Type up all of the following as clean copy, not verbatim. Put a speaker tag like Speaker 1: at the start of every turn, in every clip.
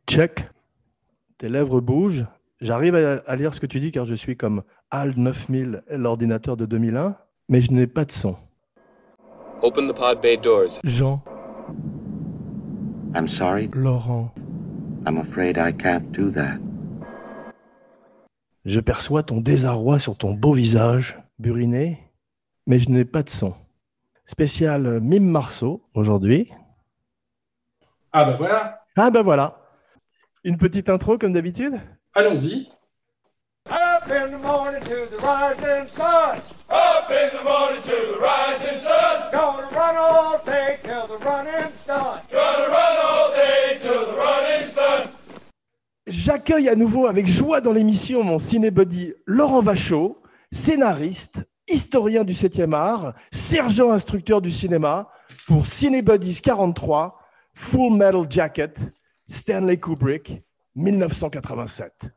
Speaker 1: Check, tes lèvres bougent. J'arrive à lire ce que tu dis car je suis comme HAL 9000, l'ordinateur de 2001, mais je n'ai pas de son.
Speaker 2: Open the pod bay doors.
Speaker 1: Jean,
Speaker 3: I'm sorry.
Speaker 1: Laurent,
Speaker 3: I'm afraid I can't do that.
Speaker 1: je perçois ton désarroi sur ton beau visage, buriné, mais je n'ai pas de son. Spécial Mime Marceau aujourd'hui.
Speaker 4: Ah bah voilà,
Speaker 1: Ah ben voilà, une petite intro comme d'habitude.
Speaker 4: allons-y.
Speaker 5: Up in the morning to the rising sun.
Speaker 6: Up in the morning to the rising sun.
Speaker 5: Gonna run all day till the running's done.
Speaker 6: Gonna run all day till the running's done.
Speaker 1: J'accueille à nouveau avec joie dans l'émission mon cinébuddy Laurent Vachaud, scénariste, historien du 7e art, sergent instructeur du cinéma pour Cinebuddies 43, Full Metal Jacket, Stanley Kubrick, 1987.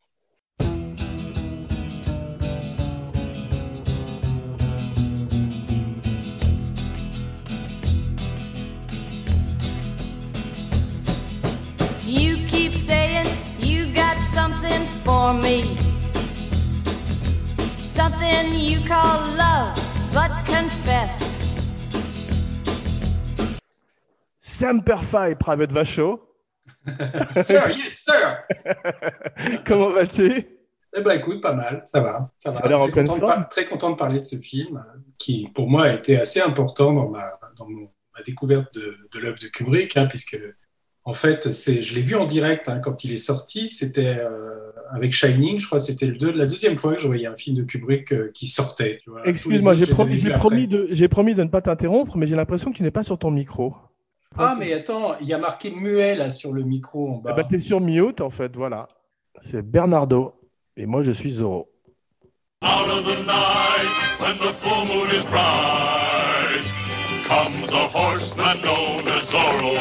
Speaker 7: You keep saying you got something for me. Something you call love, but confess.
Speaker 1: Semper Fi, Private Vachaud.
Speaker 4: Sir, yes sir.
Speaker 1: Comment vas-tu?
Speaker 4: Eh ben écoute, pas mal, ça va.
Speaker 1: Ça a l'air en pleine forme.
Speaker 4: Très content de parler de ce film qui, pour moi, a été assez important dans ma découverte de l'œuvre de Kubrick, puisque en fait, je l'ai vu en direct quand il est sorti. C'était avec Shining, je crois que c'était la deuxième fois que je voyais un film de Kubrick qui sortait. Tu vois.
Speaker 1: Excuse-moi, j'ai promis de ne pas t'interrompre, mais j'ai l'impression que tu n'es pas sur ton micro.
Speaker 4: Ah, mais attends, il y a marqué muet là sur le micro en bas.
Speaker 1: Eh ben, t'es sur mute en fait, voilà. C'est Bernardo et moi je suis Zorro.
Speaker 6: Out of the night, when the full moon is bright, comes a horseman known as Zorro.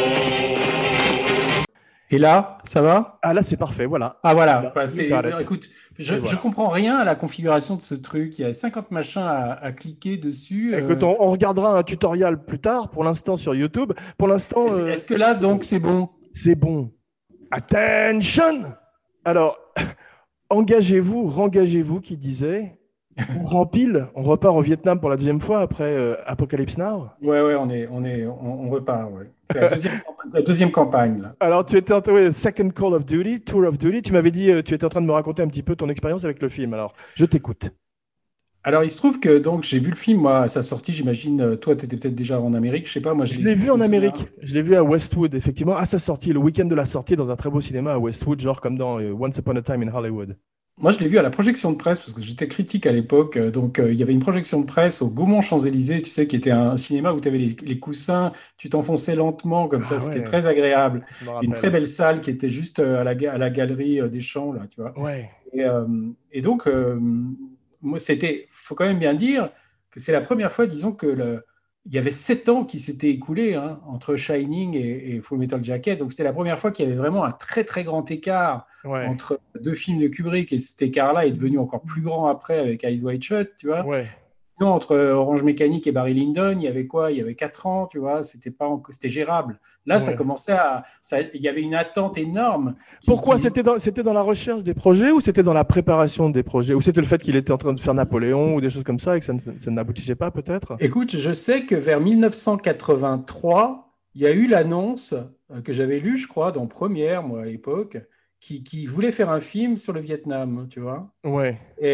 Speaker 4: Et là, ça va?
Speaker 1: Ah là c'est parfait, voilà.
Speaker 4: Ah voilà,
Speaker 1: Là,
Speaker 4: bah, écoute, je
Speaker 1: voilà.
Speaker 4: comprends rien à la configuration de ce truc. Il y a 50 machins à cliquer dessus.
Speaker 1: Écoute, on regardera un tutoriel plus tard, pour l'instant sur YouTube. Pour l'instant,
Speaker 4: Est-ce que là, donc, c'est bon?
Speaker 1: c'est bon. Attention! Alors, rengagez-vous, qui disait. On rempile, on repart au Vietnam pour la deuxième fois après Apocalypse Now.
Speaker 4: Ouais, on repart. Ouais. C'est la deuxième campagne là.
Speaker 1: Alors, tu étais Second Call of Duty, Tour of Duty. Tu m'avais dit, tu étais en train de me raconter un petit peu ton expérience avec le film. Alors, je t'écoute.
Speaker 4: Alors, il se trouve que donc j'ai vu le film, moi, à sa sortie, j'imagine. Toi, tu étais peut-être déjà en Amérique, je sais pas. Moi,
Speaker 1: Je l'ai vu en Amérique. Je l'ai vu à Westwood, effectivement, à sa sortie, le week-end de la sortie, dans un très beau cinéma à Westwood, genre comme dans Once Upon a Time in Hollywood.
Speaker 4: Moi, je l'ai vu à la projection de presse parce que j'étais critique à l'époque. Donc, il y avait une projection de presse au Gaumont-Champs-Élysées, tu sais, qui était un cinéma où tu avais les coussins, tu t'enfonçais lentement comme ça, c'était très agréable.
Speaker 1: Je me
Speaker 4: Une
Speaker 1: rappelle.
Speaker 4: très belle salle qui était juste à la galerie des Champs, là, tu vois.
Speaker 1: Ouais.
Speaker 4: Et donc, moi, faut quand même bien dire que c'est la première fois, disons, il y avait 7 ans qui s'étaient écoulés entre Shining et Full Metal Jacket. Donc, c'était la première fois qu'il y avait vraiment un très, très grand écart entre deux films de Kubrick. Et cet écart-là est devenu encore plus grand après avec Eyes Wide Shut, tu vois.
Speaker 1: Ouais.
Speaker 4: Sinon, entre Orange Mécanique et Barry Lyndon, il y avait quoi? Il y avait 4 ans, tu vois. C'était gérable. Là, ça commençait il y avait une attente énorme.
Speaker 1: Pourquoi c'était dans la recherche des projets ou c'était dans la préparation des projets ou c'était le fait qu'il était en train de faire Napoléon ou des choses comme ça et que ça n'aboutissait pas peut-être?
Speaker 4: Écoute, je sais que vers 1983, il y a eu l'annonce que j'avais lue, je crois, dans Première, moi, à l'époque, qui voulait faire un film sur le Vietnam, tu vois.
Speaker 1: Ouais.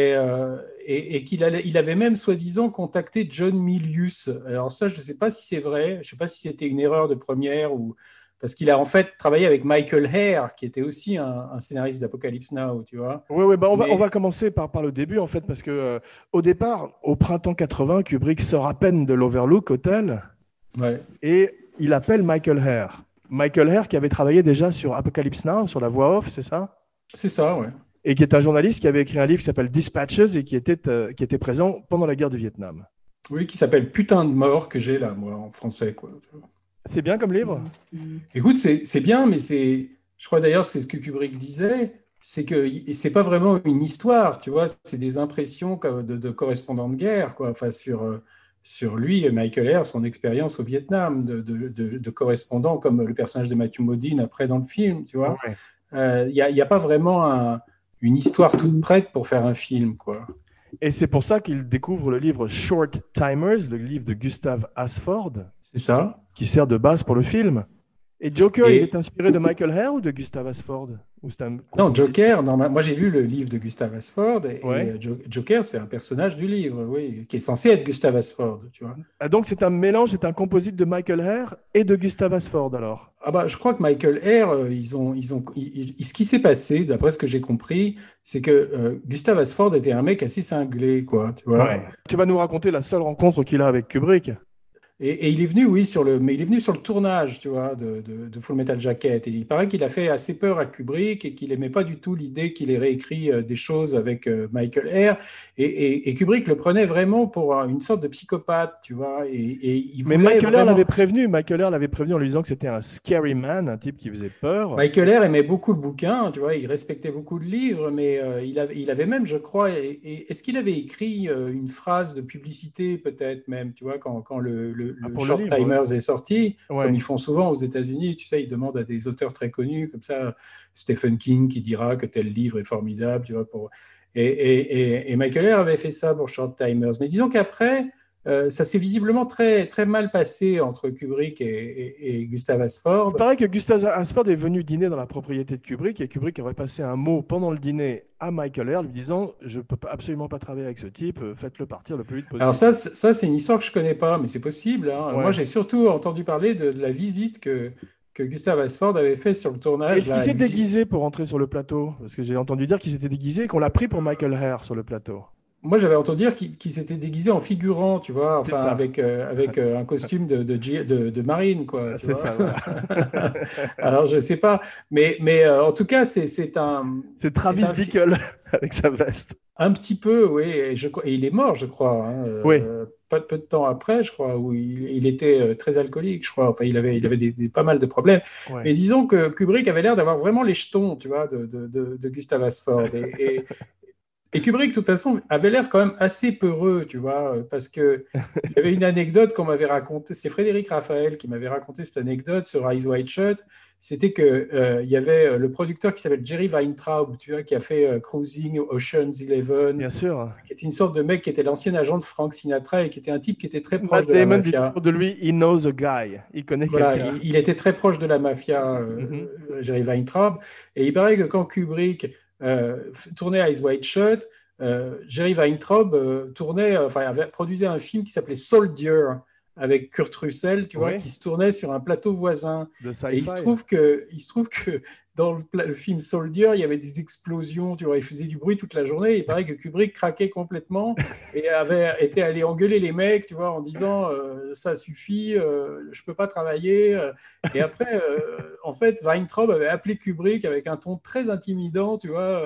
Speaker 4: Et il avait même, soi-disant, contacté John Milius. Alors ça, je ne sais pas si c'est vrai, je ne sais pas si c'était une erreur de Première ou... Parce qu'il a en fait travaillé avec Michael Herr, qui était aussi un scénariste d'Apocalypse Now, tu vois.
Speaker 1: Oui, bah on va commencer par le début, en fait, parce que au départ, au printemps 80, Kubrick sort à peine de l'Overlook Hotel et il appelle Michael Herr. Michael Herr qui avait travaillé déjà sur Apocalypse Now, sur la voix off, c'est ça?
Speaker 4: C'est ça, ouais.
Speaker 1: Et qui est un journaliste qui avait écrit un livre qui s'appelle Dispatches et qui était présent pendant la guerre du Vietnam.
Speaker 4: Oui, qui s'appelle Putain de mort, que j'ai là, moi, en français, quoi.
Speaker 1: C'est bien comme livre?
Speaker 4: Écoute, c'est bien, mais je crois d'ailleurs, c'est ce que Kubrick disait, c'est que c'est pas vraiment une histoire, tu vois, c'est des impressions de correspondants de guerre, quoi, enfin, sur lui, Michael Herr, son expérience au Vietnam, de correspondant comme le personnage de Matthew Modine après dans le film, tu vois. Il n'y a pas vraiment une histoire toute prête pour faire un film, quoi.
Speaker 1: Et c'est pour ça qu'il découvre le livre Short Timers, le livre de Gustav Hasford,
Speaker 4: C'est ça.
Speaker 1: qui sert de base pour le film. Et Joker, il est inspiré de Michael Herr ou de Gustav Hasford? Ou c'est un
Speaker 4: Non, Joker, moi j'ai lu le livre de Gustav Hasford, et
Speaker 1: Ouais.
Speaker 4: Joker, c'est un personnage du livre, oui, qui est censé être Gustav Hasford, tu vois.
Speaker 1: Ah, donc c'est un mélange, c'est un composite de Michael Herr et de Gustav Hasford alors.
Speaker 4: Ah bah, je crois que Michael Herr, ce qui s'est passé, d'après ce que j'ai compris, c'est que Gustav Hasford était un mec assez cinglé, quoi, tu vois.
Speaker 1: Tu vas nous raconter la seule rencontre qu'il a avec Kubrick.
Speaker 4: Et il est venu, oui, mais il est venu sur le tournage, tu vois, de Full Metal Jacket. Et il paraît qu'il a fait assez peur à Kubrick et qu'il n'aimait pas du tout l'idée qu'il ait réécrit des choses avec Michael Herr. Et Kubrick le prenait vraiment pour une sorte de psychopathe, tu vois.
Speaker 1: Mais Michael Herr l'avait prévenu. Michael Herr l'avait prévenu en lui disant que c'était un scary man, un type qui faisait peur.
Speaker 4: Michael Herr aimait beaucoup le bouquin, tu vois, il respectait beaucoup le livre, mais il avait même, je crois, est-ce qu'il avait écrit une phrase de publicité, peut-être même, tu vois, quand le Short
Speaker 1: livre,
Speaker 4: Timers est sorti,
Speaker 1: Ouais.
Speaker 4: comme ils font souvent aux États-Unis, tu sais, ils demandent à des auteurs très connus, comme ça, Stephen King qui dira que tel livre est formidable, tu vois, et Michael Herr avait fait ça pour Short Timers. Mais disons qu'après, ça s'est visiblement très, très mal passé entre Kubrick et Gustav Hasford.
Speaker 1: Il paraît que Gustav Hasford est venu dîner dans la propriété de Kubrick et Kubrick aurait passé un mot pendant le dîner à Michael Herr lui disant « Je ne peux absolument pas travailler avec ce type, faites-le partir le plus vite possible. »
Speaker 4: Alors ça c'est une histoire que je ne connais pas, mais c'est possible, hein.
Speaker 1: Ouais.
Speaker 4: Moi, j'ai surtout entendu parler de la visite que Gustav Hasford avait fait sur le tournage.
Speaker 1: Est-ce qu'il s'est déguisé pour entrer sur le plateau? Parce que j'ai entendu dire qu'il s'était déguisé et qu'on l'a pris pour Michael Herr sur le plateau.
Speaker 4: Moi, j'avais entendu dire qu'il s'était déguisé en figurant, tu vois,
Speaker 1: C'est
Speaker 4: enfin
Speaker 1: ça.
Speaker 4: avec un costume de marine, quoi. Tu
Speaker 1: C'est
Speaker 4: vois.
Speaker 1: ça, voilà.
Speaker 4: Alors, je sais pas, mais en tout cas, c'est un.
Speaker 1: C'est Travis Bickle avec sa veste.
Speaker 4: Un petit peu, oui, et il est mort, je crois, hein,
Speaker 1: Oui.
Speaker 4: peu de temps après, je crois, où il était très alcoolique, je crois. Enfin, il avait pas mal de problèmes.
Speaker 1: Ouais.
Speaker 4: Mais disons que Kubrick avait l'air d'avoir vraiment les jetons, tu vois, de Gustav Hasford. Et Kubrick, de toute façon, avait l'air quand même assez peureux, tu vois, parce qu'il y avait une anecdote qu'on m'avait racontée, c'est Frédéric Raphaël qui m'avait raconté cette anecdote sur Eyes Wide Shut. C'était qu'il y avait le producteur qui s'appelle Jerry Weintraub, tu vois, qui a fait Cruising, Ocean's 11.
Speaker 1: Bien sûr.
Speaker 4: Qui était une sorte de mec qui était l'ancien agent de Frank Sinatra et qui était un type qui était très proche
Speaker 1: Matt
Speaker 4: de la
Speaker 1: Damon dit
Speaker 4: mafia.
Speaker 1: toujours de lui, he knows a guy. Il connaît
Speaker 4: Voilà,
Speaker 1: quelqu'un.
Speaker 4: il était très proche de la mafia, Jerry Weintraub. Et il paraît que quand Kubrick tournait Eyes Wide Shut, Jerry Weintraub produisait un film qui s'appelait Soldier avec Kurt Russell, tu vois, qui se tournait sur un plateau voisin.
Speaker 1: De sci-fi.
Speaker 4: Et il se trouve que dans le film Soldier, il y avait des explosions, tu vois, il faisait du bruit toute la journée. Il paraît que Kubrick craquait complètement et avait été allé engueuler les mecs, tu vois, en disant ça suffit, je peux pas travailler. Et après, en fait, Weintraub avait appelé Kubrick avec un ton très intimidant, tu vois,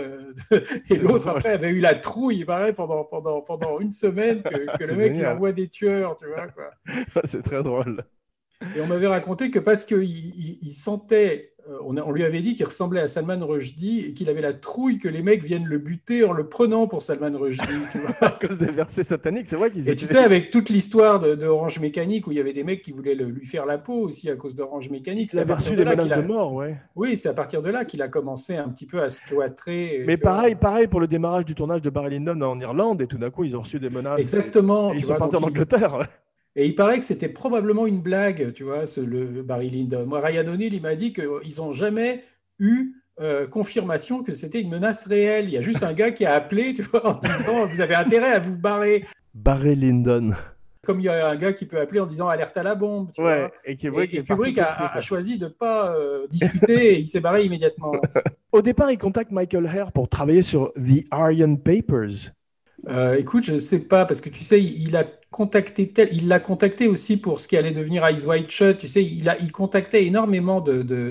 Speaker 4: et l'autre après avait eu la trouille, il paraît, pendant une semaine que le mec il envoie des tueurs, tu vois, quoi.
Speaker 1: C'est très drôle.
Speaker 4: Et on m'avait raconté que parce qu'il sentait, on lui avait dit qu'il ressemblait à Salman Rushdie et qu'il avait la trouille que les mecs viennent le buter en le prenant pour Salman Rushdie. Tu vois.
Speaker 1: À cause des versets sataniques, c'est vrai qu'ils
Speaker 4: étaient... Et tu sais, avec toute l'histoire de Orange Mécanique, où il y avait des mecs qui voulaient lui faire la peau aussi à cause d'Orange Mécanique.
Speaker 1: Il avait reçu des menaces de mort, ouais.
Speaker 4: Oui, c'est à partir de là qu'il a commencé un petit peu à se cloîtrer.
Speaker 1: Mais pareil pour le démarrage du tournage de Barry Lyndon en Irlande, et tout d'un coup, ils ont reçu des menaces.
Speaker 4: Exactement.
Speaker 1: Et ils sont partis en Angleterre.
Speaker 4: Et il paraît que c'était probablement une blague, tu vois, le Barry Lyndon. Moi, Ryan O'Neal, il m'a dit qu'ils n'ont jamais eu confirmation que c'était une menace réelle. Il y a juste un gars qui a appelé, tu vois, en disant « Vous avez intérêt à vous barrer ».
Speaker 1: Barry Lyndon.
Speaker 4: Comme il y a un gars qui peut appeler en disant « Alerte à la bombe ». Tu vois.
Speaker 1: Et Kubrick
Speaker 4: a choisi de ne pas discuter et il s'est barré immédiatement.
Speaker 1: Au départ, il contacte Michael Herr pour travailler sur The Aryan Papers.
Speaker 4: Écoute, je ne sais pas, parce que tu sais, il l'a contacté aussi pour ce qui allait devenir Eyes Wide Shut. Tu sais, il contactait énormément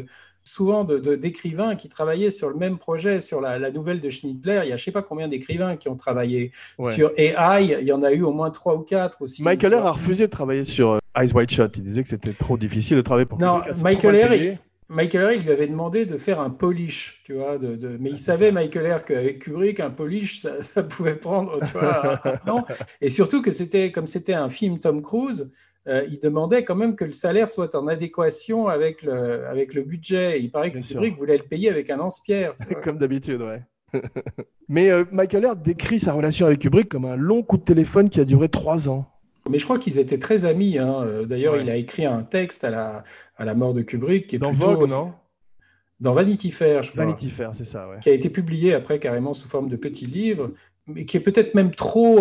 Speaker 4: d'écrivains qui travaillaient sur le même projet, sur la nouvelle de Schnitzler. Il y a je ne sais pas combien d'écrivains qui ont travaillé sur AI. Il y en a eu au moins 3 ou 4 aussi.
Speaker 1: Michael Herr a refusé de travailler sur Eyes Wide Shut. Il disait que c'était trop difficile de travailler pour
Speaker 4: Non, Michael Herr, Michael Herr, il lui avait demandé de faire un polish, tu vois, mais il savait, Michael Herr, qu'avec Kubrick, un polish, ça pouvait prendre, tu vois, un an. Et surtout que comme c'était un film Tom Cruise, il demandait quand même que le salaire soit en adéquation avec le budget. Il paraît que Kubrick voulait le payer avec un lance-pierre.
Speaker 1: Comme d'habitude, ouais. Mais Michael Herr décrit sa relation avec Kubrick comme un long coup de téléphone qui a duré 3 ans.
Speaker 4: Mais je crois qu'ils étaient très amis. D'ailleurs, il a écrit un texte à la mort de Kubrick. Qui est
Speaker 1: dans
Speaker 4: plutôt,
Speaker 1: Vogue, non?
Speaker 4: Dans Vanity Fair, je crois.
Speaker 1: Vanity Fair, c'est ça, ouais.
Speaker 4: Qui a été publié après carrément sous forme de petit livre, mais qui est peut-être même trop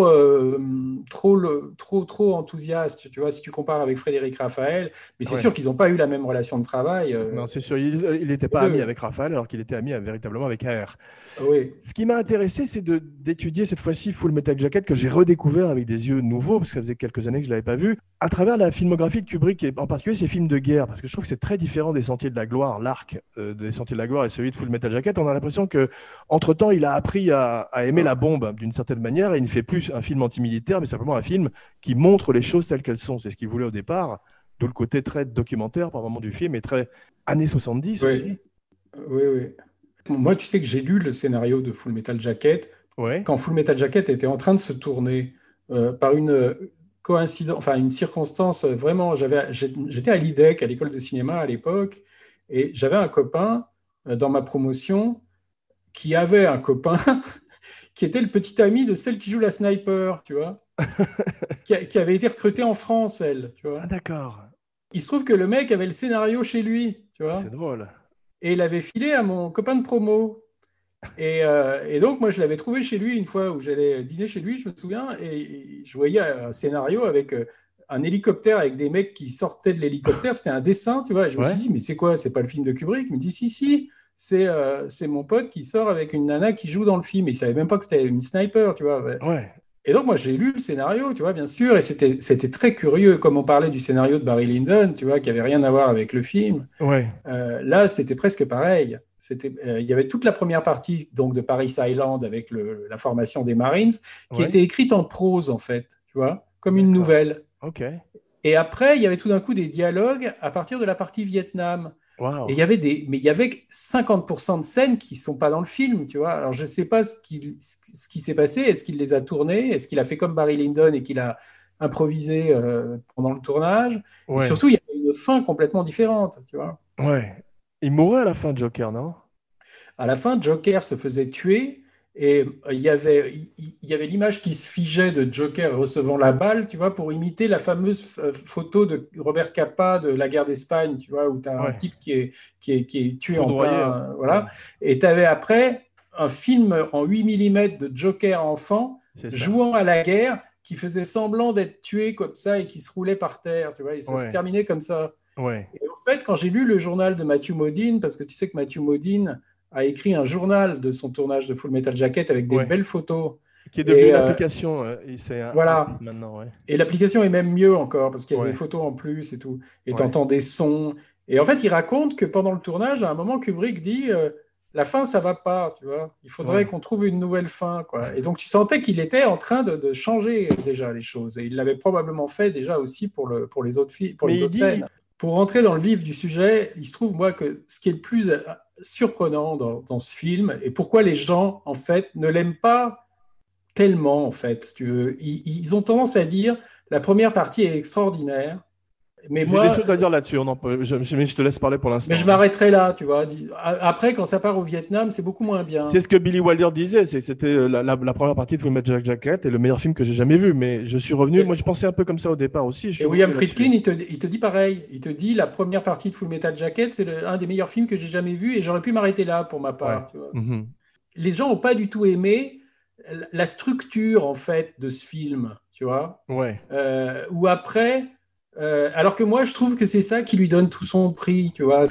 Speaker 4: enthousiaste, tu vois, si tu compares avec Frédéric Raphaël. Mais c'est sûr qu'ils n'ont pas eu la même relation de travail.
Speaker 1: Non, c'est sûr. Il n'était pas ami avec Raphaël, alors qu'il était ami véritablement avec Herr.
Speaker 4: Oui.
Speaker 1: Ce qui m'a intéressé, c'est d'étudier cette fois-ci Full Metal Jacket, que j'ai redécouvert avec des yeux nouveaux, parce que ça faisait quelques années que je ne l'avais pas vu, à travers la filmographie de Kubrick, et en particulier ses films de guerre, parce que je trouve que c'est très différent des Sentiers de la Gloire, l'arc des Sentiers de la Gloire et celui de Full Metal Jacket. On a l'impression qu'entre-temps, il a appris à aimer la bombe d'une certaine manière, et il ne fait plus un film antimilitaire, mais simplement un film qui montre les choses telles qu'elles sont. C'est ce qu'il voulait au départ, d'où le côté très documentaire par moment du film, et très années 70 aussi.
Speaker 4: Oui. Moi, tu sais que j'ai lu le scénario de Full Metal Jacket quand Full Metal Jacket était en train de se tourner par une coïncidence, enfin une circonstance vraiment. J'étais à l'IDEC, à l'école de cinéma à l'époque, et j'avais un copain dans ma promotion qui avait un copain qui était le petit ami de celle qui joue la sniper, tu vois, qui avait été recrutée en France, elle, tu vois.
Speaker 1: Ah, d'accord.
Speaker 4: Il se trouve que le mec avait le scénario chez lui, tu vois.
Speaker 1: C'est drôle.
Speaker 4: Et il l'avait filé à mon copain de promo. Et donc, moi, je l'avais trouvé chez lui une fois où j'allais dîner chez lui, je me souviens, et je voyais un scénario avec un hélicoptère avec des mecs qui sortaient de l'hélicoptère. C'était un dessin, tu vois. Et je me suis dit, mais c'est quoi? C'est pas le film de Kubrick? Il me dit, si. C'est mon pote qui sort avec une nana qui joue dans le film. Et il savait même pas que c'était une sniper, tu vois.
Speaker 1: Ouais.
Speaker 4: Et donc, moi, j'ai lu le scénario, tu vois, bien sûr, et c'était très curieux, comme on parlait du scénario de Barry Lyndon, tu vois, qui avait rien à voir avec le film.
Speaker 1: Ouais.
Speaker 4: Là, c'était presque pareil. Il y avait toute la première partie donc, de Paris Island avec la formation des Marines, qui était écrite en prose, en fait, tu vois, comme une nouvelle.
Speaker 1: Ok.
Speaker 4: Et après, il y avait tout d'un coup des dialogues à partir de la partie Vietnam.
Speaker 1: Wow.
Speaker 4: Et il y avait 50% de scènes qui ne sont pas dans le film, tu vois. Alors, je ne sais pas ce qui s'est passé. Est-ce qu'il les a tournées? Est-ce qu'il a fait comme Barry Lyndon et qu'il a improvisé pendant le tournage? Et surtout, il y avait une fin complètement différente, tu vois.
Speaker 1: Ouais. Il mourait à la fin de Joker, non?
Speaker 4: À la fin, Joker se faisait tuer. Et il y avait l'image qui se figeait de Joker recevant la balle, tu vois, pour imiter la fameuse photo de Robert Capa de la guerre d'Espagne, tu vois, où tu as un type qui est tué
Speaker 1: foudroyé,
Speaker 4: en plein, voilà. Et tu avais après un film en 8 mm de Joker enfant jouant à la guerre qui faisait semblant d'être tué comme ça et qui se roulait par terre, tu vois, et ça se terminait comme ça.
Speaker 1: Ouais.
Speaker 4: Et en fait, quand j'ai lu le journal de Matthew Modine, parce que tu sais que Matthew Modine a écrit un journal de son tournage de Full Metal Jacket avec des belles photos.
Speaker 1: Qui est devenue une application.
Speaker 4: Voilà.
Speaker 1: Maintenant,
Speaker 4: Et l'application est même mieux encore, parce qu'il y a des photos en plus et tout. Et tu entends des sons. Et en fait, il raconte que pendant le tournage, à un moment, Kubrick dit la fin, ça va pas, tu vois. Il faudrait qu'on trouve une nouvelle fin, quoi. Et donc, tu sentais qu'il était en train de changer déjà les choses. Et il l'avait probablement fait déjà aussi pour les autres filles, pour les autres scènes. Pour rentrer dans le vif du sujet, il se trouve, moi, que ce qui est le plus surprenant dans ce film, et pourquoi les gens, en fait, ne l'aiment pas tellement, en fait, si tu veux. Ils ont tendance à dire la première partie est extraordinaire. Mais
Speaker 1: j'ai des choses à dire là-dessus, je te laisse parler pour l'instant.
Speaker 4: Mais je m'arrêterai là, tu vois. Après, quand ça part au Vietnam, c'est beaucoup moins bien.
Speaker 1: C'est ce que Billy Wilder disait, c'était la première partie de Full Metal Jacket est le meilleur film que j'ai jamais vu, mais je suis revenu, moi je pensais un peu comme ça au départ aussi.
Speaker 4: Et William Friedkin, il te dit pareil, il te dit la première partie de Full Metal Jacket, c'est un des meilleurs films que j'ai jamais vu et j'aurais pu m'arrêter là pour ma part. Tu vois. Mm-hmm. Les gens n'ont pas du tout aimé la structure, en fait, de ce film, tu vois.
Speaker 1: Ouais.
Speaker 4: Où après... alors que moi, je trouve que c'est ça qui lui donne tout son prix, tu vois.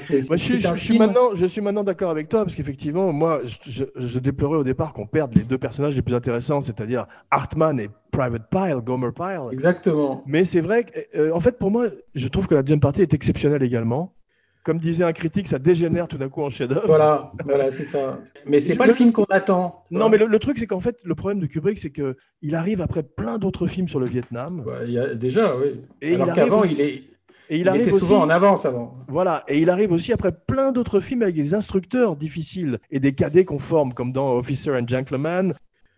Speaker 1: Je suis maintenant d'accord avec toi, parce qu'effectivement, moi, je déplorais au départ qu'on perde les deux personnages les plus intéressants, c'est-à-dire Hartman et Private Pyle, Gomer Pyle.
Speaker 4: Exactement.
Speaker 1: Mais c'est vrai que, en fait, pour moi, je trouve que la deuxième partie est exceptionnelle également. Comme disait un critique, ça dégénère tout d'un coup en chef-d'œuvre.
Speaker 4: Voilà, c'est ça. Mais c'est pas le film qu'on attend.
Speaker 1: Non, mais le truc, c'est qu'en fait, le problème de Kubrick, c'est qu'il arrive après plein d'autres films sur le Vietnam.
Speaker 4: Il y a déjà, oui.
Speaker 1: Et
Speaker 4: alors qu'avant, il
Speaker 1: Et
Speaker 4: il était souvent en avance avant.
Speaker 1: Voilà, et il arrive aussi après plein d'autres films avec des instructeurs difficiles et des cadets conformes, comme dans Officer and Gentleman.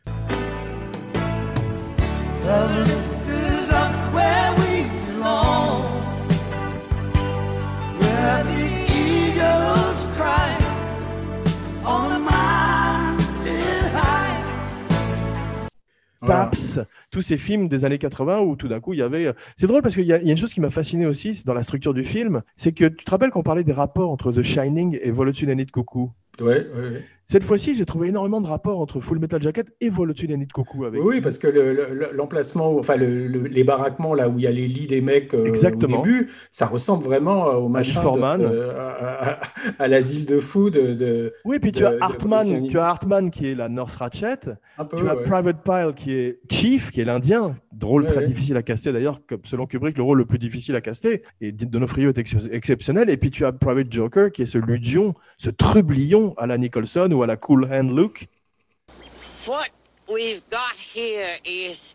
Speaker 1: Taps, tous ces films des années 80 où tout d'un coup il y avait... C'est drôle parce qu'il y a une chose qui m'a fasciné aussi c'est dans la structure du film, c'est que tu te rappelles qu'on parlait des rapports entre The Shining et Vol au-dessus d'un nid de coucou.
Speaker 4: Ouais.
Speaker 1: Cette fois-ci, j'ai trouvé énormément de rapports entre Full Metal Jacket et Vol au-dessus d'un nid de coucou.
Speaker 4: Oui, parce que l'emplacement, enfin les baraquements là où il y a les lits des mecs au début, ça ressemble vraiment au machin à l'asile de fou de.
Speaker 1: Oui, puis tu as Hartman qui est la Nurse Ratched. Tu as Private Pyle qui est Chief, qui est l'Indien. Rôle très difficile à caster d'ailleurs, selon Kubrick, le rôle le plus difficile à caster. Et D'Onofrio est exceptionnel. Et puis tu as Private Joker qui est ce ludion, ce trublion à la Nicholson ou à la Cool Hand Luke.
Speaker 8: What we've got here is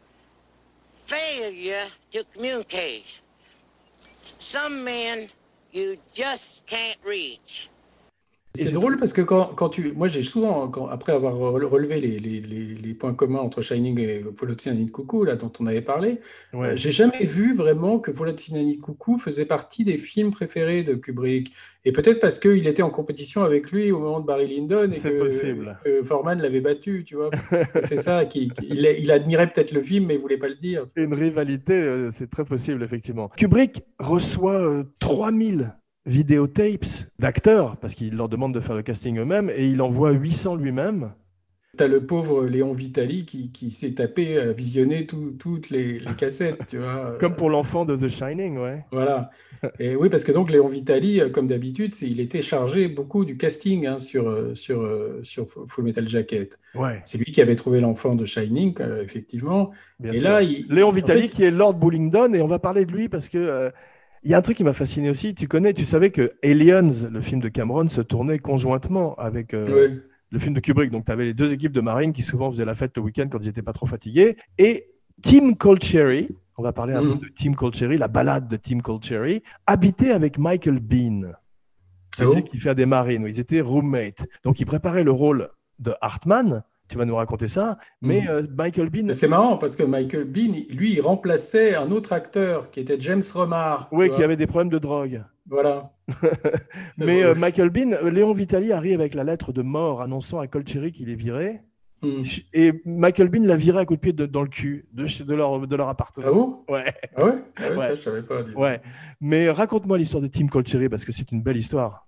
Speaker 8: failure to communicate. Some men you just can't reach.
Speaker 4: C'est drôle parce que moi j'ai souvent, après avoir relevé les points communs entre Shining et Vol au-dessus d'un nid de coucou, là dont on avait parlé, j'ai jamais vu vraiment que Vol au-dessus d'un nid de coucou faisait partie des films préférés de Kubrick. Et peut-être parce qu'il était en compétition avec lui au moment de Barry Lyndon et que Foreman l'avait battu, tu vois. C'est ça, il admirait peut-être le film mais il voulait pas le dire.
Speaker 1: Une rivalité, c'est très possible effectivement. Kubrick reçoit 3000 vidéotapes d'acteurs, parce qu'il leur demande de faire le casting eux-mêmes, et il envoie 800 lui-même.
Speaker 4: T'as le pauvre Léon Vitali qui s'est tapé à visionner toutes les cassettes, tu vois.
Speaker 1: Comme pour l'enfant de The Shining, ouais.
Speaker 4: Voilà. Et oui, parce que donc Léon Vitali, comme d'habitude, il était chargé beaucoup du casting sur Full Metal Jacket.
Speaker 1: Ouais.
Speaker 4: C'est lui qui avait trouvé l'enfant de Shining, effectivement.
Speaker 1: Bien sûr. Là, Léon Vitali qui est Lord Bullingdon, et on va parler de lui parce que... Il y a un truc qui m'a fasciné aussi. Tu savais que Aliens, le film de Cameron, se tournait conjointement avec le film de Kubrick. Donc, tu avais les deux équipes de marines qui souvent faisaient la fête le week-end quand ils n'étaient pas trop fatigués. Et Tim Colcherry, on va parler un peu de Tim Colcherry, la balade de Tim Colcherry, habitait avec Michael Biehn. Tu sais, qui fait des marines. Ils étaient roommates. Donc, il préparait le rôle de Hartman. Tu vas nous raconter ça, mais Michael Biehn...
Speaker 4: C'est marrant parce que Michael Biehn, lui, il remplaçait un autre acteur qui était James Remar.
Speaker 1: Oui, qui avait des problèmes de drogue.
Speaker 4: Voilà.
Speaker 1: Mais Michael Biehn, Léon Vitali arrive avec la lettre de mort annonçant à Colcherry qu'il est viré. Et Michael Biehn l'a viré à coup de pied dans le cul de leur appartement.
Speaker 4: Ah bon ?
Speaker 1: Ouais.
Speaker 4: Ah ouais, ça, je savais pas.
Speaker 1: Ouais. Mais raconte-moi l'histoire de Tim Colcherry parce que c'est une belle histoire.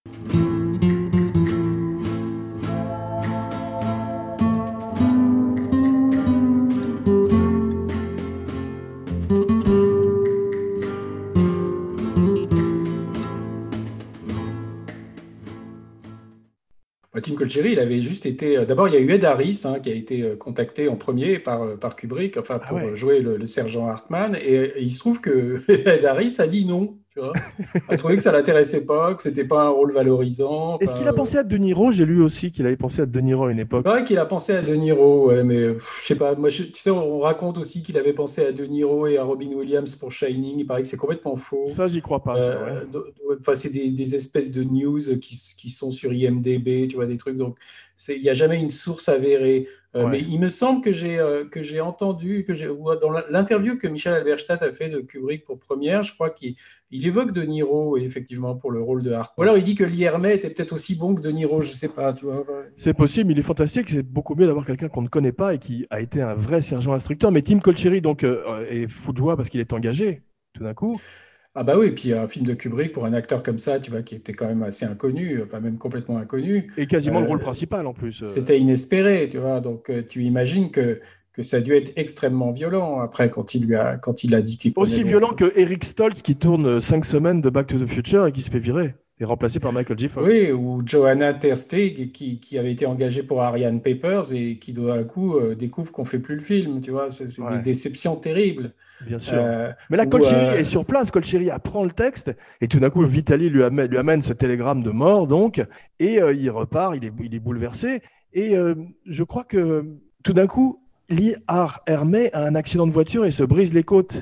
Speaker 4: Tim Colcherry, il avait juste été... D'abord, il y a eu Ed Harris qui a été contacté en premier par Kubrick pour jouer le sergent Hartman. Et il se trouve que Ed Harris a dit non. Tu vois, a trouvé que ça ne l'intéressait pas, que ce n'était pas un rôle valorisant.
Speaker 1: Est-ce qu'il a pensé à De Niro ? J'ai lu aussi qu'il avait pensé à De Niro à une époque.
Speaker 4: C'est vrai qu'il a pensé à De Niro, mais je sais pas. Moi, tu sais, on raconte aussi qu'il avait pensé à De Niro et à Robin Williams pour Shining. Il paraît que c'est complètement faux.
Speaker 1: Ça, j'y crois pas.
Speaker 4: C'est des espèces de news qui sont sur IMDb, tu vois, des trucs. Donc, il n'y a jamais une source avérée. Mais il me semble que j'ai entendu, dans l'interview que Michel Halberstadt a fait de Kubrick pour Première, je crois qu'il évoque De Niro, effectivement, pour le rôle de Hart. Ou alors il dit que Lee Ermey était peut-être aussi bon que De Niro, je ne sais pas. Tu vois.
Speaker 1: C'est possible, il est fantastique. C'est beaucoup mieux d'avoir quelqu'un qu'on ne connaît pas et qui a été un vrai sergent instructeur. Mais Tim Colcherry donc, est fou de joie parce qu'il est engagé, tout d'un coup.
Speaker 4: Ah bah oui, et puis un film de Kubrick pour un acteur comme ça, tu vois, qui était quand même assez inconnu, enfin même complètement inconnu.
Speaker 1: Et quasiment le rôle principal en plus.
Speaker 4: C'était inespéré, tu vois, donc tu imagines que ça a dû être extrêmement violent après quand il a dit qu'il prenait...
Speaker 1: Aussi violent que Eric Stoltz qui tourne 5 semaines de Back to the Future et qui se fait virer. Et remplacé par Michael J. Fox.
Speaker 4: Oui, ou Johanna Tersteg qui avait été engagée pour Ariane Papers et qui d'un coup découvre qu'on ne fait plus le film, tu vois, c'est des déceptions terribles.
Speaker 1: Bien sûr. Mais là, Colcherry est sur place, Colcherry apprend le texte et tout d'un coup, Vitali lui amène ce télégramme de mort, donc, et il repart, il est bouleversé. Et je crois que tout d'un coup, Lee Ermey a un accident de voiture et se brise les côtes.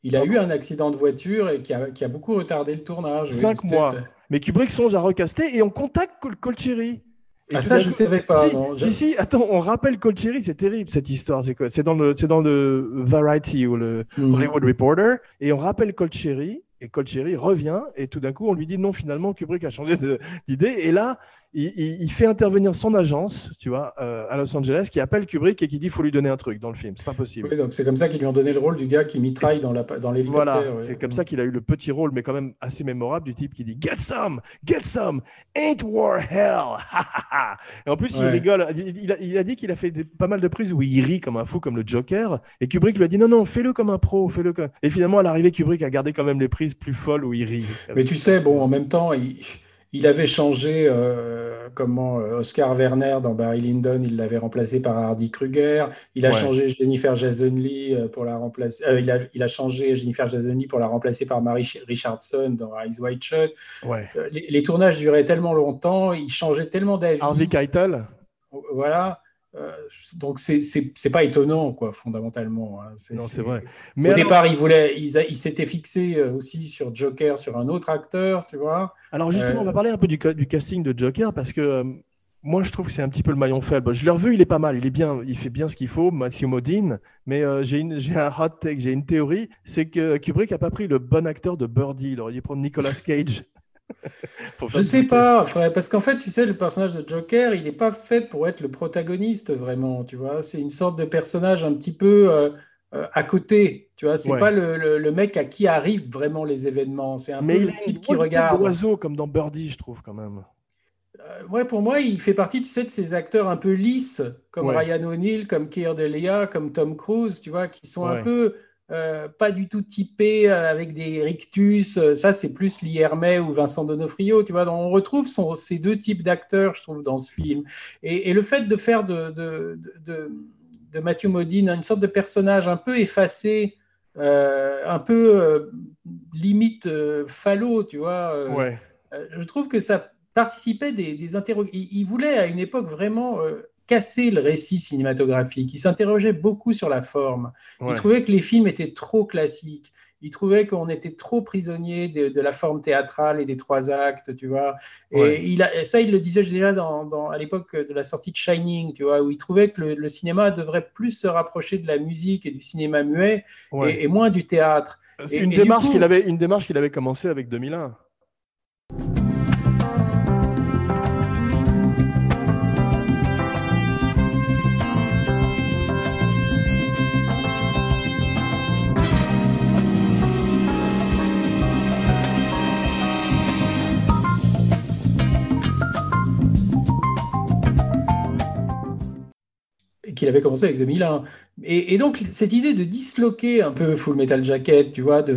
Speaker 4: il a eu un accident de voiture et qui a beaucoup retardé le tournage.
Speaker 1: 5 mois. Mais Kubrick songe à recaster et on contacte Colchieri.
Speaker 4: Ah, ça, je ne savais pas.
Speaker 1: Si, attends, on rappelle Colchieri, c'est terrible cette histoire. C'est quoi ? C'est dans le Variety ou le Hollywood Reporter. Et on rappelle Colchieri. Et Colchieri revient et tout d'un coup, on lui dit non, finalement, Kubrick a changé d'idée. Et là, il fait intervenir son agence, tu vois, à Los Angeles, qui appelle Kubrick et qui dit qu'il faut lui donner un truc dans le film. C'est pas possible.
Speaker 4: Oui, donc c'est comme ça qu'ils lui ont donné le rôle du gars qui mitraille dans l'hélicoptère.
Speaker 1: Voilà, c'est comme ça qu'il a eu le petit rôle, mais quand même assez mémorable, du type qui dit Get some, ain't war hell. Et en plus, il rigole. Il a dit qu'il a fait pas mal de prises où il rit comme un fou, comme le Joker. Et Kubrick lui a dit non, fais-le comme un pro, fais-le comme. Et finalement, à l'arrivée, Kubrick a gardé quand même les prises plus folles où il rit.
Speaker 4: Mais tu sais, bon, en même temps, il avait changé Oscar Werner dans Barry Lyndon, il l'avait remplacé par Hardy Kruger. Il a changé Jennifer Jason Leigh pour la remplacer. Il a changé Jennifer Jason Leigh pour la remplacer par Mary Richardson dans Eyes Wide Shut.
Speaker 1: Ouais.
Speaker 4: Les tournages duraient tellement longtemps, il changeait tellement d'avis.
Speaker 1: Harvey Keitel.
Speaker 4: Voilà. Donc c'est pas étonnant, quoi, fondamentalement. Hein.
Speaker 1: C'est vrai.
Speaker 4: Mais au départ, il s'était fixé aussi sur Joker, sur un autre acteur, tu vois.
Speaker 1: Alors justement, on va parler un peu du casting de Joker parce que moi, je trouve que c'est un petit peu le maillon faible. Je l'ai revu, il est pas mal, il est bien, il fait bien ce qu'il faut, Matthew Modine. Mais j'ai un hot take, j'ai une théorie, c'est que Kubrick a pas pris le bon acteur de Birdie. Il aurait dû prendre Nicolas Cage.
Speaker 4: Je sais pas, frère, parce qu'en fait, tu sais, le personnage de Joker, il n'est pas fait pour être le protagoniste, vraiment, tu vois. C'est une sorte de personnage un petit peu à côté, tu vois. C'est pas le mec à qui arrivent vraiment les événements. C'est un peu le type qui regarde.
Speaker 1: L'oiseau, comme dans Birdie, je trouve, quand même.
Speaker 4: Pour moi, il fait partie, tu sais, de ces acteurs un peu lisses, comme Ryan O'Neal, comme Keir Delia, comme Tom Cruise, tu vois, qui sont un peu... pas du tout typé avec des rictus, ça c'est plus Lee Ermey ou Vincent D'Onofrio, tu vois. Donc, on retrouve ces deux types d'acteurs, je trouve, dans ce film. Et le fait de faire de Matthew Modine une sorte de personnage un peu effacé, un peu limite falot, tu vois. Je trouve que ça participait des interrogations. Il voulait à une époque vraiment casser le récit cinématographique. Il s'interrogeait beaucoup sur la forme. Il trouvait que les films étaient trop classiques. Il trouvait qu'on était trop prisonnier de la forme théâtrale et des 3 actes, tu vois. Et il le disait déjà à l'époque de la sortie de Shining, tu vois, où il trouvait que le cinéma devrait plus se rapprocher de la musique et du cinéma muet et moins du théâtre.
Speaker 1: C'est une démarche qu'il avait commencé avec 2001.
Speaker 4: Qu'il avait commencé avec 2001. Et donc, cette idée de disloquer un peu Full Metal Jacket, tu vois,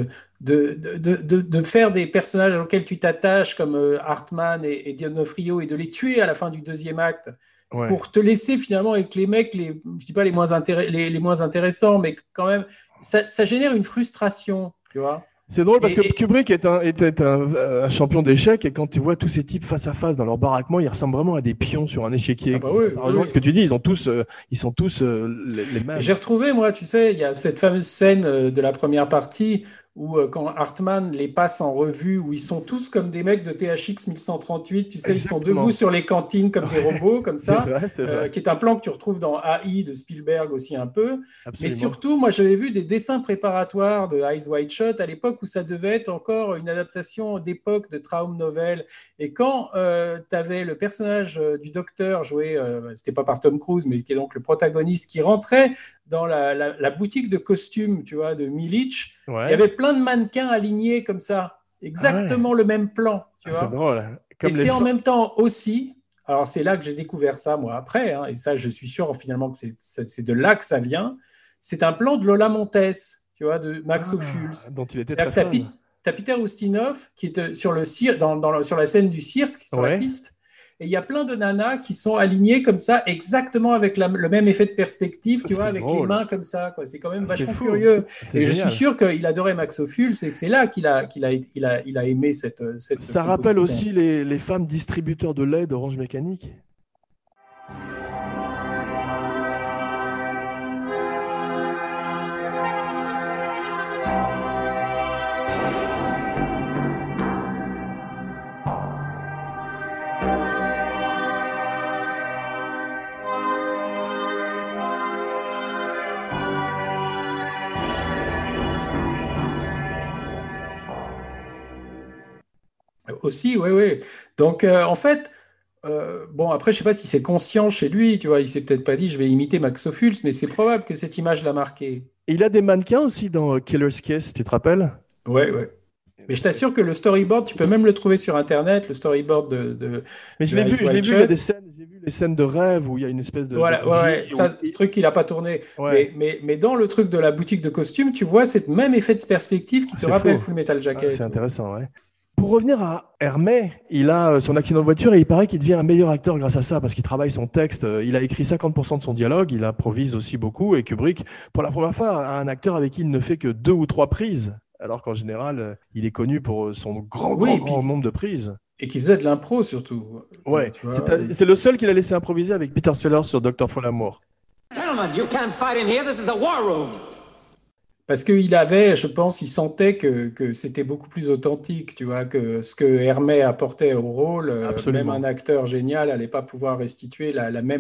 Speaker 4: de faire des personnages auxquels tu t'attaches, comme Hartman et D'Onofrio, et de les tuer à la fin du 2e acte, pour te laisser finalement avec les mecs, je dis pas les moins intéressants, mais quand même, ça génère une frustration, tu vois.
Speaker 1: C'est drôle parce que Kubrick était un champion d'échecs et quand tu vois tous ces types face à face dans leur baraquement, ils ressemblent vraiment à des pions sur un échiquier. Ça rejoint ce que tu dis, ils sont tous les mêmes.
Speaker 4: J'ai retrouvé, moi, tu sais, il y a cette fameuse scène de la première partie où quand Hartman les passe en revue, où ils sont tous comme des mecs de THX 1138, tu sais, ils sont debout sur les cantines comme des robots, comme ça,
Speaker 1: c'est vrai.
Speaker 4: qui est un plan que tu retrouves dans AI de Spielberg aussi un peu.
Speaker 1: Absolument.
Speaker 4: Mais surtout, moi, j'avais vu des dessins préparatoires de Eyes Wide Shut à l'époque où ça devait être encore une adaptation d'époque de Traum Novel. Et quand tu avais le personnage du docteur joué, c'était pas par Tom Cruise, mais qui est donc le protagoniste, qui rentrait dans la boutique de costumes, tu vois, de Milich, il y avait plein de mannequins alignés comme ça, exactement le même plan, tu vois.
Speaker 1: C'est drôle.
Speaker 4: Et c'est en même temps aussi, alors c'est là que j'ai découvert ça moi après, hein, et ça je suis sûr finalement que c'est de là que ça vient, c'est un plan de Lola Montes, tu vois, de Max Ophuls.
Speaker 1: Dont il était très fan.
Speaker 4: T'as Peter Ustinov qui est sur le cirque, sur la scène du cirque, sur la piste. Et il y a plein de nanas qui sont alignées comme ça, exactement avec le même effet de perspective, tu vois, avec les mains comme ça, quoi. C'est quand même vachement curieux. Et je suis sûr qu'il adorait Max Ophuls et que c'est là qu'il a aimé cette
Speaker 1: ça rappelle aussi les femmes distributeurs de lait d'Orange Mécanique.
Speaker 4: Aussi, oui, oui. Donc, en fait, bon, après, je sais pas si c'est conscient chez lui, tu vois, il s'est peut-être pas dit, je vais imiter Max Ophuls, mais c'est probable que cette image l'a marqué.
Speaker 1: Et il a des mannequins aussi dans Killer's Kiss, tu te rappelles?
Speaker 4: Ouais, ouais. Mais je t'assure que le storyboard, tu peux même le trouver sur Internet, le storyboard
Speaker 1: Mais je
Speaker 4: de
Speaker 1: l'ai vu,
Speaker 4: Ice
Speaker 1: je l'ai
Speaker 4: White
Speaker 1: vu, il y a
Speaker 4: Shut.
Speaker 1: des scènes, j'ai vu les scènes de rêve où il y a une espèce de
Speaker 4: Voilà, ouais, ouais,
Speaker 1: bougie.
Speaker 4: ça, ce truc, il n'a pas tourné.
Speaker 1: Ouais.
Speaker 4: Mais dans le truc de la boutique de costumes, tu vois cette même effet de perspective qui te
Speaker 1: C'est
Speaker 4: rappelle
Speaker 1: fou.
Speaker 4: Full Metal
Speaker 1: Ah,
Speaker 4: Jacket.
Speaker 1: c'est intéressant, ouais. Pour revenir à Hermé, il a son accident de voiture et il paraît qu'il devient un meilleur acteur grâce à ça parce qu'il travaille son texte. Il a écrit 50% de son dialogue, il improvise aussi beaucoup et Kubrick, pour la première fois, a un acteur avec qui il ne fait que 2 ou 3 prises, alors qu'en général, il est connu pour son
Speaker 4: Oui, et
Speaker 1: grand
Speaker 4: puis,
Speaker 1: nombre de prises.
Speaker 4: et qui faisait de l'impro surtout.
Speaker 1: Ouais,
Speaker 4: Tu vois,
Speaker 1: c'est le seul qu'il a laissé improviser avec Peter Sellers sur Dr. Folamour.
Speaker 5: Gentlemen, you can't fight in here. This is the war room.
Speaker 4: Parce qu'il avait, je pense, il sentait que c'était beaucoup plus authentique, tu vois, que ce que Hermé apportait au rôle,
Speaker 1: Absolument.
Speaker 4: même un acteur génial n'allait pas pouvoir restituer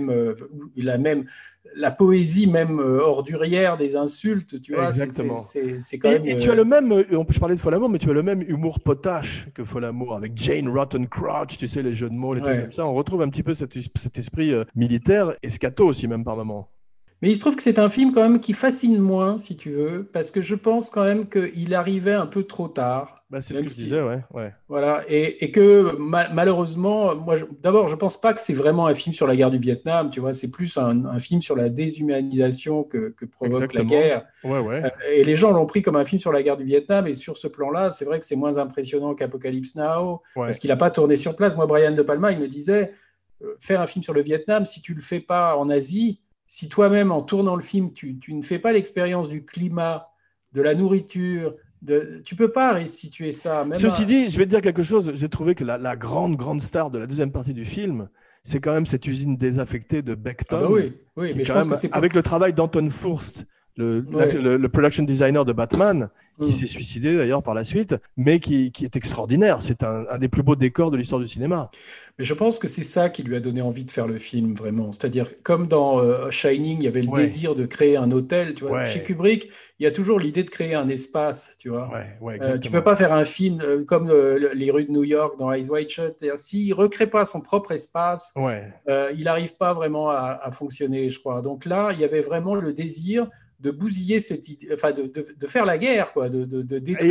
Speaker 4: la poésie même ordurière des insultes, tu vois.
Speaker 1: Exactement.
Speaker 4: C'est quand même.
Speaker 1: Et tu as le même, je parlais de Folamour, mais tu as le même humour potache que Folamour, avec Jane Rotten Crouch, tu sais, les jeux de mots, les trucs
Speaker 4: Ouais.
Speaker 1: comme ça. On retrouve un petit peu cet esprit militaire et scato aussi, même par moments.
Speaker 4: Mais il se trouve que c'est un film quand même qui fascine moins, si tu veux, parce que je pense quand même qu'il arrivait un peu trop tard.
Speaker 1: Bah, c'est ce
Speaker 4: Même
Speaker 1: que je
Speaker 4: si-
Speaker 1: disais, ouais.
Speaker 4: Voilà, et que malheureusement, moi, d'abord, je pense pas que c'est vraiment un film sur la guerre du Vietnam, tu vois, c'est plus un film sur la déshumanisation que provoque
Speaker 1: Exactement.
Speaker 4: la guerre.
Speaker 1: Ouais.
Speaker 4: Et les gens l'ont pris comme un film sur la guerre du Vietnam, et sur ce plan-là, c'est vrai que c'est moins impressionnant qu'Apocalypse Now,
Speaker 1: Ouais.
Speaker 4: parce qu'il n'a pas tourné sur place. Moi, Brian De Palma, il me disait, faire un film sur le Vietnam, si tu le fais pas en Asie, si toi-même, en tournant le film, tu ne fais pas l'expérience du climat, de la nourriture, tu peux pas restituer ça. Même
Speaker 1: Ceci dit, je vais te dire quelque chose. J'ai trouvé que la grande star de la deuxième partie du film, c'est quand même cette usine désaffectée de Beckton.
Speaker 4: Ah bah oui,
Speaker 1: qui
Speaker 4: mais
Speaker 1: est
Speaker 4: je
Speaker 1: quand
Speaker 4: pense
Speaker 1: même,
Speaker 4: que c'est pas...
Speaker 1: avec le travail d'Anton Furst, le production designer de Batman, qui s'est suicidé d'ailleurs par la suite, mais qui est extraordinaire. C'est un des plus beaux décors de l'histoire du cinéma.
Speaker 4: Mais je pense que c'est ça qui lui a donné envie de faire le film, vraiment. C'est-à-dire, comme dans Shining, il y avait le
Speaker 1: Ouais.
Speaker 4: désir de créer un hôtel, tu vois.
Speaker 1: Ouais.
Speaker 4: Chez Kubrick, il y a toujours l'idée de créer un espace, tu vois.
Speaker 1: Ouais, exactement.
Speaker 4: Tu peux pas faire un film comme les rues de New York dans Eyes Wide Shut. S'il recrée pas son propre espace,
Speaker 1: Ouais.
Speaker 4: il n'arrive pas vraiment à fonctionner, je crois. Donc là, il y avait vraiment le désir de bousiller cette idée, enfin de faire la guerre, quoi, de détruire.
Speaker 1: Et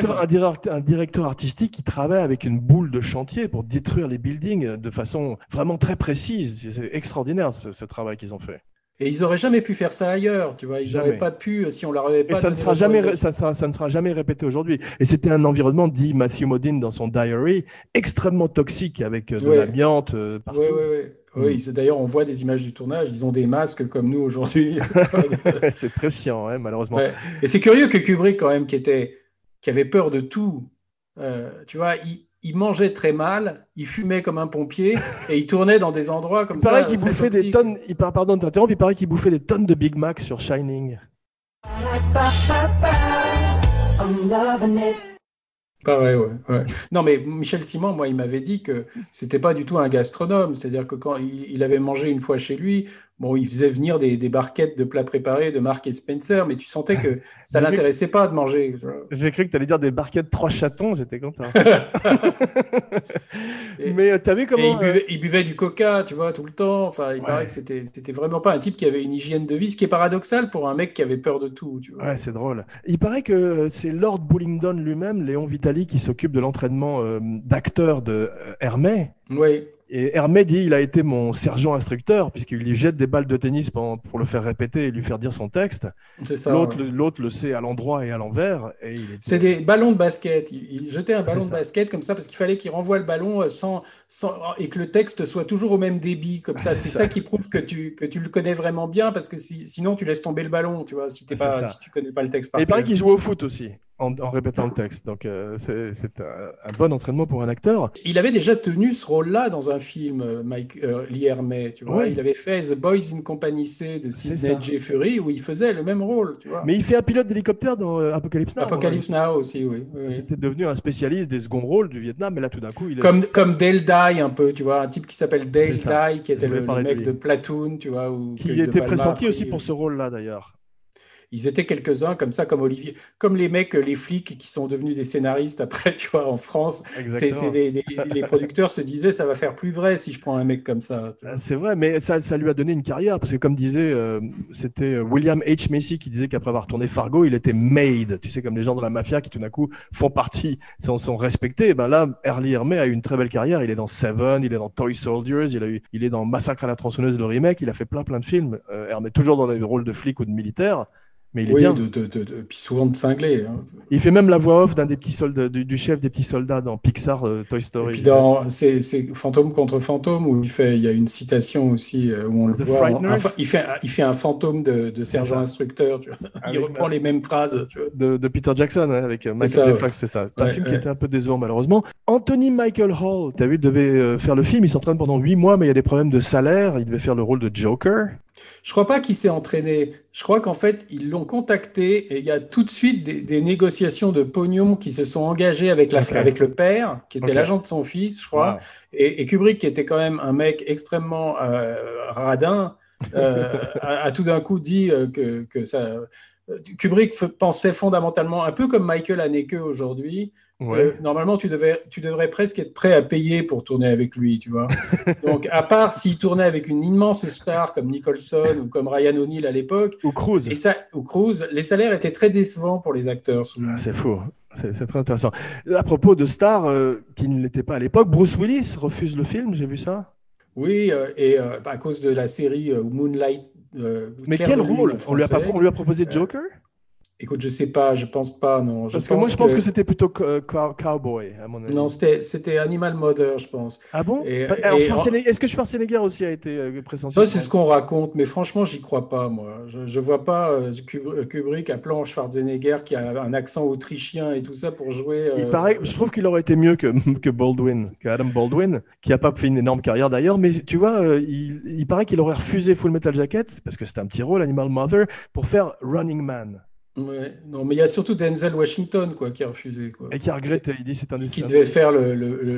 Speaker 1: un
Speaker 4: lui-même.
Speaker 1: directeur artistique qui travaille avec une boule de chantier pour détruire les buildings de façon vraiment très précise. C'est extraordinaire ce travail qu'ils ont fait.
Speaker 4: Et ils n'auraient jamais pu faire ça ailleurs, tu vois. Ils
Speaker 1: Jamais.
Speaker 4: n'auraient pas pu, si on leur avait pas
Speaker 1: Et ça ne
Speaker 4: donné
Speaker 1: sera jamais,
Speaker 4: l'autorisation.
Speaker 1: ça ne sera jamais répété aujourd'hui. Et c'était un environnement, dit Matthew Modine dans son diary, extrêmement toxique avec de
Speaker 4: Ouais.
Speaker 1: l'amiante partout.
Speaker 4: Oui, d'ailleurs, on voit des images du tournage, ils ont des masques comme nous aujourd'hui.
Speaker 1: C'est prescient, hein, malheureusement.
Speaker 4: Ouais. Et c'est curieux que Kubrick, quand même, qui avait peur de tout, tu vois, il mangeait très mal, il fumait comme un pompier et il tournait dans des endroits comme
Speaker 1: Il paraît
Speaker 4: ça.
Speaker 1: qu'il
Speaker 4: très
Speaker 1: bouffait des
Speaker 4: toxiques.
Speaker 1: tonnes, pardon de t'interrompre, il paraît qu'il bouffait des tonnes de Big Mac sur Shining.
Speaker 4: Pareil, ouais. Non, mais Michel Simon, moi, il m'avait dit que c'était pas du tout un gastronome. C'est-à-dire que quand il avait mangé une fois chez lui, bon, il faisait venir des barquettes de plats préparés de Mark et Spencer, mais tu sentais que ça
Speaker 1: J'ai cru
Speaker 4: l'intéressait pas de manger.
Speaker 1: J'ai cru que tu allais dire des barquettes 3 chatons, j'étais content. Mais tu as vu
Speaker 4: Et
Speaker 1: comment.
Speaker 4: il buvait du coca, tu vois, tout le temps. Enfin, il paraît que c'était vraiment pas un type qui avait une hygiène de vie, ce qui est paradoxal pour un mec qui avait peur de tout, tu vois.
Speaker 1: Ouais, c'est drôle. Il paraît que c'est Lord Bullingdon lui-même, Léon Vitali, qui s'occupe de l'entraînement d'acteurs de Hermé.
Speaker 4: Oui.
Speaker 1: Et Hermé dit il a été mon sergent instructeur, puisqu'il lui jette des balles de tennis pour le faire répéter et lui faire dire son texte.
Speaker 4: C'est ça.
Speaker 1: L'autre le sait à l'endroit et à l'envers.
Speaker 4: C'est des ballons de basket. Il jetait un ballon
Speaker 1: C'est
Speaker 4: de
Speaker 1: ça.
Speaker 4: basket comme ça parce qu'il fallait qu'il renvoie le ballon et que le texte soit toujours au même débit. Comme ça, c'est ça qui prouve que tu le connais vraiment bien parce que sinon tu laisses tomber le ballon, tu vois, si tu connais pas le texte par
Speaker 1: Et il paraît
Speaker 4: cœur.
Speaker 1: qu'il jouait au foot aussi, en répétant le texte. Donc c'est un bon entraînement pour un acteur.
Speaker 4: Il avait déjà tenu ce rôle-là dans un film, Lee Hermé, tu vois.
Speaker 1: Ouais.
Speaker 4: Il avait fait The Boys in Company C de
Speaker 1: C'est
Speaker 4: Sidney
Speaker 1: ça.
Speaker 4: J. Furie où il faisait le même rôle, tu vois.
Speaker 1: Mais il fait un pilote d'hélicoptère dans Apocalypse Now.
Speaker 4: Apocalypse Now aussi, oui.
Speaker 1: C'était devenu un spécialiste des seconds rôles du Vietnam, mais là tout d'un coup, il est...
Speaker 4: Comme Dale Dye un peu, tu vois, un type qui s'appelle Dale
Speaker 1: C'est ça.
Speaker 4: Dye, qui était
Speaker 1: Je voulais
Speaker 4: le
Speaker 1: parler de
Speaker 4: mec
Speaker 1: lui.
Speaker 4: de Platoon, tu vois. Ou
Speaker 1: qui
Speaker 4: que De
Speaker 1: était
Speaker 4: Palma a
Speaker 1: pressenti
Speaker 4: pris.
Speaker 1: aussi pour ce rôle-là d'ailleurs.
Speaker 4: ils étaient quelques-uns comme ça, comme Olivier, comme les mecs, les flics qui sont devenus des scénaristes après, tu vois, en France.
Speaker 1: Exactement.
Speaker 4: Les producteurs se disaient, ça va faire plus vrai si je prends un mec comme ça. Tu vois.
Speaker 1: C'est vrai, mais ça lui a donné une carrière, parce que comme disait, c'était William H. Macy qui disait qu'après avoir tourné Fargo, il était made. Tu sais, comme les gens de la mafia qui tout d'un coup font partie, sont respectés. Ben là, Early Hermé a eu une très belle carrière. Il est dans Seven, il est dans Toy Soldiers, il est dans Massacre à la tronçonneuse, le remake. Il a fait plein de films. Hermé, toujours dans des rôles de flic ou de militaire. Mais il est bien.
Speaker 4: Puis souvent de cinglé. Hein.
Speaker 1: Il fait même la voix off d'un des petits soldats, du chef des petits soldats dans Pixar Toy Story.
Speaker 4: Et puis dans c'est Fantôme contre Fantôme où il y a une citation aussi où on le voit. Il fait un fantôme de sergent instructeur. Tu vois. Il reprend les mêmes phrases. Tu vois.
Speaker 1: De Peter Jackson avec Michael J. Fox, c'est ça. Un film qui était un peu décevant malheureusement. Anthony Michael Hall, tu as vu, devait faire le film. Il s'entraîne pendant 8 mois, mais il y a des problèmes de salaire. Il devait faire le rôle de Joker.
Speaker 4: Je crois pas qu'il s'est entraîné. Je crois qu'en fait, ils l'ont contacté et il y a tout de suite des négociations de pognon qui se sont engagées avec le père, qui était l'agent de son fils, je crois, et Kubrick, qui était quand même un mec extrêmement radin, a tout d'un coup dit que ça... Kubrick pensait fondamentalement, un peu comme Michael Haneke aujourd'hui, que normalement tu devrais presque être prêt à payer pour tourner avec lui, tu vois. Donc à part s'il tournait avec une immense star comme Nicholson ou comme Ryan O'Neal à l'époque,
Speaker 1: ou Cruise,
Speaker 4: les salaires étaient très décevants pour les acteurs.
Speaker 1: C'est faux. C'est très intéressant. À propos de stars qui ne l'étaient pas à l'époque, Bruce Willis refuse le film, j'ai vu ça.
Speaker 4: Oui, à cause de la série Moonlight.
Speaker 1: Mais quel rôle? On lui a proposé Joker?
Speaker 4: Écoute, je sais pas, je pense pas, non.
Speaker 1: Parce que moi, je pense que c'était plutôt Cowboy, à mon avis.
Speaker 4: Non, c'était Animal Mother, je pense.
Speaker 1: Ah bon? Est-ce que Schwarzenegger aussi a été pressenti?
Speaker 4: Ça, c'est ce qu'on raconte, mais franchement, j'y crois pas, moi. Je vois pas Kubrick appelant Schwarzenegger qui a un accent autrichien et tout ça pour jouer.
Speaker 1: Je trouve qu'il aurait été mieux que Baldwin, que Adam Baldwin, qui a pas fait une énorme carrière d'ailleurs, mais tu vois, il paraît qu'il aurait refusé Full Metal Jacket, parce que c'était un petit rôle, Animal Mother, pour faire Running Man.
Speaker 4: Ouais. Non, mais il y a surtout Denzel Washington qui a refusé.
Speaker 1: Et qui a regretté, il dit c'est un
Speaker 4: qui devait faire le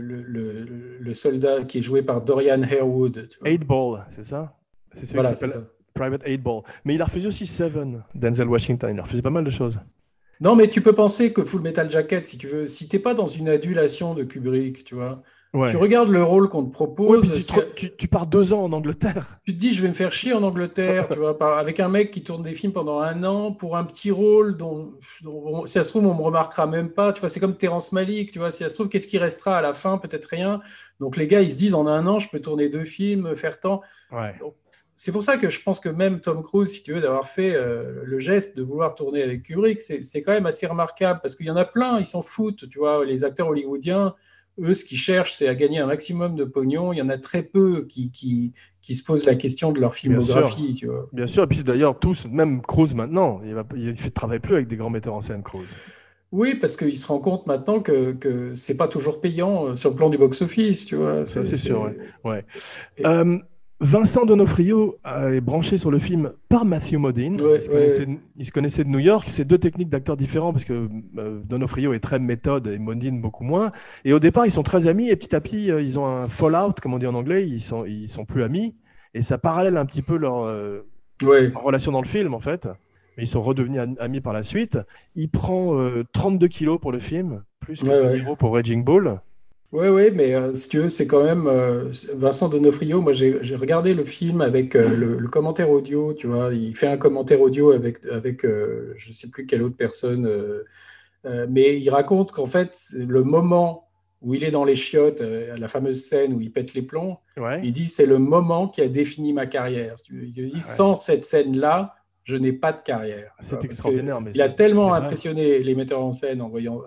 Speaker 4: soldat qui est joué par Dorian Harewood.
Speaker 1: 8 Ball, c'est ça? C'est celui qui s'appelle Private 8 Ball. Mais il a refusé aussi Seven, Denzel Washington, il a refusé pas mal de choses.
Speaker 4: Non, mais tu peux penser que Full Metal Jacket, si tu veux, si t'es pas dans une adulation de Kubrick, tu vois, tu regardes le rôle qu'on te propose.
Speaker 1: Tu pars 2 ans en Angleterre.
Speaker 4: Tu te dis, je vais me faire chier en Angleterre, tu vois, avec un mec qui tourne des films pendant 1 an pour un petit rôle dont si ça se trouve, on me remarquera même pas. Tu vois, c'est comme Terrence Malick, tu vois, si ça se trouve, qu'est-ce qui restera à la fin? Peut-être rien. Donc les gars, ils se disent, en 1 an, je peux tourner 2 films, faire tant. Donc, c'est pour ça que je pense que même Tom Cruise, si tu veux, d'avoir fait le geste de vouloir tourner avec Kubrick, c'est quand même assez remarquable parce qu'il y en a plein, ils s'en foutent, tu vois, les acteurs hollywoodiens. Eux, ce qu'ils cherchent, c'est à gagner un maximum de pognon. Il y en a très peu qui se posent la question de leur filmographie. Tu vois.
Speaker 1: Bien sûr, et puis d'ailleurs, tous, même Cruise maintenant, il ne travaille plus avec des grands metteurs en scène, Cruise.
Speaker 4: Oui, parce qu'il se rend compte maintenant que ce n'est pas toujours payant sur le plan du box-office. Tu vois.
Speaker 1: C'est sûr, ouais. Vincent D'Onofrio est branché sur le film par Matthew Modine. Il se connaissait de New York. C'est 2 techniques d'acteurs différents parce que D'Onofrio est très méthode et Modine beaucoup moins. Et au départ, ils sont très amis et petit à petit, ils ont un fallout, comme on dit en anglais. Ils sont plus amis et ça parallèle un petit peu leur relation dans le film en fait. Mais ils sont redevenus amis par la suite. Il prend 32 kilos pour le film, plus que De Niro pour Raging Bull.
Speaker 4: Oui, mais si tu veux, c'est quand même Vincent D'Onofrio. Moi, j'ai regardé le film avec le commentaire audio, tu vois. Il fait un commentaire audio avec je ne sais plus quelle autre personne. Mais il raconte qu'en fait, le moment où il est dans les chiottes, la fameuse scène où il pète les plombs, il dit c'est le moment qui a défini ma carrière. Il dit sans cette scène-là, je n'ai pas de carrière.
Speaker 1: C'est extraordinaire. Mais
Speaker 4: il a tellement impressionné les metteurs en scène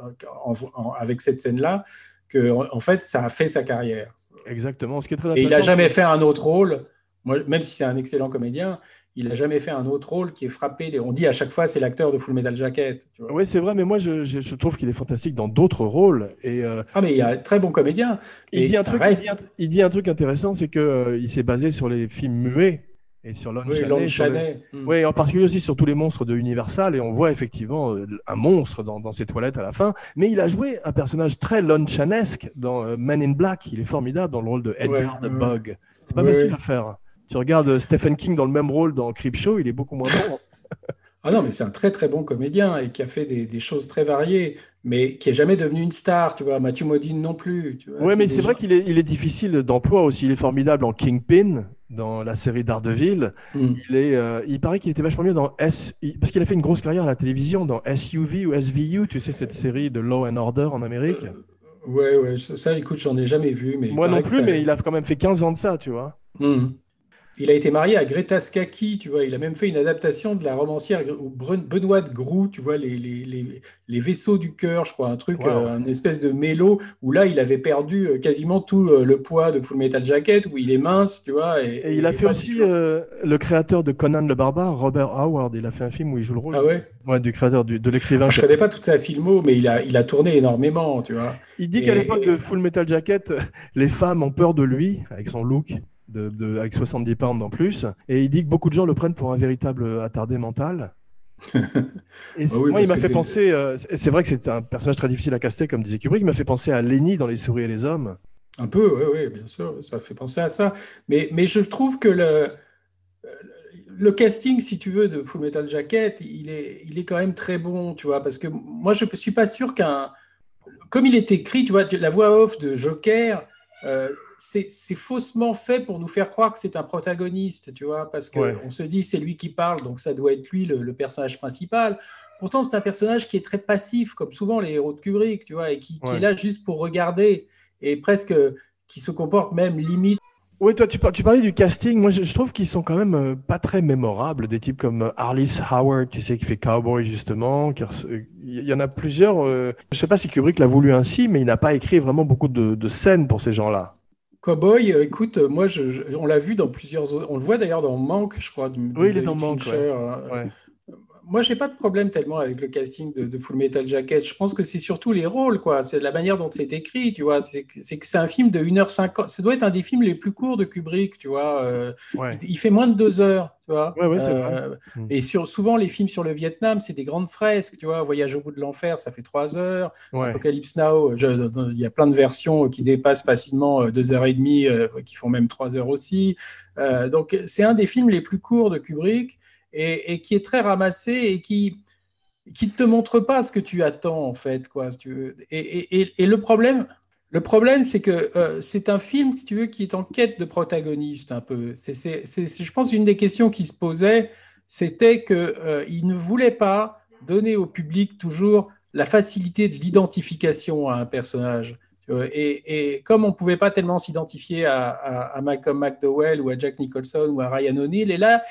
Speaker 4: avec cette scène-là, que en fait, ça a fait sa carrière.
Speaker 1: Exactement. Ce qui est très intéressant.
Speaker 4: Et il n'a jamais fait un autre rôle. Moi, même si c'est un excellent comédien, il n'a jamais fait un autre rôle qui est frappé. On dit à chaque fois, c'est l'acteur de Full Metal Jacket.
Speaker 1: Oui, c'est vrai, mais moi, je trouve qu'il est fantastique dans d'autres rôles. Et,
Speaker 4: mais il y a un très bon comédien.
Speaker 1: Il dit un truc intéressant, c'est qu'il s'est basé sur les films muets. Et sur Lon Chaney. Oui, en particulier aussi sur tous les monstres de Universal, et on voit effectivement un monstre dans ses toilettes à la fin. Mais il a joué un personnage très Lon Chanesque dans Men in Black. Il est formidable dans le rôle de Edgar the Bug. C'est pas facile à faire. Tu regardes Stephen King dans le même rôle dans Creepshow, il est beaucoup moins bon.
Speaker 4: Ah non, mais c'est un très très bon comédien et qui a fait des choses très variées, mais qui est jamais devenu une star, tu vois. Matthew Modine non plus, tu vois.
Speaker 1: Ouais,
Speaker 4: C'est
Speaker 1: mais
Speaker 4: des
Speaker 1: c'est vrai
Speaker 4: gens.
Speaker 1: qu'il est difficile d'emploi aussi. Il est formidable en Kingpin, dans la série Daredevil.
Speaker 4: Hmm.
Speaker 1: Il paraît qu'il était vachement mieux parce qu'il a fait une grosse carrière à la télévision dans SUV ou SVU, tu sais, cette série de Law and Order en Amérique.
Speaker 4: Ouais, ouais, ça, écoute, j'en ai jamais vu, mais il
Speaker 1: Moi non
Speaker 4: paraît que
Speaker 1: plus,
Speaker 4: ça.
Speaker 1: mais il a quand même fait 15 ans de ça, tu vois.
Speaker 4: Hmm. Il a été marié à Greta Scacchi, tu vois. Il a même fait une adaptation de la romancière Benoît de Groux, tu vois, les vaisseaux du cœur, je crois, un truc,
Speaker 1: Waouh.
Speaker 4: un espèce de mélo, où là, il avait perdu quasiment tout le poids de Full Metal Jacket, où il est mince, tu vois,
Speaker 1: Et il a
Speaker 4: et
Speaker 1: fait
Speaker 4: pas du
Speaker 1: aussi
Speaker 4: tout.
Speaker 1: le créateur de Conan le Barbare, Robert Howard. Il a fait un film où il joue le rôle
Speaker 4: Ah ouais?
Speaker 1: du créateur, de l'écrivain.
Speaker 4: Alors, je connais pas toute sa filmo, mais il a tourné énormément, tu vois.
Speaker 1: Il dit qu'à l'époque de
Speaker 4: Et,
Speaker 1: Full Metal Jacket, les femmes ont peur de lui, avec son look, avec 70 pounds en plus. Et il dit que beaucoup de gens le prennent pour un véritable attardé mental. Et
Speaker 4: Ah oui,
Speaker 1: moi, il
Speaker 4: parce
Speaker 1: m'a
Speaker 4: que
Speaker 1: fait
Speaker 4: c'est
Speaker 1: penser, c'est vrai que c'est un personnage très difficile à caster, comme disait Kubrick, il m'a fait penser à Lenny dans Les Souris et les Hommes.
Speaker 4: un peu, oui, oui, bien sûr, ça fait penser à ça. Mais je trouve que le casting, si tu veux, de Full Metal Jacket, il est quand même très bon, tu vois, parce que moi, je ne suis pas sûr comme il est écrit, tu vois, la voix off de Joker, c'est faussement fait pour nous faire croire que c'est un protagoniste, tu vois, parce
Speaker 1: Ouais.
Speaker 4: qu'on se dit c'est lui qui parle, donc ça doit être lui le personnage principal. Pourtant, c'est un personnage qui est très passif, comme souvent les héros de Kubrick, tu vois, et qui est
Speaker 1: Ouais.
Speaker 4: là juste pour regarder, et presque qui se comporte même limite.
Speaker 1: Oui, toi, tu parlais du casting. Moi, je trouve qu'ils sont quand même pas très mémorables. Des types comme Arliss Howard, tu sais, qui fait Cowboy, justement. Il y en a plusieurs. Je sais pas si Kubrick l'a voulu ainsi, mais il n'a pas écrit vraiment beaucoup de scènes pour ces gens-là.
Speaker 4: Cowboy, écoute, moi, on l'a vu dans plusieurs autres. On le voit d'ailleurs dans Manque, je crois, de
Speaker 1: Oui, il est dans
Speaker 4: David
Speaker 1: Manque, ouais.
Speaker 4: Fincher.
Speaker 1: Ouais.
Speaker 4: Moi, j'ai pas de problème tellement avec le casting de Full Metal Jacket. Je pense que c'est surtout les rôles, quoi. C'est la manière dont c'est écrit, tu vois. C'est que c'est un film de 1h50. Ça doit être un des films les plus courts de Kubrick, tu vois.
Speaker 1: Ouais.
Speaker 4: Il fait moins de 2 heures, tu vois.
Speaker 1: Ouais, ouais, c'est vrai. Mm.
Speaker 4: Et souvent, les films sur le Vietnam, c'est des grandes fresques, tu vois. Voyage au bout de l'enfer, ça fait 3 heures.
Speaker 1: Ouais.
Speaker 4: Apocalypse Now, il y a plein de versions qui dépassent facilement 2h30, qui font même 3 heures aussi. Donc, c'est un des films les plus courts de Kubrick et qui est très ramassé et qui ne te montre pas ce que tu attends, en fait, quoi, si tu veux. Et le problème, c'est que c'est un film, si tu veux, qui est en quête de protagoniste, un peu. Je pense, une des questions qui se posait, c'était qu'il ne voulait pas donner au public toujours la facilité de l'identification à un personnage. Et comme on ne pouvait pas tellement s'identifier à Malcolm McDowell ou à Jack Nicholson ou à Ryan O'Neal, et là,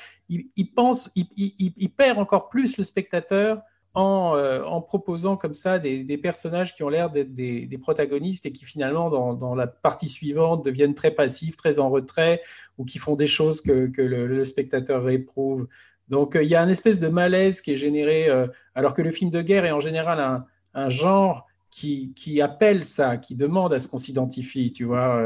Speaker 4: il perd encore plus le spectateur en proposant comme ça des personnages qui ont l'air d'être des protagonistes et qui finalement, dans la partie suivante, deviennent très passifs, très en retrait, ou qui font des choses que le spectateur réprouve. Donc, il y a une espèce de malaise qui est généré, alors que le film de guerre est en général un genre qui appelle ça, qui demande à ce qu'on s'identifie, tu vois.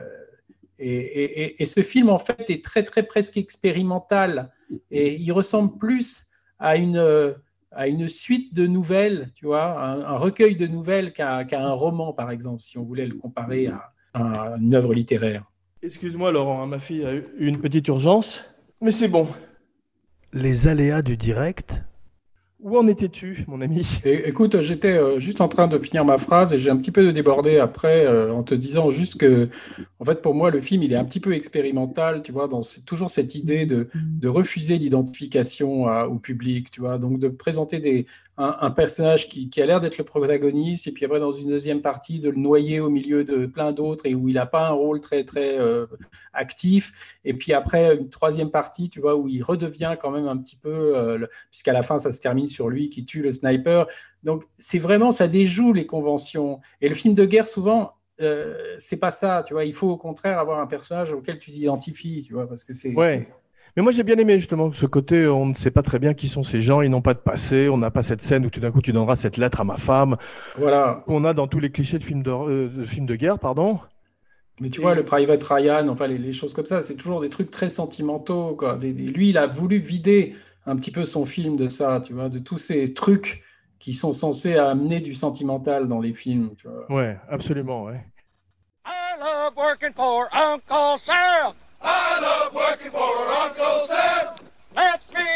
Speaker 4: Et ce film, en fait, est très, très presque expérimental. Et il ressemble plus à une suite de nouvelles, tu vois, un recueil de nouvelles qu'à un roman, par exemple, si on voulait le comparer à une œuvre littéraire.
Speaker 1: Excuse-moi, Laurent, hein, ma fille a eu une petite urgence, mais c'est bon. Les aléas du direct. Où en étais-tu, mon ami?
Speaker 4: Écoute, j'étais juste en train de finir ma phrase et j'ai un petit peu débordé après en te disant juste que, en fait, pour moi, le film, il est un petit peu expérimental, tu vois, toujours cette idée de refuser l'identification au public, tu vois, donc de présenter un personnage qui a l'air d'être le protagoniste et puis après, dans une deuxième partie, de le noyer au milieu de plein d'autres et où il n'a pas un rôle très, très actif. Et puis après, une troisième partie, tu vois, où il redevient quand même un petit peu, puisqu'à la fin, ça se termine sur lui qui tue le sniper. Donc, c'est vraiment, ça déjoue les conventions. Et le film de guerre, souvent, c'est pas ça, tu vois. Il faut au contraire avoir un personnage auquel tu t'identifies, tu vois, parce que
Speaker 1: Ouais. Mais moi, j'ai bien aimé justement ce côté, on ne sait pas très bien qui sont ces gens, ils n'ont pas de passé, on n'a pas cette scène où tout d'un coup tu donneras cette lettre à ma femme,
Speaker 4: Voilà.
Speaker 1: qu'on a dans tous les clichés de films de guerre, pardon.
Speaker 4: Mais tu vois, le Private Ryan, enfin, les choses comme ça, c'est toujours des trucs très sentimentaux, quoi. Lui, il a voulu vider un petit peu son film de ça, tu vois, de tous ces trucs qui sont censés amener du sentimental dans les films, tu vois.
Speaker 1: Ouais, absolument, ouais.
Speaker 5: I love working for Uncle Sam.
Speaker 6: I love working for Uncle Sam.
Speaker 5: Let's be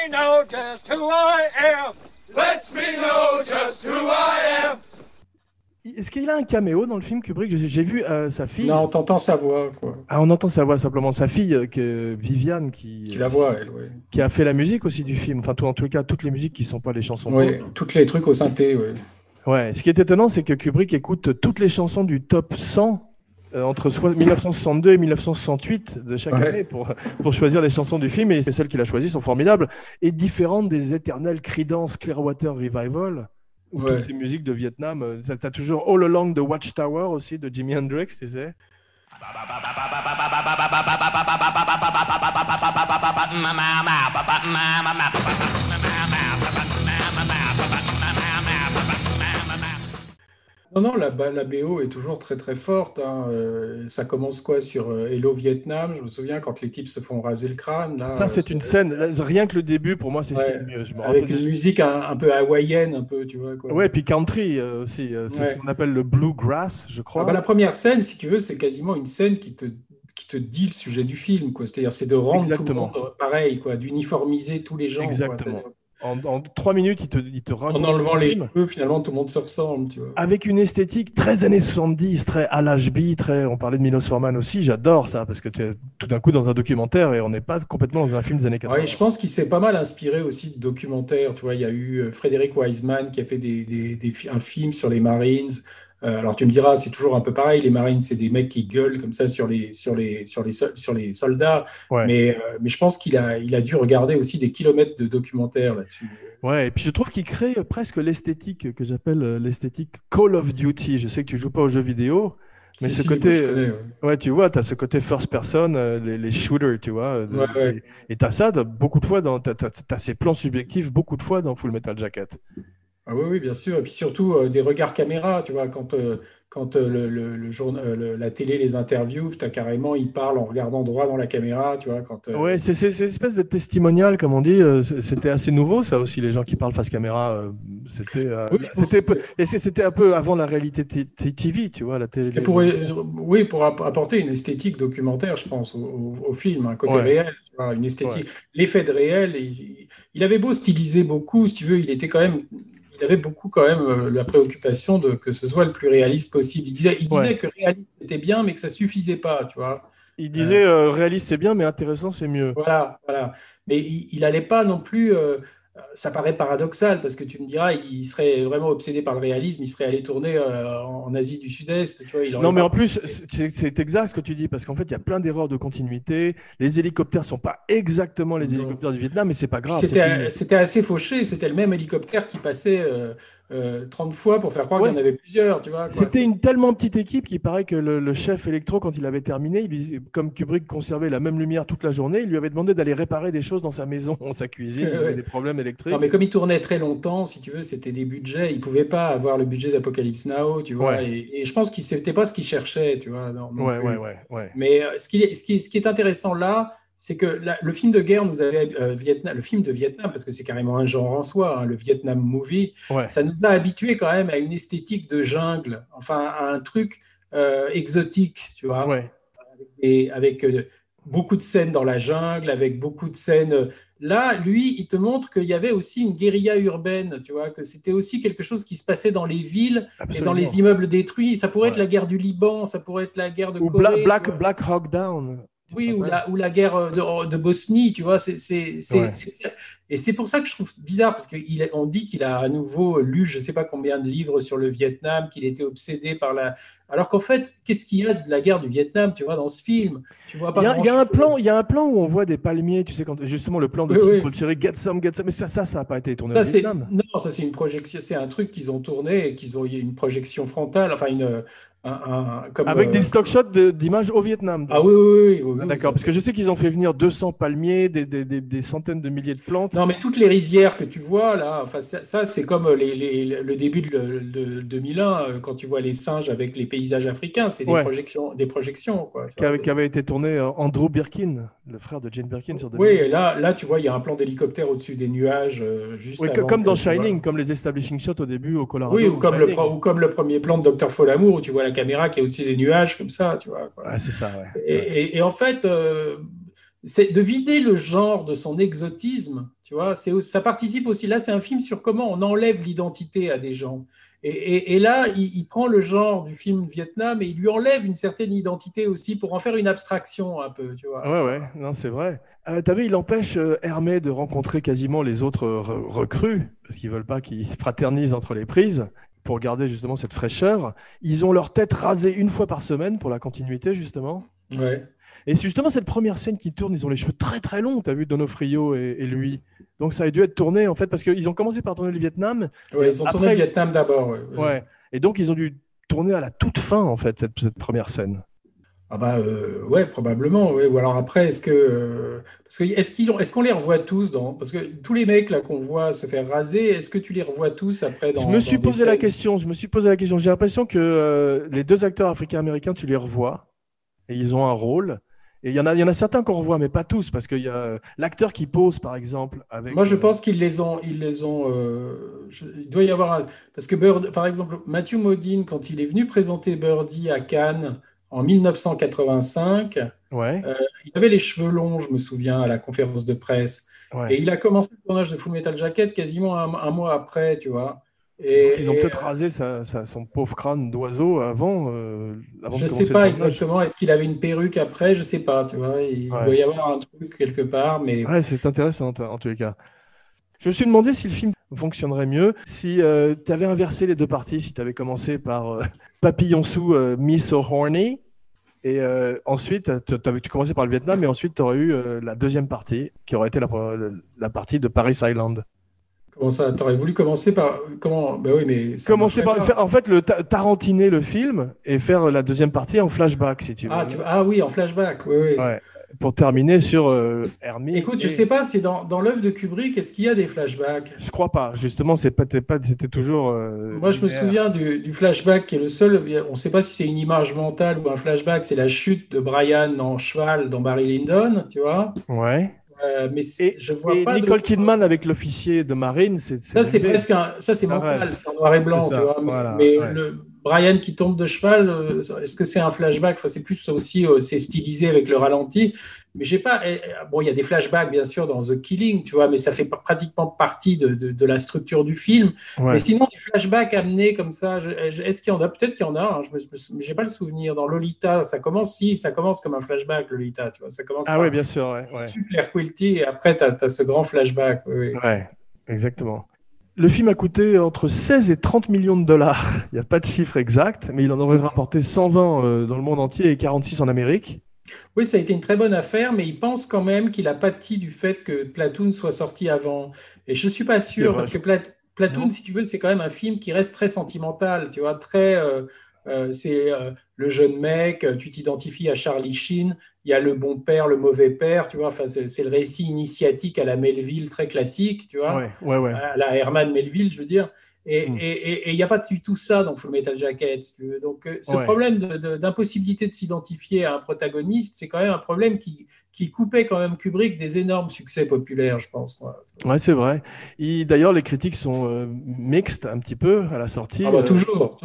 Speaker 5: me know just who I am. Lets me know just who I am.
Speaker 1: Est-ce qu'il a un caméo dans le film Kubrick? J'ai vu sa fille.
Speaker 4: Non, on entend sa voix, quoi.
Speaker 1: Ah, on entend sa voix simplement. Sa fille, Viviane,
Speaker 4: Tu la vois, elle, ouais.
Speaker 1: qui a fait la musique aussi du film. Enfin, en tout cas, toutes les musiques qui ne sont pas les chansons.
Speaker 4: Ouais, tous les trucs au synthé, ouais.
Speaker 1: Ouais. Ce qui est étonnant, c'est que Kubrick écoute toutes les chansons du top 100 entre 1962 et 1968 de chaque année pour choisir les chansons du film. Et celles qu'il a choisies sont formidables et différentes des éternelles Creedence Clearwater Revival. Ou toutes les musiques de Vietnam. T'as toujours All Along the Watchtower aussi de Jimi Hendrix, tu sais.
Speaker 4: Non, la BO est toujours très très forte. Hein. Ça commence quoi sur Hello Vietnam? Je me souviens quand les types se font raser le crâne. Là,
Speaker 1: ça, c'est une scène. Rien que le début, pour moi, c'est ce qui est le mieux.
Speaker 4: Avec une musique un peu hawaïenne, un peu, tu vois. Quoi.
Speaker 1: Ouais, puis country aussi. C'est ce qu'on appelle le bluegrass, je crois.
Speaker 4: La première scène, si tu veux, c'est quasiment une scène qui te dit le sujet du film. Quoi. C'est-à-dire, c'est de rendre tout le monde pareil, quoi, d'uniformiser tous les gens.
Speaker 1: Exactement. Quoi. En 3 minutes, il te raconte.
Speaker 4: En enlevant les cheveux, finalement, tout le monde se ressemble. Tu vois.
Speaker 1: Avec une esthétique très années 70, très à l'HB, on parlait de Milos Forman aussi, j'adore ça, parce que tu es tout d'un coup dans un documentaire et on n'est pas complètement dans un film des années 80.
Speaker 4: Ouais, je pense qu'il s'est pas mal inspiré aussi de documentaires. Tu vois, il y a eu Frédéric Wiseman qui a fait un film sur les Marines. Alors tu me diras, c'est toujours un peu pareil. Les Marines, c'est des mecs qui gueulent comme ça sur les soldats. Ouais. Mais je pense qu'il a dû regarder aussi des kilomètres de documentaires là-dessus.
Speaker 1: Ouais, et puis je trouve qu'il crée presque l'esthétique que j'appelle l'esthétique Call of Duty. Je sais que tu joues pas aux jeux vidéo, mais côté, ouais, tu vois, tu as ce côté first person, les shooters, tu vois. Et tu as ça beaucoup de fois t'as ces plans subjectifs beaucoup de fois dans Full Metal Jacket.
Speaker 4: Ah oui, bien sûr. Et puis surtout des regards caméra, tu vois, quand la télé les interviewe, carrément, ils parlent en regardant droit dans la caméra, tu vois.
Speaker 1: Ouais, c'est cette espèce de testimonial, comme on dit. C'était assez nouveau, ça aussi, les gens qui parlent face caméra. C'était un peu avant la réalité TV, tu vois, la télé.
Speaker 4: Pour apporter une esthétique documentaire, je pense, au film, un côté réel, tu vois, une esthétique, l'effet de réel. Il avait beau styliser beaucoup, si tu veux, il avait beaucoup quand même la préoccupation que ce soit le plus réaliste possible. Il disait que réaliste c'était bien, mais que ça suffisait pas, tu vois.
Speaker 1: Il disait réaliste c'est bien, mais intéressant c'est mieux.
Speaker 4: Voilà. Mais il n'allait pas non plus. Ça paraît paradoxal parce que tu me diras, il serait vraiment obsédé par le réalisme, il serait allé tourner en Asie du Sud-Est. Tu vois,
Speaker 1: non, mais en plus, c'est exact ce que tu dis parce qu'en fait, il y a plein d'erreurs de continuité. Les hélicoptères ne sont pas exactement les hélicoptères du Vietnam, mais c'est pas grave.
Speaker 4: C'était assez fauché. C'était le même hélicoptère qui passait 30 fois pour faire croire qu'il y en avait plusieurs. Tu vois,
Speaker 1: c'était une tellement petite équipe qu'il paraît que le chef électro, quand il avait terminé, comme Kubrick conservait la même lumière toute la journée, il lui avait demandé d'aller réparer des choses dans sa maison, dans sa cuisine. Il y avait des problèmes électriques.
Speaker 4: Non, mais comme il tournait très longtemps, si tu veux, c'était des budgets. Il ne pouvait pas avoir le budget d'Apocalypse Now, tu vois. Et je pense que ce n'était pas ce qu'il cherchait, tu vois.
Speaker 1: Ouais.
Speaker 4: Mais ce qui est intéressant là, c'est que le film de guerre nous avait le film de Vietnam, parce que c'est carrément un genre en soi, hein, le Vietnam movie, ça nous a habitués quand même à une esthétique de jungle, enfin à un truc exotique, tu vois, et avec beaucoup de scènes dans la jungle, avec beaucoup de scènes. Là, lui, il te montre qu'il y avait aussi une guérilla urbaine, tu vois, que c'était aussi quelque chose qui se passait dans les villes et dans les immeubles détruits. Ça pourrait être la guerre du Liban, ça pourrait être la guerre de Corée.
Speaker 1: Black Hawk Down.
Speaker 4: Oui, ou la guerre de Bosnie, tu vois. Et c'est pour ça que je trouve bizarre, parce qu'on dit qu'il a à nouveau lu je ne sais pas combien de livres sur le Vietnam, qu'il était obsédé par la... Alors qu'en fait, qu'est-ce qu'il y a de la guerre du Vietnam, tu vois, dans ce film? Tu vois pas
Speaker 1: il y a un plan où on voit des palmiers, tu sais, justement le plan de Tim Colchieri, Get Some, mais ça n'a pas été tourné au Vietnam.
Speaker 4: Non, ça c'est une projection, c'est un truc qu'ils ont tourné, il y a une projection frontale, enfin
Speaker 1: avec des stock shots d'images au Vietnam.
Speaker 4: Donc. Ah oui.
Speaker 1: D'accord, parce que je sais qu'ils ont fait venir 200 palmiers, des centaines de milliers de plantes.
Speaker 4: Non, mais toutes les rizières que tu vois là, enfin ça c'est comme le début de 2001 quand tu vois les singes avec les paysages africains, c'est des projections quoi.
Speaker 1: Qui avait été tourné Andrew Birkin, le frère de Jane Birkin sur 2001.
Speaker 4: Oui, et là tu vois il y a un plan d'hélicoptère au-dessus des nuages juste avant.
Speaker 1: Comme dans Shining, comme les establishing shots au début au Colorado.
Speaker 4: Oui, ou comme le premier plan de Dr. Folamour où tu vois la caméra qui est au-dessus des nuages comme ça, tu vois.
Speaker 1: Ouais, c'est ça,
Speaker 4: Et en fait, c'est de vider le genre de son exotisme, Tu vois, ça participe aussi. Là, c'est un film sur comment on enlève l'identité à des gens. Et là, il prend le genre du film Vietnam et il lui enlève une certaine identité aussi pour en faire une abstraction un peu, tu vois.
Speaker 1: Ouais, non, c'est vrai. T'as vu, il empêche Hermé de rencontrer quasiment les autres recrues, parce qu'ils veulent pas qu'ils se fraternisent entre les prises, pour garder justement cette fraîcheur. Ils ont leur tête rasée une fois par semaine pour la continuité, justement.
Speaker 4: Ouais.
Speaker 1: Et c'est justement cette première scène qui tourne, ils ont les cheveux très très longs, t'as vu, Donofrio et lui. Donc ça a dû être tourné, en fait, parce qu'ils ont commencé par tourner le Vietnam.
Speaker 4: Ouais, ils ont tourné le Vietnam d'abord.
Speaker 1: Ouais. Et donc ils ont dû tourner à la toute fin, en fait, cette première scène.
Speaker 4: Ah bah ouais, probablement. Ouais. Ou alors après, est-ce qu'on les revoit tous parce que tous les mecs là qu'on voit se faire raser, est-ce que tu les revois tous après
Speaker 1: Je me suis posé la question. J'ai l'impression que les deux acteurs africains-américains, tu les revois et ils ont un rôle. Et il y en a certains qu'on revoit, mais pas tous, parce qu'il y a l'acteur qui pose, par exemple, avec.
Speaker 4: Moi, je pense qu'ils les ont. Il doit y avoir parce que par exemple, Matthew Modine, quand il est venu présenter Birdie à Cannes en 1985,
Speaker 1: Ouais.
Speaker 4: il avait les cheveux longs, je me souviens, à la conférence de presse.
Speaker 1: Ouais.
Speaker 4: Et il a commencé le tournage de Full Metal Jacket quasiment un mois après, tu vois.
Speaker 1: Donc, ils ont peut-être rasé son pauvre crâne d'oiseau avant
Speaker 4: je
Speaker 1: de
Speaker 4: sais
Speaker 1: commencer
Speaker 4: pas
Speaker 1: le tournage.
Speaker 4: exactement. Est-ce qu'il avait une perruque après? Je sais pas, tu vois. Il doit y avoir un truc quelque part, mais
Speaker 1: Ouais, c'est intéressant en tous les cas. Je me suis demandé si le film fonctionnerait mieux si tu avais inversé les deux parties, si tu avais commencé par Papillon sous Me So Horny, et ensuite tu commençais par le Vietnam, et ensuite tu aurais eu la deuxième partie, qui aurait été la partie de Paris Island.
Speaker 4: comment ça? T'aurais voulu commencer par comment? Ben oui, mais ça
Speaker 1: Commencer par
Speaker 4: marcherait
Speaker 1: faire, en fait, tarantiner le film et faire la deuxième partie en flashback, si tu veux.
Speaker 4: pas. Ah oui, en flashback. Oui, oui.
Speaker 1: Ouais. Pour terminer sur Hermie.
Speaker 4: Écoute, je sais pas, c'est dans l'œuvre de Kubrick, est-ce qu'il y a des flashbacks?
Speaker 1: Je crois pas. Justement, c'était toujours.
Speaker 4: Moi, je me
Speaker 1: linéaire.
Speaker 4: souviens du flashback qui est le seul. On ne sait pas si c'est une image mentale ou un flashback. C'est la chute de Brian en cheval dans Barry Lyndon, tu vois.
Speaker 1: Ouais.
Speaker 4: Mais je vois
Speaker 1: Et
Speaker 4: pas
Speaker 1: Nicole Kidman avec l'officier de marine, c'est
Speaker 4: ça, c'est
Speaker 1: rêvé.
Speaker 4: presque ça, c'est
Speaker 1: C'est un
Speaker 4: mental,
Speaker 1: rêve.
Speaker 4: c'est en noir et blanc,
Speaker 1: C'est ça,
Speaker 4: tu vois.
Speaker 1: voilà,
Speaker 4: mais
Speaker 1: ouais.
Speaker 4: le Brian qui tombe de cheval, est-ce que c'est un flashback? Enfin, c'est plus aussi, c'est stylisé avec le ralenti. Mais j'ai pas. Bon, il y a des flashbacks, bien sûr, dans The Killing, tu vois, mais ça fait pratiquement partie de la structure du film.
Speaker 1: Ouais.
Speaker 4: Mais sinon, des flashbacks amenés comme ça, est-ce qu'il y en a? Peut-être qu'il y en a. Hein, j'ai pas le souvenir. Dans Lolita, ça commence comme un flashback, Lolita, tu vois. Ça commence par
Speaker 1: oui, bien sûr, ouais.
Speaker 4: Claire Quilty, et après, tu as ce grand flashback. Oui.
Speaker 1: Ouais, exactement. Le film a coûté entre 16 et 30 millions de dollars. Il n'y a pas de chiffre exact, mais il en aurait rapporté 120 dans le monde entier et 46 en Amérique.
Speaker 4: Oui, ça a été une très bonne affaire, mais il pense quand même qu'il a pâti du fait que Platoon soit sorti avant. Et je ne suis pas sûr, parce que Platoon,
Speaker 1: Non.
Speaker 4: si tu veux, c'est quand même un film qui reste très sentimental, tu vois, très... c'est le jeune mec, tu t'identifies à Charlie Sheen, il y a le bon père, le mauvais père, tu vois, enfin, c'est le récit initiatique à la Melville très classique, tu vois,
Speaker 1: Ouais.
Speaker 4: à la Herman Melville, je veux dire. Et il n'y a pas du tout ça dans Full Metal Jacket. Si tu veux. Donc, ce problème d'impossibilité de s'identifier à un protagoniste, c'est quand même un problème qui coupait quand même Kubrick des énormes succès populaires, je pense. Moi.
Speaker 1: Ouais, c'est vrai. D'ailleurs, les critiques sont mixtes un petit peu à la sortie.
Speaker 4: Ah bah, toujours.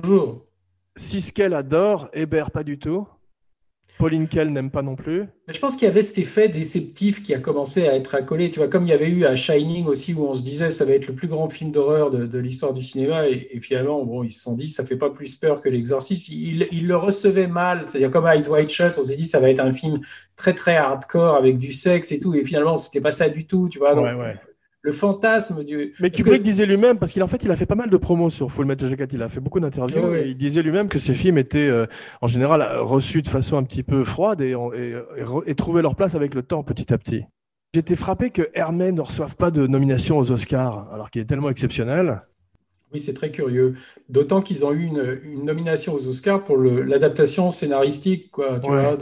Speaker 1: Siskel adore, Hébert pas du tout. Pauline Kael n'aime pas non plus.
Speaker 4: Mais je pense qu'il y avait cet effet déceptif qui a commencé à être accolé. Tu vois, comme il y avait eu à Shining aussi, où on se disait ça va être le plus grand film d'horreur de l'histoire du cinéma. Et finalement, bon, ils se sont dit ça fait pas plus peur que L'Exorciste. Ils le recevaient mal. C'est-à-dire, comme Eyes Wide Shut, on s'est dit ça va être un film très, très hardcore avec du sexe et tout. Et finalement, c'était pas ça du tout. Tu vois, donc, le fantasme du.
Speaker 1: Mais Kubrick disait lui-même, parce qu'il a fait pas mal de promos sur Full Metal Jacket, il a fait beaucoup d'interviews, et il disait lui-même que ces films étaient en général reçus de façon un petit peu froide et trouvaient leur place avec le temps petit à petit. J'étais frappé que Hermé ne reçoive pas de nomination aux Oscars, alors qu'il est tellement exceptionnel.
Speaker 4: Oui, c'est très curieux. D'autant qu'ils ont eu une nomination aux Oscars pour l'adaptation scénaristique, quoi. Tu vois,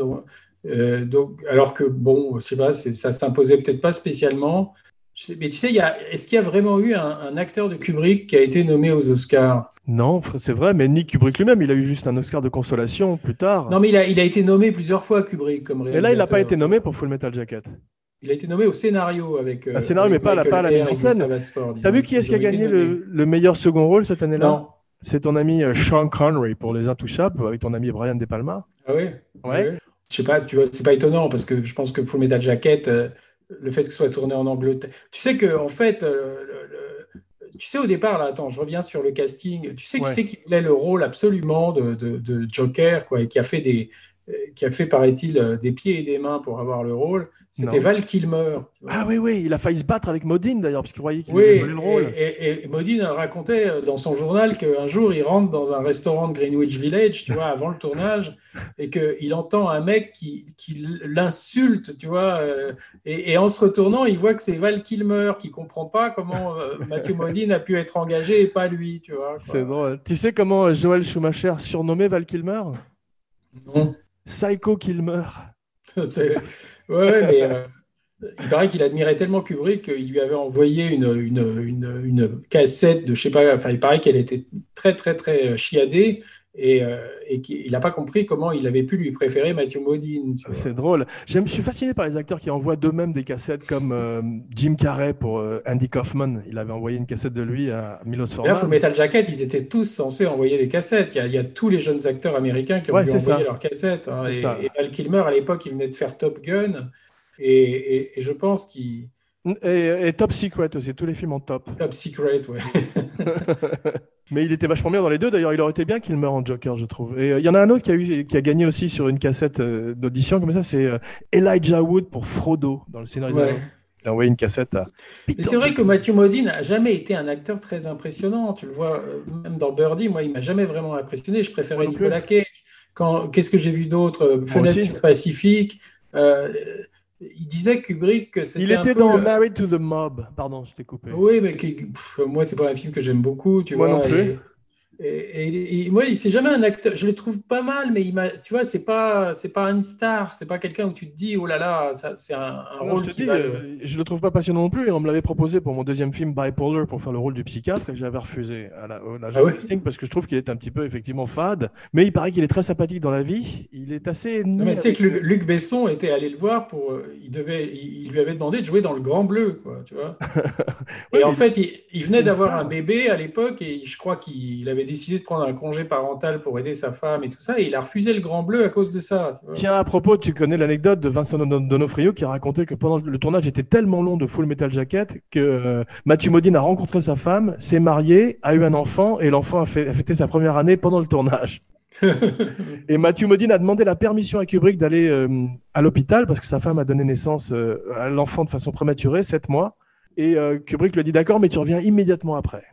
Speaker 4: donc, alors que, bon, je sais pas, ça s'imposait peut-être pas spécialement. Mais tu sais, est-ce qu'il y a vraiment eu un acteur de Kubrick qui a été nommé aux Oscars?
Speaker 1: Non, c'est vrai, mais ni Kubrick lui-même, il a eu juste un Oscar de consolation plus tard.
Speaker 4: Non, mais il a été nommé plusieurs fois, Kubrick, comme réalisateur.
Speaker 1: Mais là, il n'a pas été nommé pour Full Metal Jacket.
Speaker 4: Il a été nommé au scénario avec.
Speaker 1: Un scénario, mais pas à la mise en scène. T'as vu qui est-ce qui a gagné le meilleur second rôle cette année-là?
Speaker 4: Non.
Speaker 1: C'est ton ami Sean Connery pour Les Intouchables, avec ton ami Brian De Palma.
Speaker 4: Ah oui? Ouais. Je sais pas, tu vois, c'est pas étonnant, parce que je pense que Full Metal Jacket. le fait que ce soit tourné en Angleterre. Tu sais que en fait, tu sais au départ, là, attends, je reviens sur le casting. Tu sais qui c'est qui voulait le rôle absolument de Joker, quoi, et qui a fait, paraît-il, des pieds et des mains pour avoir le rôle. C'était Val Kilmer.
Speaker 1: Ah oui, il a failli se battre avec Modine d'ailleurs, parce qu'il croyait qu'il avait volé le rôle.
Speaker 4: Et Modine racontait dans son journal qu'un jour, il rentre dans un restaurant de Greenwich Village, tu vois, avant le tournage, et qu'il entend un mec qui l'insulte, tu vois, et en se retournant, il voit que c'est Val Kilmer qui ne comprend pas comment Matthew Modine a pu être engagé et pas lui, tu vois. Quoi.
Speaker 1: C'est drôle. Tu sais comment Joel Schumacher surnommait Val Kilmer ?
Speaker 4: Non.
Speaker 1: Psycho Kilmer.
Speaker 4: Mais il paraît qu'il admirait tellement Kubrick qu'il lui avait envoyé une cassette de, je sais pas, enfin, il paraît qu'elle était très, très, très chiadée et qu'il n'a pas compris comment il avait pu lui préférer Matthew Modine.
Speaker 1: C'est drôle. Je suis fasciné par les acteurs qui envoient d'eux-mêmes des cassettes comme Jim Carrey pour Andy Kaufman. Il avait envoyé une cassette de lui à Milos Forman.
Speaker 4: D'ailleurs, Full Metal Jacket, ils étaient tous censés envoyer des cassettes. Il y a tous les jeunes acteurs américains qui ont dû envoyer leurs cassettes. Hein. Et Val Kilmer, à l'époque, il venait de faire Top Gun. Et je pense qu'il...
Speaker 1: Et Top Secret aussi, tous les films en top.
Speaker 4: Top Secret, ouais.
Speaker 1: Mais il était vachement bien dans les deux. D'ailleurs, il aurait été bien qu'il meure en Joker, je trouve. Et il y en a un autre qui a gagné aussi sur une cassette d'audition comme ça, c'est Elijah Wood pour Frodo dans le scénario.
Speaker 4: Ouais.
Speaker 1: Il a envoyé une cassette à Peter
Speaker 4: Mais c'est vrai
Speaker 1: Jackson.
Speaker 4: que Matthew Modine n'a jamais été un acteur très impressionnant. Tu le vois, même dans Birdie, moi, il m'a jamais vraiment impressionné. Je préférais Nicolas Cage. Qu'est-ce que j'ai vu d'autre ? Fenêtre sur le Pacifique. Il disait Kubrick que c'était.
Speaker 1: Il était dans Married to the Mob. Pardon, je t'ai coupé.
Speaker 4: Oui, mais moi, c'est pas un film que j'aime beaucoup. Tu vois,
Speaker 1: non plus.
Speaker 4: Et moi, c'est jamais un acteur. Je le trouve pas mal, mais tu vois, c'est pas une star. C'est pas quelqu'un où tu te dis, oh là là, ça, c'est un rôle qui va.
Speaker 1: Je le trouve pas passionnant non plus. Et on me l'avait proposé pour mon deuxième film Bipolar pour faire le rôle du psychiatre et j'avais refusé à l'agent casting parce que je trouve qu'il est un petit peu effectivement fade. Mais il paraît qu'il est très sympathique dans la vie. Il est assez.
Speaker 4: Tu sais que Luc Besson était allé le voir pour. Il lui avait demandé de jouer dans Le Grand Bleu, quoi. Tu vois. Et en fait, il venait d'avoir un bébé à l'époque et je crois qu'il avait décidé de prendre un congé parental pour aider sa femme et tout ça, et il a refusé Le Grand Bleu à cause de ça.
Speaker 1: Tiens, à propos, tu connais l'anecdote de Vincent D'Onofrio qui a raconté que pendant le tournage était tellement long de Full Metal Jacket que Matthew Modine a rencontré sa femme, s'est marié, a eu un enfant, et l'enfant a fêté sa première année pendant le tournage. Et Matthew Modine a demandé la permission à Kubrick d'aller à l'hôpital parce que sa femme a donné naissance à l'enfant de façon prématurée, 7 mois. Et Kubrick lui a dit d'accord, mais tu reviens immédiatement après.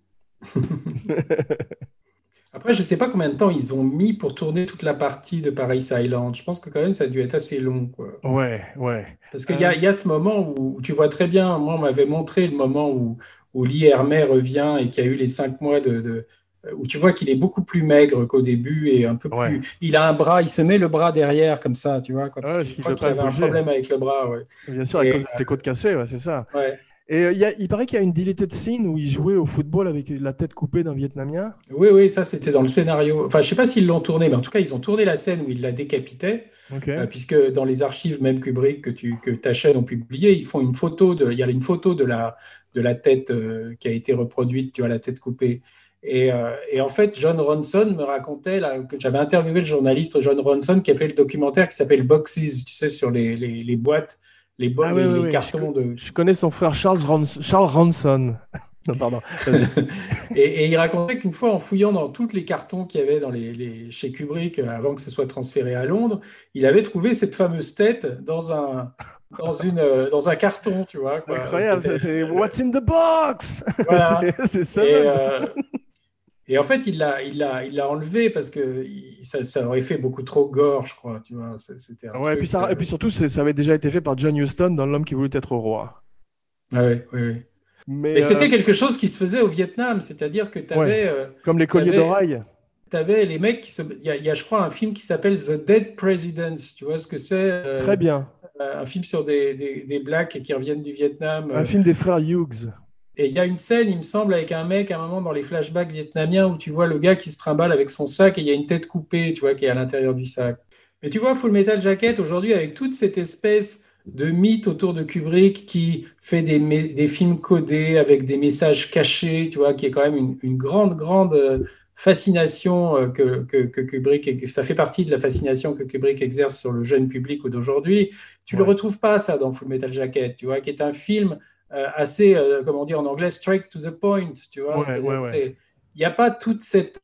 Speaker 4: Après, je ne sais pas combien de temps ils ont mis pour tourner toute la partie de Paris Island. Je pense que quand même, ça a dû être assez long, quoi.
Speaker 1: Ouais.
Speaker 4: Parce qu'il y a ce moment où tu vois très bien, moi, on m'avait montré le moment où Lee Ermey revient et qu'il y a eu les 5 mois où tu vois qu'il est beaucoup plus maigre qu'au début et un peu plus... Il a un bras, il se met le bras derrière comme ça, tu vois. Parce qu'il avait un problème avec le bras, ouais.
Speaker 1: Bien sûr, à cause de ses côtes cassées, c'est ça.
Speaker 4: Ouais.
Speaker 1: Et il paraît qu'il y a une deleted scene où il jouait au football avec la tête coupée d'un Vietnamien.
Speaker 4: Oui, ça c'était dans le scénario. Enfin, je ne sais pas s'ils l'ont tourné, mais en tout cas, ils ont tourné la scène où il la décapitait.
Speaker 1: Okay.
Speaker 4: Puisque dans les archives, même Kubrick, que ta chaîne ont publié, ils font une photo il y a une photo de la tête qui a été reproduite, tu vois, la tête coupée. Et en fait, John Ronson me racontait, que j'avais interviewé le journaliste John Ronson qui a fait le documentaire qui s'appelle Boxes, tu sais, sur les boîtes. Les cartons
Speaker 1: Je connais son frère Charles Ronson. Non, pardon.
Speaker 4: et il racontait qu'une fois, en fouillant dans tous les cartons qu'il y avait chez Kubrick, avant que ce soit transféré à Londres, il avait trouvé cette fameuse tête dans un carton, tu vois. Quoi.
Speaker 1: Incroyable, c'est What's in the box.
Speaker 4: Voilà.
Speaker 1: c'est ça.
Speaker 4: Et en fait, il l'a enlevé parce que ça aurait fait beaucoup trop gore, je crois. Tu vois, c'était
Speaker 1: et puis surtout, ça avait déjà été fait par John Huston dans L'homme qui voulut être roi.
Speaker 4: Oui. Mais c'était quelque chose qui se faisait au Vietnam, c'est-à-dire que tu avais...
Speaker 1: comme les colliers d'oreilles.
Speaker 4: Tu avais les mecs Il y a, je crois, un film qui s'appelle The Dead Presidents. Tu vois ce que c'est
Speaker 1: Très bien.
Speaker 4: Un film sur des blacks qui reviennent du Vietnam.
Speaker 1: Un film des frères Hughes.
Speaker 4: Et il y a une scène, il me semble, avec un mec à un moment dans les flashbacks vietnamiens où tu vois le gars qui se trimballe avec son sac et il y a une tête coupée, tu vois, qui est à l'intérieur du sac. Mais tu vois, Full Metal Jacket, aujourd'hui, avec toute cette espèce de mythe autour de Kubrick qui fait des films codés avec des messages cachés, tu vois, qui est quand même une grande fascination que Kubrick, ça fait partie de la fascination que Kubrick exerce sur le jeune public d'aujourd'hui. Tu le retrouves pas ça dans Full Metal Jacket, tu vois, qui est un film assez, comment on dit en anglais, straight to the point, tu vois. Il n'y a pas toute cette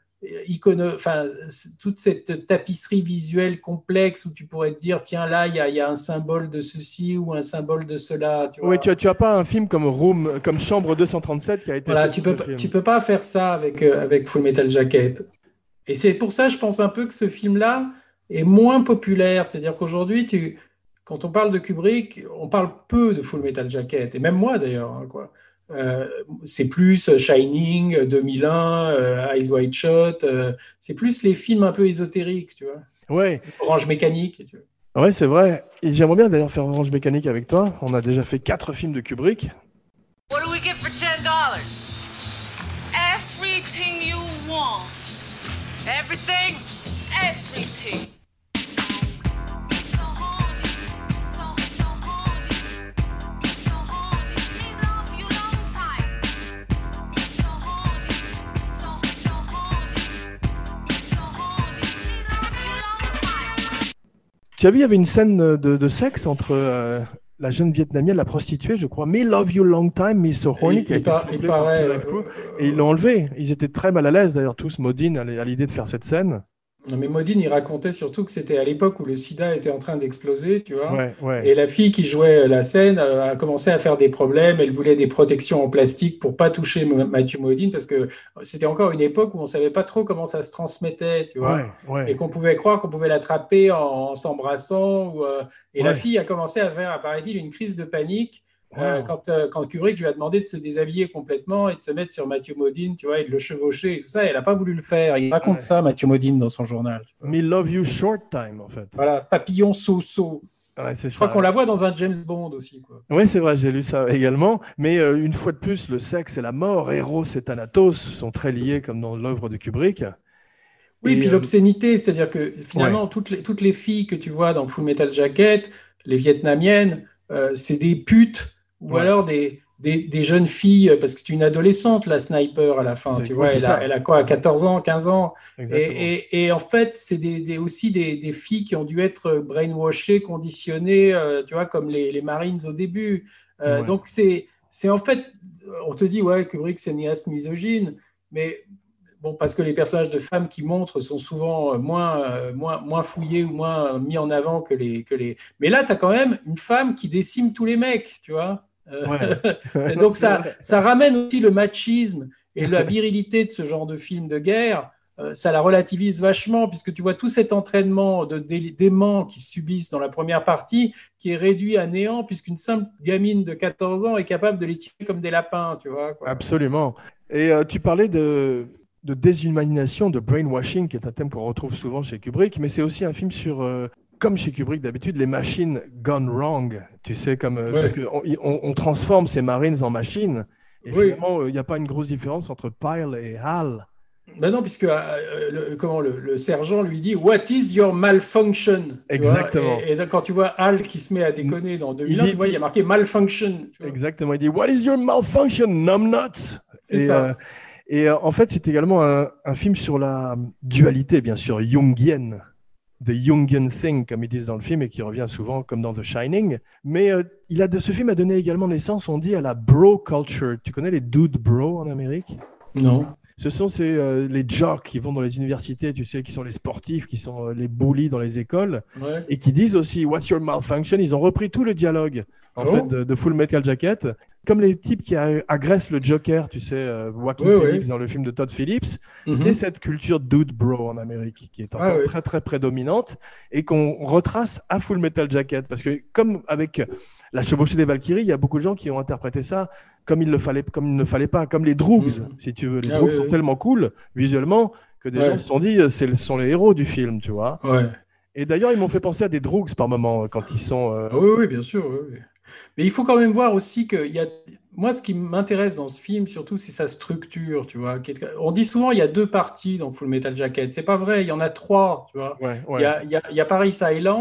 Speaker 4: toute cette tapisserie visuelle complexe où tu pourrais te dire tiens là il y a un symbole de ceci ou un symbole de cela, tu vois.
Speaker 1: Oui, tu as pas un film comme Room, comme Chambre 237 qui a été fait
Speaker 4: tu peux pas faire ça avec Full Metal Jacket, et c'est pour ça je pense un peu que ce film là est moins populaire, c'est-à-dire qu'aujourd'hui quand on parle de Kubrick on parle peu de Full Metal Jacket, et même moi d'ailleurs, hein, quoi. C'est plus Shining, 2001, Eyes Wide Shut, c'est plus les films un peu ésotériques, tu vois.
Speaker 1: Ouais.
Speaker 4: Orange Mécanique. Tu vois.
Speaker 1: Ouais, c'est vrai. Et j'aimerais bien d'ailleurs faire Orange Mécanique avec toi. On a déjà fait 4 films de Kubrick.
Speaker 9: What do we get for $10? Everything you want. Everything? Everything.
Speaker 1: Tu as vu, il y avait une scène de sexe entre la jeune Vietnamienne, la prostituée, je crois, Me Love You Long Time, Me So Horny, qui a été samplée par Two Live Crew, et ils l'ont enlevé. Ils étaient très mal à l'aise, d'ailleurs, tous, Modine, à l'idée de faire cette scène.
Speaker 4: Non, mais Modine, il racontait surtout que c'était à l'époque où le sida était en train d'exploser, tu vois.
Speaker 1: Ouais.
Speaker 4: Et la fille qui jouait la scène a commencé à faire des problèmes. Elle voulait des protections en plastique pour pas toucher Matthew Modine, parce que c'était encore une époque où on savait pas trop comment ça se transmettait, tu vois. Et qu'on pouvait croire qu'on pouvait l'attraper en s'embrassant. Et la fille a commencé à faire, apparaît-il, une crise de panique. Quand Kubrick lui a demandé de se déshabiller complètement et de se mettre sur Matthew Modine, tu vois, et de le chevaucher et tout ça, elle n'a pas voulu le faire. Il raconte ça, Matthew Modine, dans son journal.
Speaker 1: Me Love You Short Time, en fait.
Speaker 4: Voilà, papillon so-so.
Speaker 1: Ouais,
Speaker 4: je crois qu'on la voit dans un James Bond aussi, quoi.
Speaker 1: Oui, c'est vrai, j'ai lu ça également. Mais une fois de plus, le sexe et la mort, Eros et Thanatos, sont très liés comme dans l'œuvre de Kubrick.
Speaker 4: Oui, et puis l'obscénité, c'est-à-dire que finalement, toutes les filles que tu vois dans Full Metal Jacket, les vietnamiennes, c'est des putes. Ou alors des jeunes filles, parce que c'est une adolescente, la sniper, à la fin, tu vois, elle a quoi, 14 ans, 15 ans. Et en fait, c'est aussi des filles qui ont dû être brainwashées, conditionnées, tu vois, comme les Marines au début. Donc, c'est en fait, on te dit, ouais, Kubrick, c'est cinéaste misogyne, mais bon, parce que les personnages de femmes qui montrent sont souvent moins fouillés ou moins mis en avant que les... Mais là, tu as quand même une femme qui décime tous les mecs, tu vois. Donc ça ramène aussi le machisme et la virilité de ce genre de film de guerre. Ça la relativise vachement, puisque tu vois tout cet entraînement d'aimants qu'ils subissent dans la première partie qui est réduit à néant, puisqu'une simple gamine de 14 ans est capable de les tirer comme des lapins, tu vois, quoi.
Speaker 1: Absolument. Et tu parlais de déshumanisation, de brainwashing, qui est un thème qu'on retrouve souvent chez Kubrick, mais c'est aussi un film sur... comme chez Kubrick d'habitude, les machines gone wrong, tu sais, parce qu'on transforme ces Marines en machines, et finalement, il n'y a pas une grosse différence entre Pyle et Hal.
Speaker 4: Ben non, puisque le sergent lui dit « What is your malfunction ?»
Speaker 1: Exactement.
Speaker 4: Et quand tu vois Hal qui se met à déconner dans 2001, tu vois, il y a marqué « malfunction ».
Speaker 1: Exactement, il dit « What is your malfunction, numbnuts ?»
Speaker 4: C'est ça.
Speaker 1: Et en fait, c'est également un film sur la dualité, bien sûr, jungienne. The Jungian Thing, comme ils disent dans le film, et qui revient souvent comme dans The Shining. Mais ce film a donné également naissance, on dit, à la bro culture. Tu connais les dude bro en Amérique ?
Speaker 4: Non.
Speaker 1: Ce sont les jocks qui vont dans les universités, tu sais, qui sont les sportifs, qui sont les bullies dans les écoles, et qui disent aussi « What's your malfunction ?» Ils ont repris tout le dialogue, en fait, de Full Metal Jacket. Comme les types qui agressent le Joker, tu sais, Joaquin Phoenix dans le film de Todd Phillips, c'est cette culture dude bro en Amérique qui est encore très très prédominante et qu'on retrace à Full Metal Jacket, parce que comme avec La Chevauchée des Valkyries, il y a beaucoup de gens qui ont interprété ça comme il ne fallait pas, comme les Droogs, si tu veux. Les Droogs sont tellement cool visuellement que des gens se sont dit ce sont les héros du film, tu vois. Et d'ailleurs, ils m'ont fait penser à des Droogs par moment quand ils sont.
Speaker 4: Oui, bien sûr. Oui. Mais il faut quand même voir aussi que moi, ce qui m'intéresse dans ce film, surtout, c'est sa structure, tu vois. On dit souvent il y a 2 parties dans Full Metal Jacket. C'est pas vrai, il y en a 3, tu vois. Il y a Paris Island,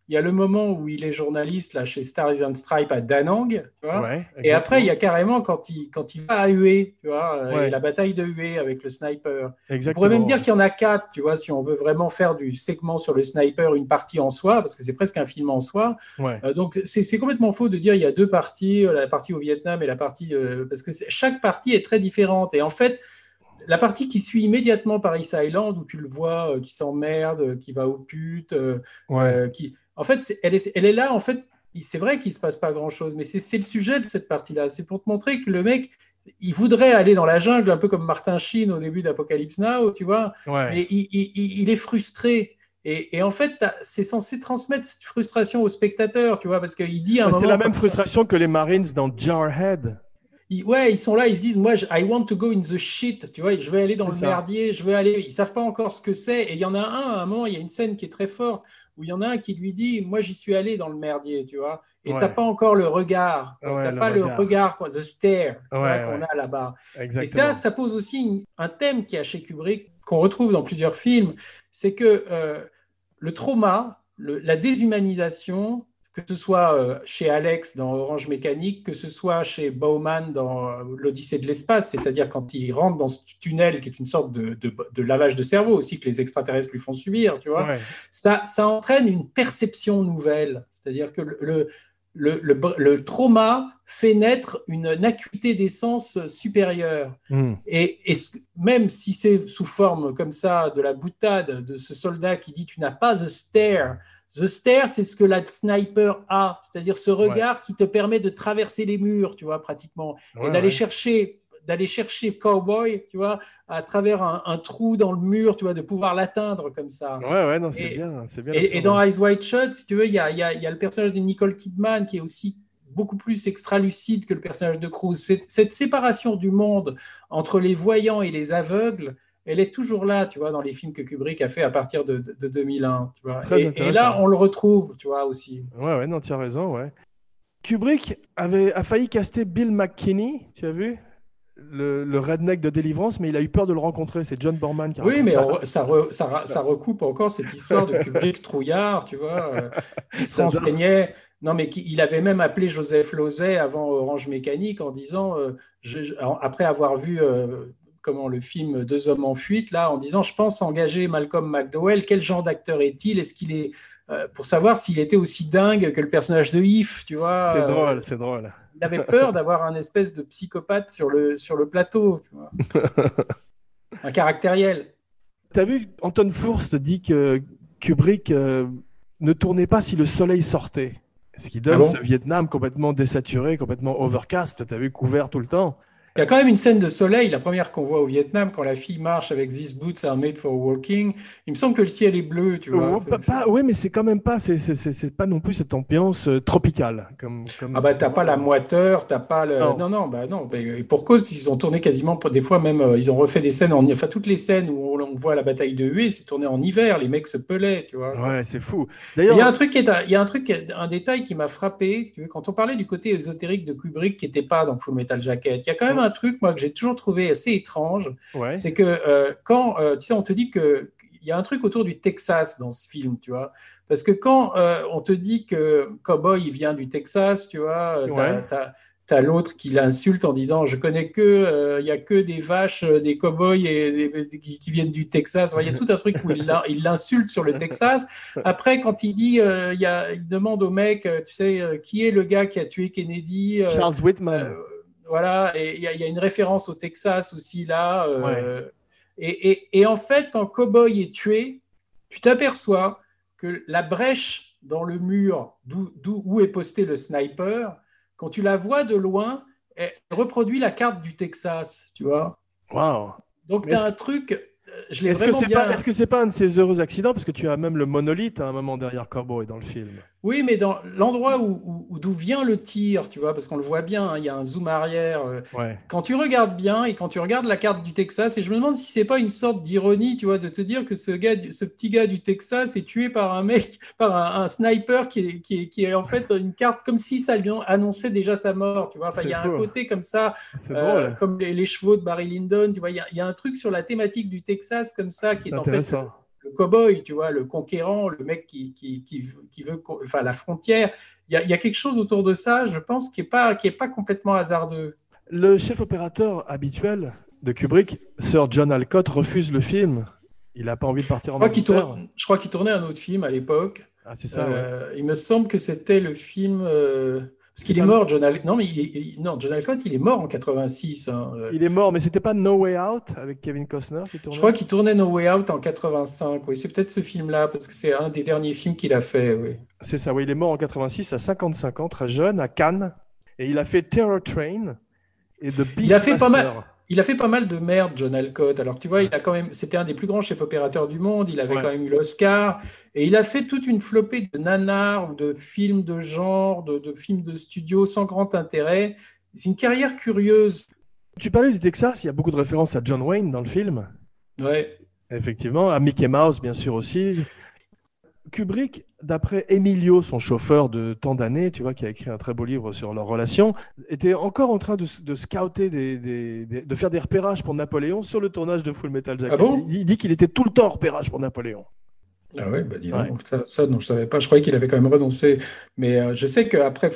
Speaker 4: il y a le moment où il est journaliste là, chez Stars and Stripes à Da Nang, tu vois.
Speaker 1: Ouais,
Speaker 4: Et après, il y a
Speaker 1: exactement.
Speaker 4: carrément quand il va à Hue, tu vois,
Speaker 1: Ouais.
Speaker 4: et la bataille de Hue avec le sniper. On
Speaker 1: Exactement.
Speaker 4: pourrait même dire qu'il y en a 4, tu vois, si on veut vraiment faire du segment sur le sniper, une partie en soi, parce que c'est presque un film en soi.
Speaker 1: Ouais.
Speaker 4: Donc, c'est complètement faux de dire il y a 2 parties, la partie au Vietnam et la partie... parce que chaque partie est très différente. Et en fait, la partie qui suit immédiatement Paris Island, où tu le vois qui s'emmerde, qui va aux putes,
Speaker 1: Ouais.
Speaker 4: en fait, elle est là, en fait, c'est vrai qu'il ne se passe pas grand-chose, mais c'est le sujet de cette partie-là. C'est pour te montrer que le mec, il voudrait aller dans la jungle, un peu comme Martin Sheen au début d'Apocalypse Now, tu vois,
Speaker 1: Ouais.
Speaker 4: mais il est frustré. Et en fait, c'est censé transmettre cette frustration au spectateur, tu vois, parce qu'il dit à un moment...
Speaker 1: C'est la même
Speaker 4: quand
Speaker 1: frustration que les Marines dans Jarhead.
Speaker 4: ils sont là, ils se disent, moi, I want to go in the shit, tu vois, je vais aller dans le
Speaker 1: C'est ça.
Speaker 4: merdier, je vais aller, ils savent pas encore ce que c'est, et il y en a à un moment, il y a une scène qui est très forte, où il y en a un qui lui dit, moi, j'y suis allé dans le merdier, tu vois, et
Speaker 1: Ouais.
Speaker 4: t'as pas encore le regard,
Speaker 1: Ouais,
Speaker 4: t'as
Speaker 1: le
Speaker 4: pas
Speaker 1: regard.
Speaker 4: le regard, quoi, the stare, tu vois,
Speaker 1: Ouais,
Speaker 4: qu'on
Speaker 1: ouais.
Speaker 4: a là-bas.
Speaker 1: Exactement.
Speaker 4: Et ça pose aussi un thème qui est chez Kubrick, qu'on retrouve dans plusieurs films, c'est que le trauma, la déshumanisation, que ce soit chez Alex dans Orange Mécanique, que ce soit chez Bauman dans l'Odyssée de l'espace, c'est-à-dire quand il rentre dans ce tunnel qui est une sorte de lavage de cerveau aussi que les extraterrestres lui font subir, tu vois,
Speaker 1: Ouais.
Speaker 4: ça entraîne une perception nouvelle, c'est-à-dire que le trauma fait naître une acuité des sens supérieure.
Speaker 1: Mm.
Speaker 4: Et même si c'est sous forme comme ça de la boutade de ce soldat qui dit tu n'as pas the stare. The stare, c'est ce que la sniper a, c'est-à-dire ce regard qui te permet de traverser les murs, tu vois, pratiquement,
Speaker 1: Ouais,
Speaker 4: et d'aller
Speaker 1: ouais.
Speaker 4: chercher Cowboy, tu vois, à travers un trou dans le mur, tu vois, de pouvoir l'atteindre comme ça.
Speaker 1: Ouais, non, c'est
Speaker 4: Et,
Speaker 1: bien
Speaker 4: et dans
Speaker 1: observé.
Speaker 4: Eyes Wide Shut, si tu veux, il y a le personnage de Nicole Kidman qui est aussi beaucoup plus extra-lucide que le personnage de Cruise. Cette séparation du monde entre les voyants et les aveugles, elle est toujours là, tu vois, dans les films que Kubrick a fait à partir de 2001, tu vois.
Speaker 1: Très
Speaker 4: Et là,
Speaker 1: intéressant.
Speaker 4: on le retrouve, tu vois, aussi.
Speaker 1: Ouais, non, tu as raison, ouais. Kubrick a failli caster Bill McKinney, tu as vu? Le redneck de Deliverance, mais il a eu peur de le rencontrer. C'est John Borman qui a
Speaker 4: Oui,
Speaker 1: raconté
Speaker 4: mais
Speaker 1: ça.
Speaker 4: ça recoupe encore cette histoire de Kubrick trouillard, tu vois, qui se
Speaker 1: J'adore.
Speaker 4: renseignait. Non, mais il avait même appelé Joseph Losey avant Orange Mécanique en disant, après avoir vu le film Deux hommes en fuite, là, en disant, je pense engager Malcolm McDowell. Quel genre d'acteur est-il? Est-ce qu'il est pour savoir s'il était aussi dingue que le personnage de If, tu vois?
Speaker 1: C'est drôle, c'est drôle.
Speaker 4: Il avait peur d'avoir un espèce de psychopathe sur le plateau, tu vois, un caractériel.
Speaker 1: T'as vu, Anton Furst dit que Kubrick ne tournait pas si le soleil sortait. Ce qui donne
Speaker 4: Ah bon?
Speaker 1: ce Vietnam complètement désaturé, complètement overcast, t'as vu, couvert tout le temps.
Speaker 4: Il y a quand même une scène de soleil, la première qu'on voit au Vietnam, quand la fille marche avec These boots are made for walking. Il me semble que le ciel est bleu, tu vois.
Speaker 1: Oui, mais c'est quand même pas, c'est pas non plus cette ambiance tropicale.
Speaker 4: Ah bah t'as pas la moiteur, t'as pas le...
Speaker 1: Non.
Speaker 4: Non. Et pour cause, ils ont tourné quasiment, des fois même, ils ont refait des scènes, enfin toutes les scènes où on voit la bataille de Hue, c'est tourné en hiver, les mecs se pelaient, tu vois.
Speaker 1: Ouais, c'est fou.
Speaker 4: Il y a
Speaker 1: D'ailleurs,
Speaker 4: un détail qui m'a frappé, si tu veux, quand on parlait du côté ésotérique de Kubrick qui n'était pas dans Full Metal Jacket. Il y a quand même un truc, moi, que j'ai toujours trouvé assez étrange,
Speaker 1: ouais.
Speaker 4: c'est que quand, tu sais, on te dit qu'il y a un truc autour du Texas dans ce film, tu vois. Parce que quand on te dit que Cowboy, il vient du Texas, tu vois, t'as l'autre qui l'insulte en disant je connais il y a que des vaches, des cow-boys qui viennent du Texas. Enfin, il y a tout un truc où il l'insulte sur le Texas. Après, quand il dit, il demande au mec, tu sais, qui est le gars qui a tué Kennedy,
Speaker 1: Charles Whitman.
Speaker 4: voilà, et il y a une référence au Texas aussi là. Et en fait, quand Cowboy est tué, tu t'aperçois que la brèche dans le mur où est posté le sniper, quand tu la vois de loin, elle reproduit la carte du Texas, tu vois.
Speaker 1: Waouh.
Speaker 4: Donc, tu as un truc, je l'ai
Speaker 1: Est-ce
Speaker 4: vraiment bien...
Speaker 1: Est-ce que c'est pas un de ces heureux accidents? Parce que tu as même le monolithe à un moment derrière Cowboy dans le film.
Speaker 4: Oui, mais dans l'endroit d'où vient le tir, tu vois, parce qu'on le voit bien, hein, il y a un zoom arrière. Quand tu regardes bien et quand tu regardes la carte du Texas, et je me demande si c'est pas une sorte d'ironie, tu vois, de te dire que ce petit gars du Texas est tué par un mec, par un sniper qui est en fait une carte comme si ça lui annonçait déjà sa mort, tu vois. Enfin, il y a un côté comme ça, comme les chevaux de Barry Lyndon, tu vois. Il y a un truc sur la thématique du Texas comme ça qui est en fait le cow-boy, tu vois, le conquérant, le mec qui veut, enfin, la frontière. Il y a quelque chose autour de ça, je pense, qui est pas complètement hasardeux.
Speaker 1: Le chef opérateur habituel de Kubrick, Sir John Alcott, refuse le film. Il n'a pas envie de partir en Angleterre.
Speaker 4: Je crois qu'il tournait un autre film à l'époque.
Speaker 1: Ah, c'est ça, ouais.
Speaker 4: Il me semble que c'était le film... parce qu'il est mort, John Alcott. Non, John Alcott, il est mort en 86. Hein.
Speaker 1: Il est mort, mais c'était pas No Way Out avec Kevin Costner qui tournait?
Speaker 4: Je crois qu'il tournait No Way Out en 85. Oui, c'est peut-être ce film-là, parce que c'est un des derniers films qu'il a fait. Oui.
Speaker 1: C'est ça, oui. Il est mort en 86 à 55 ans, très jeune, à Cannes. Et il a fait Terror Train et The Beastmaster.
Speaker 4: Il a fait pas mal de merde, John Alcott. Alors, tu vois, c'était un des plus grands chefs opérateurs du monde. Il avait quand même eu l'Oscar. Et il a fait toute une flopée de nanars ou de films de genre, de films de studio sans grand intérêt. C'est une carrière curieuse.
Speaker 1: Tu parlais du Texas, il y a beaucoup de références à John Wayne dans le film.
Speaker 4: Ouais.
Speaker 1: Effectivement, à Mickey Mouse, bien sûr aussi. Kubrick, d'après Emilio, son chauffeur de tant d'années, tu vois, qui a écrit un très beau livre sur leur relation, était encore en train de scouter, de faire des repérages pour Napoléon sur le tournage de Full Metal Jacket.
Speaker 4: Ah bon?
Speaker 1: Il dit qu'il était tout le temps en repérage pour Napoléon.
Speaker 4: Ah ouais, bah dis donc, ça non, je savais pas. Je croyais qu'il avait quand même renoncé. Mais je sais qu'après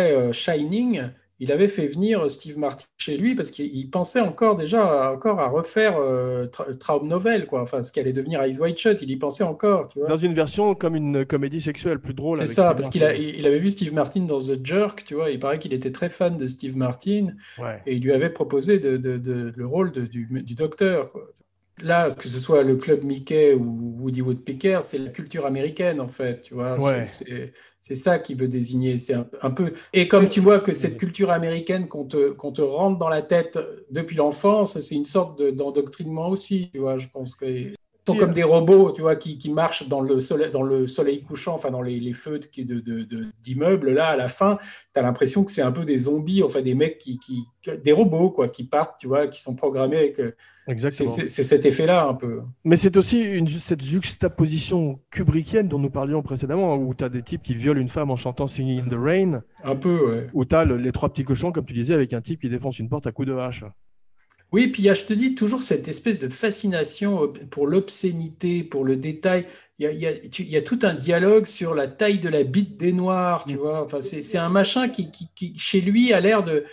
Speaker 4: Shining, il avait fait venir Steve Martin chez lui parce qu'il pensait encore à refaire Traum Novel, quoi. Enfin, ce qui allait devenir Eyes Wide Shut. Il y pensait encore, tu vois.
Speaker 1: Dans une version comme une comédie sexuelle plus drôle.
Speaker 4: C'est
Speaker 1: avec
Speaker 4: ça,
Speaker 1: Steve
Speaker 4: parce
Speaker 1: Martin.
Speaker 4: qu'il avait vu Steve Martin dans The Jerk, tu vois. Il paraît qu'il était très fan de Steve Martin et il lui avait proposé le rôle du docteur, quoi. Là, que ce soit le Club Mickey ou Woody Woodpecker, c'est la culture américaine, en fait, tu vois.
Speaker 1: Ouais.
Speaker 4: C'est ça qui veut désigner. C'est un peu... Et comme tu vois que cette culture américaine qu'on te rentre dans la tête depuis l'enfance, c'est une sorte d'endoctrinement aussi, tu vois. Je pense qu'ils sont comme des robots, tu vois, qui marchent dans le soleil couchant, enfin dans les feux d'immeubles. Là, à la fin, tu as l'impression que c'est un peu des zombies, enfin des mecs des robots, quoi, qui partent, tu vois, qui sont programmés avec...
Speaker 1: Exactement.
Speaker 4: C'est cet effet-là, un peu.
Speaker 1: Mais c'est aussi cette juxtaposition kubrickienne dont nous parlions précédemment, où tu as des types qui violent une femme en chantant Singing in the Rain.
Speaker 4: Un peu, ouais.
Speaker 1: Où tu as les trois petits cochons, comme tu disais, avec un type qui défonce une porte à coups de hache.
Speaker 4: Oui, puis il y a, je te dis, toujours cette espèce de fascination pour l'obscénité, pour le détail. Il y a tout un dialogue sur la taille de la bite des Noirs, tu vois. Enfin, c'est un machin qui, chez lui, a l'air de...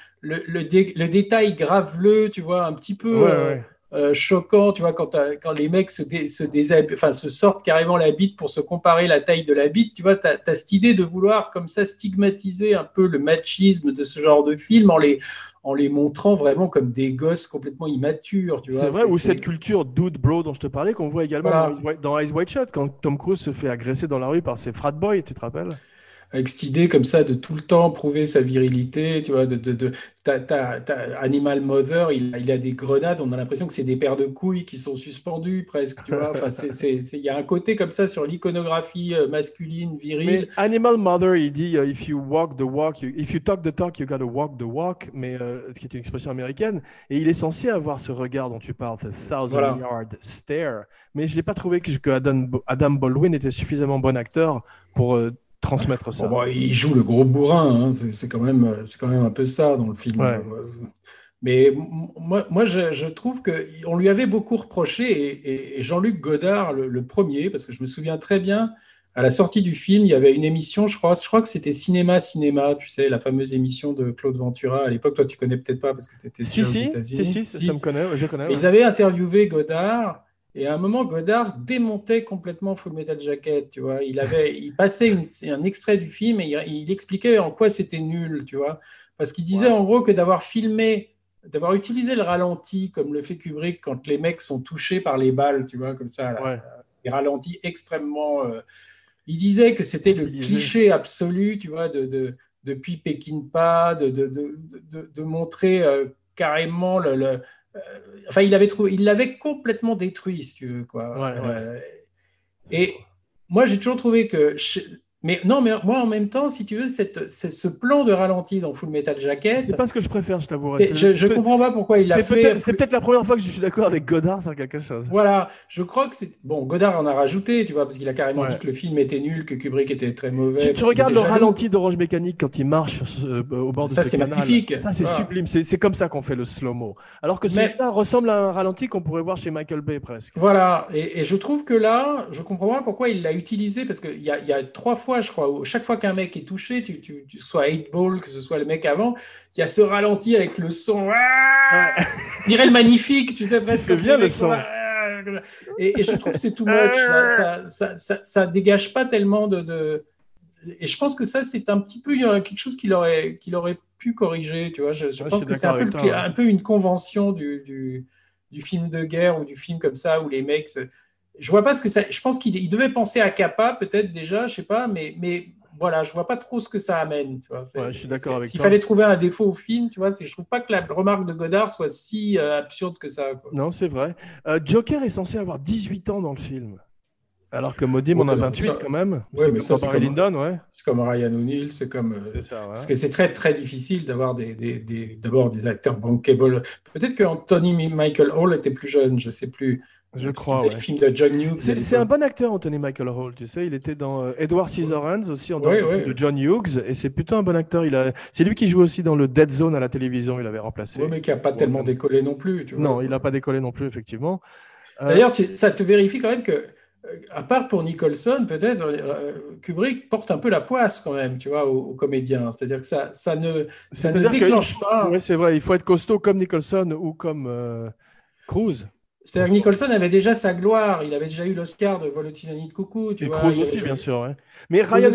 Speaker 4: Le détail graveleux, tu vois, un petit peu... choquant, tu vois, quand les mecs se sortent carrément la bite pour se comparer la taille de la bite, tu vois, t'as cette idée de vouloir comme ça stigmatiser un peu le machisme de ce genre de film en les montrant vraiment comme des gosses complètement immatures, tu vois.
Speaker 1: C'est vrai, ou cette culture dude bro dont je te parlais, qu'on voit également dans Eyes Wide Shut, quand Tom Cruise se fait agresser dans la rue par ses frat boys, tu te rappelles?
Speaker 4: Avec cette idée comme ça de tout le temps prouver sa virilité, tu vois, t'as Animal Mother, il a des grenades, on a l'impression que c'est des paires de couilles qui sont suspendues presque, tu vois. Enfin, il y a un côté comme ça sur l'iconographie masculine, virile.
Speaker 1: Mais Animal Mother, il dit if you walk the walk, if you talk the talk, you gotta walk the walk, mais ce qui est une expression américaine. Et il est censé avoir ce regard dont tu parles, ce thousand yard stare. Mais je l'ai pas trouvé que Adam Baldwin était suffisamment bon acteur pour transmettre ça.
Speaker 4: Bon, il joue le gros bourrin, hein. C'est quand même un peu ça dans le film.
Speaker 1: Ouais.
Speaker 4: Mais moi je trouve qu'on lui avait beaucoup reproché, et Jean-Luc Godard, le premier, parce que je me souviens très bien, à la sortie du film, il y avait une émission, je crois que c'était Cinéma, tu sais, la fameuse émission de Claude Ventura. À l'époque, toi, tu connais peut-être pas parce que tu étais aux États-Unis.
Speaker 1: Si, ça me connaît, je connais. Ouais.
Speaker 4: Ils avaient interviewé Godard. Et à un moment, Godard démontait complètement Full Metal Jacket, tu vois. Il passait un extrait du film et il expliquait en quoi c'était nul, tu vois. Parce qu'il disait en gros que d'avoir utilisé le ralenti comme le fait Kubrick quand les mecs sont touchés par les balles, tu vois, comme ça, des ralentis extrêmement... il disait que c'était le cliché absolu, tu vois, depuis Peckinpah, de montrer carrément enfin, il l'avait complètement détruit, si tu veux, quoi. Et moi, j'ai toujours trouvé que Mais non, mais moi, en même temps, si tu veux, ce plan de ralenti dans Full Metal Jacket.
Speaker 1: C'est pas ce que je préfère, je t'avouerai.
Speaker 4: Je comprends pas pourquoi il l'a fait.
Speaker 1: C'est peut-être la première fois que je suis d'accord avec Godard sur quelque chose.
Speaker 4: Voilà, je crois que c'est. Bon, Godard en a rajouté, tu vois, parce qu'il a carrément dit que le film était nul, que Kubrick était très mauvais.
Speaker 1: Tu regardes le ralenti d'Orange Mécanique quand il marche au bord de ce canal. Ça,
Speaker 4: c'est magnifique.
Speaker 1: Ça, c'est sublime. C'est comme ça qu'on fait le slow-mo. Alors que celui-là ressemble à un ralenti qu'on pourrait voir chez Michael Bay presque.
Speaker 4: Voilà, et je trouve que là, je comprends pas pourquoi il l'a utilisé, parce qu'il y a 3 fois, je crois, où chaque fois qu'un mec est touché, que ce soit 8 Ball, que ce soit le mec avant, il y a ce ralenti avec le son. On dirait le Magnifique, tu sais, presque.
Speaker 1: C'est bien le son.
Speaker 4: Et je trouve que c'est too much. Ça dégage pas tellement de. Et je pense que ça, c'est un petit peu quelque chose qu'il aurait pu corriger. Tu vois, je pense que c'est un peu une convention du film de guerre ou du film comme ça où les mecs. Je vois pas ce que ça. Je pense qu'il devait penser à Kappa peut-être déjà, je sais pas, mais voilà, je vois pas trop ce que ça amène. Tu vois,
Speaker 1: je suis d'accord avec toi.
Speaker 4: S'il fallait trouver un défaut au film, tu vois, je trouve pas que la remarque de Godard soit si absurde que ça. Quoi.
Speaker 1: Non, c'est vrai. Joker est censé avoir 18 ans dans le film. Alors que Modim en a 28 quand même.
Speaker 4: Ouais, mais
Speaker 1: c'est comme Lyndon, ouais.
Speaker 4: C'est comme Ryan O'Neal, c'est comme.
Speaker 1: C'est ça, ouais.
Speaker 4: Parce que c'est très très difficile d'avoir d'abord des acteurs bankable. Peut-être que Anthony Michael Hall était plus jeune, je sais plus.
Speaker 1: Je crois.
Speaker 4: Les films de John Hughes.
Speaker 1: C'est un bon acteur, Anthony Michael Hall. Tu sais, il était dans Edward Scissorhands aussi en de John Hughes, et c'est plutôt un bon acteur. C'est lui qui joue aussi dans le Dead Zone à la télévision. Il avait remplacé.
Speaker 4: Oui, mais qui n'a pas tellement décollé non plus. Tu vois.
Speaker 1: Non, il n'a pas décollé non plus, effectivement.
Speaker 4: D'ailleurs, ça te vérifie quand même que. À part pour Nicholson, peut-être, Kubrick porte un peu la poisse quand même, tu vois, aux comédiens. C'est-à-dire que ça ne déclenche pas.
Speaker 1: Oui, c'est vrai. Il faut être costaud comme Nicholson ou comme Cruise.
Speaker 4: C'est-à-dire que Nicholson avait déjà sa gloire. Il avait déjà eu l'Oscar de Vol au Titanic Coucou.
Speaker 1: Et Cruise aussi, bien sûr. Ouais. Mais Ryan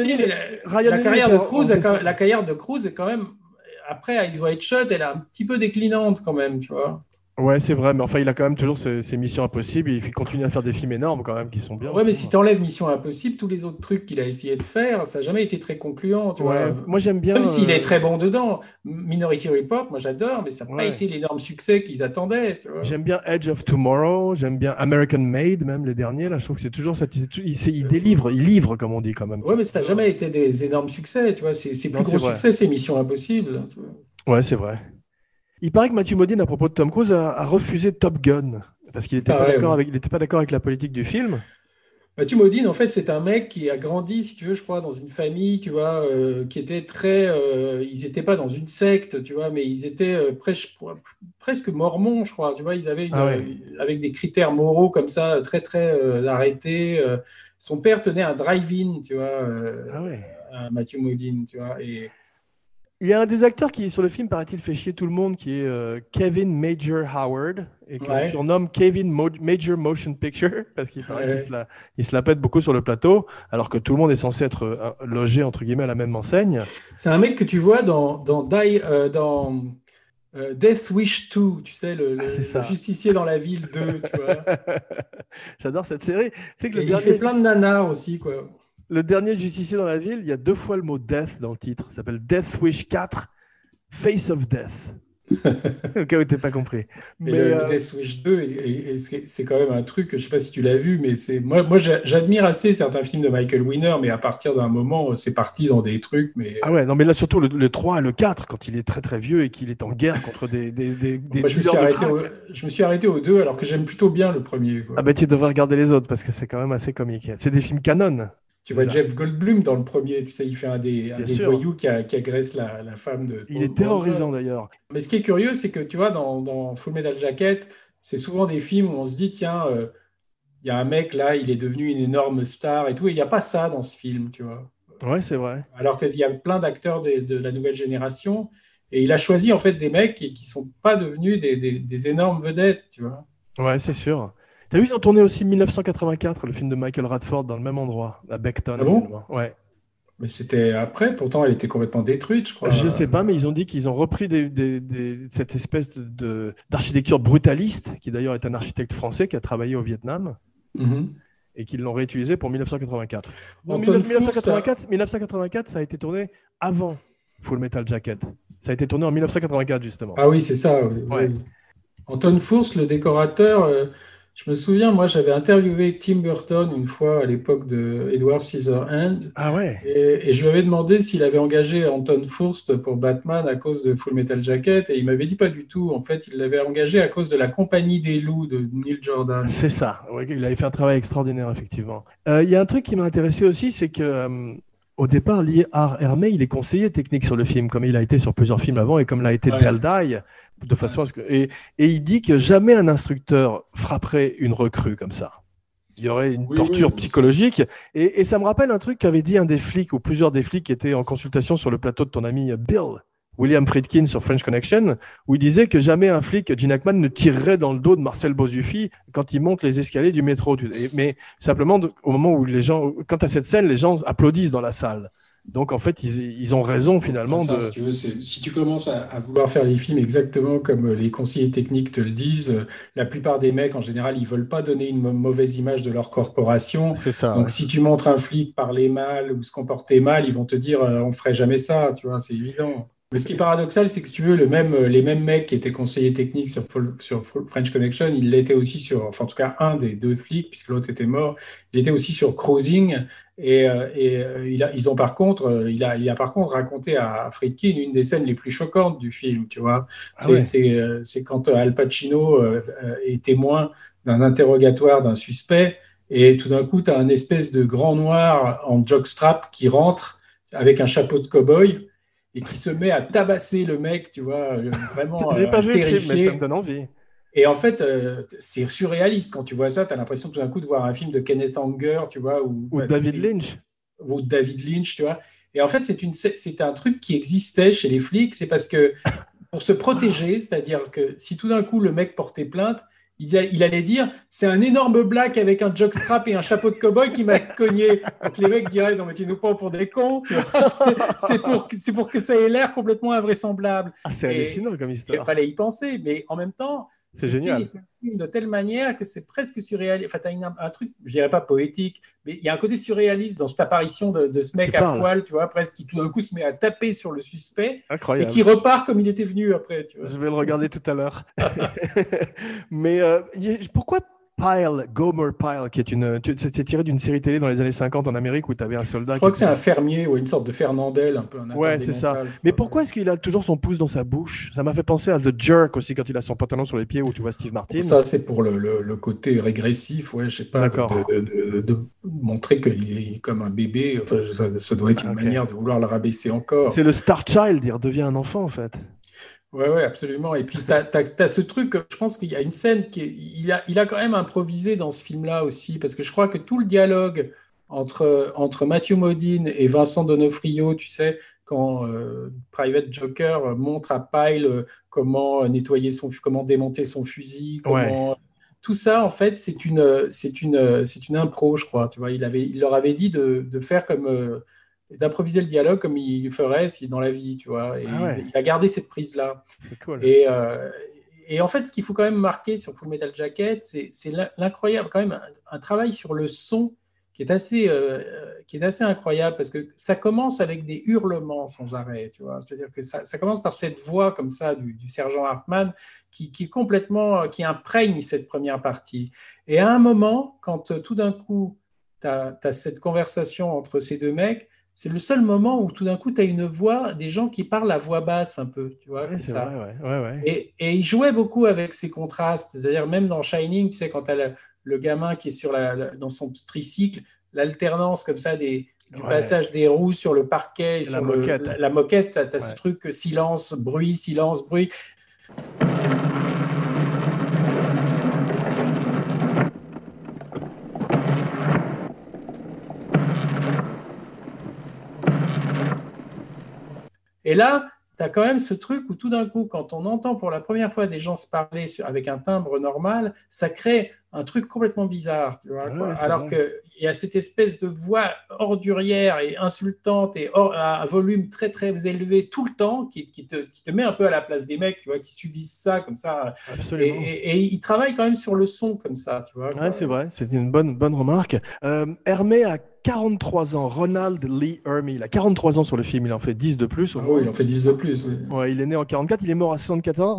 Speaker 4: la carrière de Cruise est quand même, après Eyes Wide Shut, elle est un petit peu déclinante quand même, tu vois.
Speaker 1: Ouais, c'est vrai, mais enfin, il a quand même toujours ses Missions Impossibles. Il continue à faire des films énormes quand même qui sont bien.
Speaker 4: Ouais, mais si tu enlèves Mission Impossible, tous les autres trucs qu'il a essayé de faire, ça n'a jamais été très concluant. Tu vois.
Speaker 1: Moi, j'aime bien.
Speaker 4: Même s'il est très bon dedans. Minority Report, moi j'adore, mais ça n'a pas été l'énorme succès qu'ils attendaient. Tu vois.
Speaker 1: J'aime bien Edge of Tomorrow, j'aime bien American Made, même les derniers. Là, je trouve que c'est toujours ça. Il livre, comme on dit quand même.
Speaker 4: Ouais, mais ça n'a jamais été des énormes succès. Tu vois. Ses plus gros succès, c'est Mission Impossible. Tu vois.
Speaker 1: Ouais, c'est vrai. Il paraît que Matthew Modine, à propos de Tom Cruise, a refusé Top Gun parce qu'il n'était pas d'accord avec la politique du film.
Speaker 4: Matthew Modine, en fait, c'est un mec qui a grandi, si tu veux, je crois, dans une famille, tu vois, qui était très. Ils n'étaient pas dans une secte, tu vois, mais ils étaient presque mormons, je crois. Tu vois, ils avaient avec des critères moraux comme ça, très très arrêtés. Son père tenait un drive-in, tu vois, à Matthew Modine, tu vois, et.
Speaker 1: Il y a un des acteurs qui, sur le film, paraît-il, fait chier tout le monde, qui est Kevin Major Howard, et qu'on surnomme Kevin Major Motion Picture, parce qu'il paraît qu'il se la pète beaucoup sur le plateau, alors que tout le monde est censé être logé, entre guillemets, à la même enseigne.
Speaker 4: C'est un mec que tu vois dans Death Wish 2, tu sais, le justicier dans la ville 2, tu vois.
Speaker 1: J'adore cette série. C'est que
Speaker 4: il fait plein de nanars aussi, quoi.
Speaker 1: Le dernier justicier dans la ville, il y a 2 fois le mot death dans le titre. Ça s'appelle Death Wish 4, Face of Death. Au cas où tu n'as pas compris.
Speaker 4: Mais le Death Wish 2, c'est quand même un truc, je ne sais pas si tu l'as vu, mais moi j'admire assez certains films de Michael Winner, mais à partir d'un moment, c'est parti dans des trucs. Mais...
Speaker 1: Ah ouais, non, mais là surtout le 3 et le 4, quand il est très très vieux et qu'il est en guerre contre des
Speaker 4: moi, je me suis arrêté au 2, alors que j'aime plutôt bien le premier. Quoi.
Speaker 1: Ah ben tu devrais regarder les autres, parce que c'est quand même assez comique. C'est des films canon.
Speaker 4: Tu vois Jeff Goldblum dans le premier, tu sais, il fait un des voyous qui agresse la femme de...
Speaker 1: Il est terrorisant d'ailleurs.
Speaker 4: Mais ce qui est curieux, c'est que tu vois, dans Full Metal Jacket, c'est souvent des films où on se dit, tiens, il y a un mec là, il est devenu une énorme star et tout, et il n'y a pas ça dans ce film, tu vois.
Speaker 1: Ouais, c'est vrai.
Speaker 4: Alors qu'il y a plein d'acteurs de la nouvelle génération, et il a choisi en fait des mecs qui ne sont pas devenus des énormes vedettes, tu vois.
Speaker 1: Ouais, c'est sûr. T'as vu, ils ont tourné aussi 1984, le film de Michael Radford, dans le même endroit, à Beckton.
Speaker 4: Ah bon ?
Speaker 1: Ouais.
Speaker 4: Mais c'était après, pourtant elle était complètement détruite, je crois.
Speaker 1: Je sais pas, mais ils ont dit qu'ils ont repris cette espèce d'architecture brutaliste, qui d'ailleurs est un architecte français qui a travaillé au Vietnam, et qu'ils l'ont réutilisé pour 1984. Bon, 1984, ça a été tourné avant Full Metal Jacket. Ça a été tourné en 1984, justement.
Speaker 4: Ah oui, c'est ça. Oui. Anton Furst, le décorateur... Je me souviens, moi, j'avais interviewé Tim Burton une fois à l'époque de Edward Scissorhands.
Speaker 1: Ah ouais.
Speaker 4: Et je lui avais demandé s'il avait engagé Anton Furst pour Batman à cause de Full Metal Jacket. Et il m'avait dit pas du tout. En fait, il l'avait engagé à cause de La Compagnie des loups de Neil Jordan.
Speaker 1: C'est ça. Ouais, il avait fait un travail extraordinaire, effectivement. Il y a un truc qui m'a intéressé aussi, c'est que au départ, Lee R. Hermé, il est conseiller technique sur le film, comme il a été sur plusieurs films avant et comme l'a été Del Dye, de façon à ce que et il dit que jamais un instructeur frapperait une recrue comme ça. Il y aurait une torture psychologique. Et ça me rappelle un truc qu'avait dit un des flics ou plusieurs des flics qui étaient en consultation sur le plateau de ton ami Bill, William Friedkin sur French Connection, où il disait que jamais un flic, Gene Hackman, ne tirerait dans le dos de Marcel Bozuffi quand il monte les escaliers du métro. Mais simplement, au moment où les gens, quand à cette scène, les gens applaudissent dans la salle. Donc en fait, ils ont raison finalement.
Speaker 4: Ça, si tu veux, si tu commences à vouloir faire les films exactement comme les conseillers techniques te le disent, la plupart des mecs en général, ils veulent pas donner une mauvaise image de leur corporation.
Speaker 1: C'est ça.
Speaker 4: Donc si tu montres un flic parler mal ou se comporter mal, ils vont te dire on ferait jamais ça, tu vois, c'est évident. Mais ce qui est paradoxal, c'est que si tu veux, les mêmes mecs qui étaient conseillers techniques sur French Connection, ils l'étaient aussi sur, enfin en tout cas un des deux flics, puisque l'autre était mort, il était aussi sur Cruising. Et il a par contre raconté à Friedkin une des scènes les plus choquantes du film, tu vois. C'est quand Al Pacino est témoin d'un interrogatoire d'un suspect et tout d'un coup, tu as un espèce de grand noir en jockstrap qui rentre avec un chapeau de cow-boy et qui se met à tabasser le mec, tu vois, vraiment
Speaker 1: J'ai pas vu le film, mais ça me
Speaker 4: terrifié.
Speaker 1: donne envie.
Speaker 4: Et en fait, c'est surréaliste quand tu vois ça. Tu as l'impression tout d'un coup de voir un film de Kenneth Anger, tu vois,
Speaker 1: Ou David Lynch.
Speaker 4: Ou David Lynch, tu vois. Et en fait, c'est un truc qui existait chez les flics. C'est parce que pour se protéger, c'est-à-dire que si tout d'un coup le mec portait plainte, il allait dire c'est un énorme black avec un jockstrap et un chapeau de cow-boy qui m'a cogné. Donc les mecs diraient non mais tu nous prends pour des cons. C'est pour que ça ait l'air complètement invraisemblable.
Speaker 1: Ah, c'est hallucinant comme histoire.
Speaker 4: Il fallait y penser, mais en même temps.
Speaker 1: C'est génial.
Speaker 4: De telle manière que c'est presque surréaliste. Enfin, tu as un truc, je dirais pas poétique, mais il y a un côté surréaliste dans cette apparition de ce mec à poil, tu vois, presque qui tout d'un coup se met à taper sur le suspect.
Speaker 1: Incroyable.
Speaker 4: Et qui repart comme il était venu après. Tu vois.
Speaker 1: Je vais le regarder tout à l'heure. Mais pourquoi Gomer Pyle, c'est tiré d'une série télé dans les années 50 en Amérique où tu avais un soldat.
Speaker 4: Je crois que c'est un fermier ou une sorte de Fernandel, un peu.
Speaker 1: Ouais, c'est ça. Mais pourquoi est-ce qu'il a toujours son pouce dans sa bouche? Ça m'a fait penser à The Jerk aussi quand il a son pantalon sur les pieds où tu vois Steve Martin.
Speaker 4: Ça, c'est pour le côté régressif, ouais, je sais pas, de montrer qu'il est comme un bébé. Enfin, ça doit être une manière de vouloir le rabaisser encore.
Speaker 1: C'est le Star Child, il redevient un enfant en fait.
Speaker 4: Ouais, absolument. Et puis, tu as ce truc, je pense qu'il y a une scène il a quand même improvisé dans ce film-là aussi, parce que je crois que tout le dialogue entre Matthew Modine et Vincent D'Onofrio, tu sais, quand Private Joker montre à Pyle comment démonter son fusil, tout ça, en fait, c'est une impro, je crois. Tu vois, il leur avait dit de faire comme... d'improviser le dialogue comme il ferait dans la vie, tu vois. Et il a gardé cette prise-là.
Speaker 1: C'est cool.
Speaker 4: Et en fait, ce qu'il faut quand même marquer sur Full Metal Jacket, c'est l'incroyable, quand même, un travail sur le son qui est assez incroyable, parce que ça commence avec des hurlements sans arrêt, tu vois. C'est-à-dire que ça commence par cette voix comme ça du sergent Hartman qui imprègne cette première partie. Et à un moment, quand tout d'un coup, tu as cette conversation entre ces deux mecs, c'est le seul moment où tout d'un coup, tu as une voix, des gens qui parlent à voix basse un peu, tu vois,
Speaker 1: c'est
Speaker 4: ça.
Speaker 1: Vrai, ouais.
Speaker 4: Et il jouait beaucoup avec ces contrastes, c'est-à-dire même dans Shining, tu sais, quand tu as le gamin qui est dans son tricycle, l'alternance comme ça du passage des roues sur le parquet, et sur la moquette, tu as ce truc silence, bruit, silence, bruit. Et là, tu as quand même ce truc où tout d'un coup, quand on entend pour la première fois des gens se parler avec un timbre normal, ça crée un truc complètement bizarre. Tu vois, alors qu'il y a cette espèce de voix ordurière et insultante et à volume très très élevé tout le temps qui te met un peu à la place des mecs, tu vois, qui subissent ça comme ça.
Speaker 1: Absolument.
Speaker 4: Et ils travaillent quand même sur le son comme ça. Tu vois,
Speaker 1: c'est vrai, c'est une bonne remarque. Hermé a 43 ans, Ronald Lee Ermey, il a 43 ans sur le film, il en fait 10 de plus.
Speaker 4: Il en fait 10 de plus, oui.
Speaker 1: Ouais, il est né en 44, il est mort à 74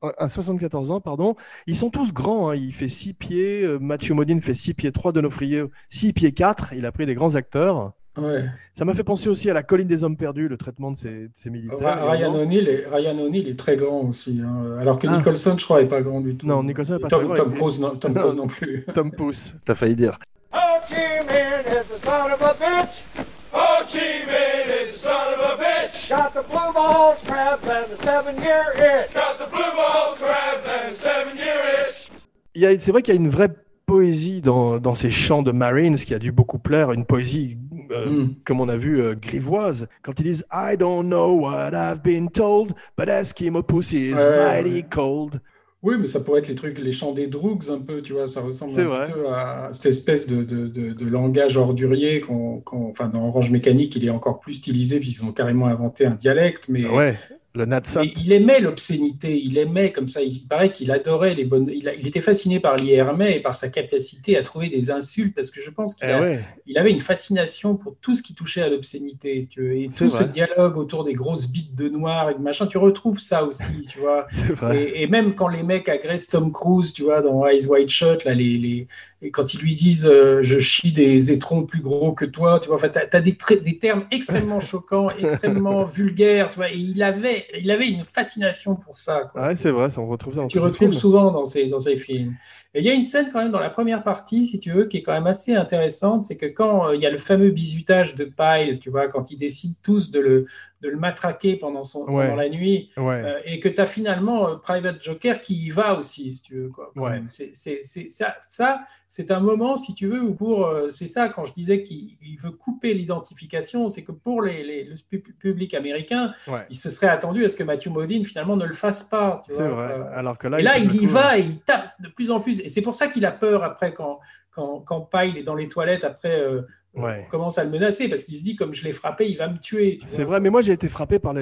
Speaker 1: à 74 ans, pardon. Ils sont tous grands, hein. Il fait 6 pieds, Matthew Modine fait 6 pieds 3, Donofrio 6 pieds 4. Il a pris des grands acteurs.
Speaker 4: Ouais.
Speaker 1: Ça m'a fait penser aussi à la colline des hommes perdus, le traitement de ces militaires.
Speaker 4: Ryan O'Neill est très grand aussi, hein. Alors que Nicholson, je crois, n'est pas grand du tout.
Speaker 1: Non, Nicholson n'est pas très grand.
Speaker 4: Tom Cruise non plus.
Speaker 1: Tom Pouce, t'as failli dire.
Speaker 5: Ho Chi Minh is the son of a bitch. Ho Chi Minh is the son of a bitch. Got the blue balls, crabs, and the 7-year itch. Got the blue balls, crabs, and the 7-year itch.
Speaker 1: C'est vrai qu'il y a une vraie poésie dans ces chants de Marines qui a dû beaucoup plaire, une poésie, comme on a vu, grivoise. Quand ils disent « I don't know what I've been told, but Eskimo pussy is mighty cold ».
Speaker 4: Oui, mais ça pourrait être les chants des Droogs un peu, tu vois, ça ressemble un peu à cette espèce de langage ordurier enfin, dans Orange Mécanique, il est encore plus stylisé puisqu'ils ont carrément inventé un dialecte, mais...
Speaker 1: Ouais. Le Natsat.
Speaker 4: Il aimait l'obscénité, il aimait comme ça, il paraît qu'il adorait les bonnes... Il était fasciné par l'IRME et par sa capacité à trouver des insultes, parce que je pense qu'il avait une fascination pour tout ce qui touchait à l'obscénité. Et tout ce dialogue autour des grosses bites de noir et de machin, tu retrouves ça aussi, tu vois. Et même quand les mecs agressent Tom Cruise, tu vois, dans Eyes Wide Shut, là, et quand ils lui disent je chie des étrons plus gros que toi, tu vois, enfin, t'as des termes extrêmement choquants, extrêmement vulgaires, tu vois, et il avait une fascination pour ça, quoi.
Speaker 1: Ouais, c'est vrai, ça, on retrouve ça dans
Speaker 4: tu retrouves souvent dans ces films. Et il y a une scène quand même dans la première partie, si tu veux, qui est quand même assez intéressante, c'est que quand il y a le fameux bizutage de Pyle, tu vois, quand ils décident tous de le matraquer pendant la nuit, et que tu as finalement Private Joker qui y va aussi, si tu veux, quoi. C'est un moment, si tu veux, où c'est ça, quand je disais qu'il veut couper l'identification, c'est que pour le public américain, il se serait attendu à ce que Matthew Modine finalement ne le fasse pas. C'est
Speaker 1: vrai. Alors que là,
Speaker 4: il y va et il tape de plus en plus. Et c'est pour ça qu'il a peur après quand Pyle est dans les toilettes, après commence à le menacer, parce qu'il se dit, comme je l'ai frappé, il va me tuer.
Speaker 1: C'est vrai, mais moi j'ai été frappé par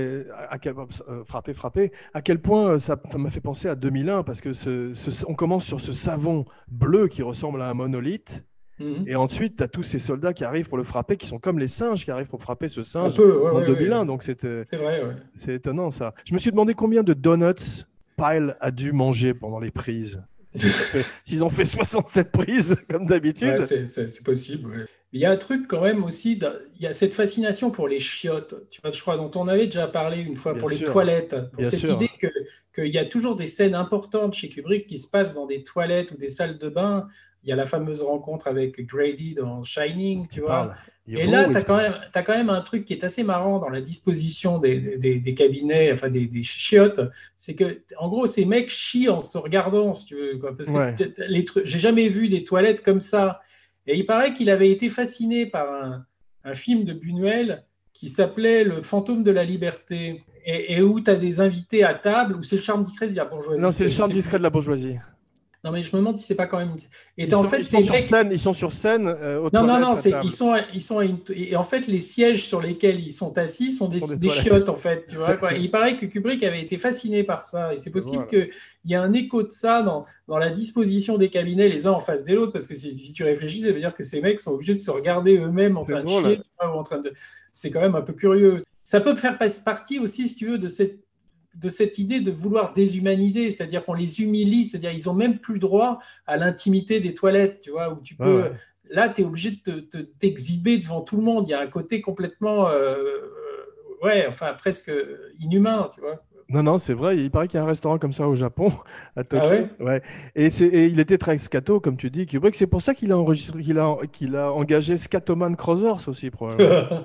Speaker 1: à quel point ça m'a fait penser à 2001, parce que on commence sur ce savon bleu qui ressemble à un monolithe. Et ensuite, tu as tous ces soldats qui arrivent pour le frapper, qui sont comme les singes qui arrivent pour frapper ce singe en 2001. Donc c'est vrai, c'est étonnant ça. Je me suis demandé combien de donuts Pyle a dû manger pendant les prises. S'ils ont fait 67 prises, comme d'habitude.
Speaker 4: Ouais, c'est possible, ouais. Il y a un truc quand même aussi, il y a cette fascination pour les chiottes, tu vois, je crois, dont on avait déjà parlé une fois, pour les toilettes, pour cette idée qu'il y a toujours des scènes importantes chez Kubrick qui se passent dans des toilettes ou des salles de bain. Il y a la fameuse rencontre avec Grady dans Shining, tu vois. Et là, tu as quand même un truc qui est assez marrant dans la disposition des cabinets, enfin des chiottes. C'est que, en gros, ces mecs chient en se regardant, si tu veux, quoi. Parce que j'ai jamais vu des toilettes comme ça. Et il paraît qu'il avait été fasciné par un film de Buñuel qui s'appelait Le fantôme de la liberté. Et où tu as des invités à table, où c'est le charme discret de la bourgeoisie.
Speaker 1: Non, c'est le charme discret de la bourgeoisie.
Speaker 4: Non, mais je me demande si c'est pas quand même. Et
Speaker 1: ils sont sur scène.
Speaker 4: Non, et en fait, les sièges sur lesquels ils sont assis sont des chiottes, en fait. Tu vois, quoi. Et il paraît que Kubrick avait été fasciné par ça. Et c'est possible qu'il y ait un écho de ça dans la disposition des cabinets, les uns en face des autres, parce que si tu réfléchis, ça veut dire que ces mecs sont obligés de se regarder eux-mêmes en train de chier, tu vois, ou en train de. C'est quand même un peu curieux. Ça peut faire partie aussi, si tu veux, de cette idée de vouloir déshumaniser, c'est-à-dire qu'on les humilie, c'est-à-dire ils n'ont même plus droit à l'intimité des toilettes, tu vois, où tu peux... Là, tu es obligé de t'exhiber devant tout le monde. Il y a un côté complètement... presque inhumain, tu vois.
Speaker 1: Non, c'est vrai. Il paraît qu'il y a un restaurant comme ça au Japon, à Tokyo. Et il était très scato, comme tu dis, Kubrick. C'est pour ça qu'il a engagé Scatoman Crothers aussi, probablement.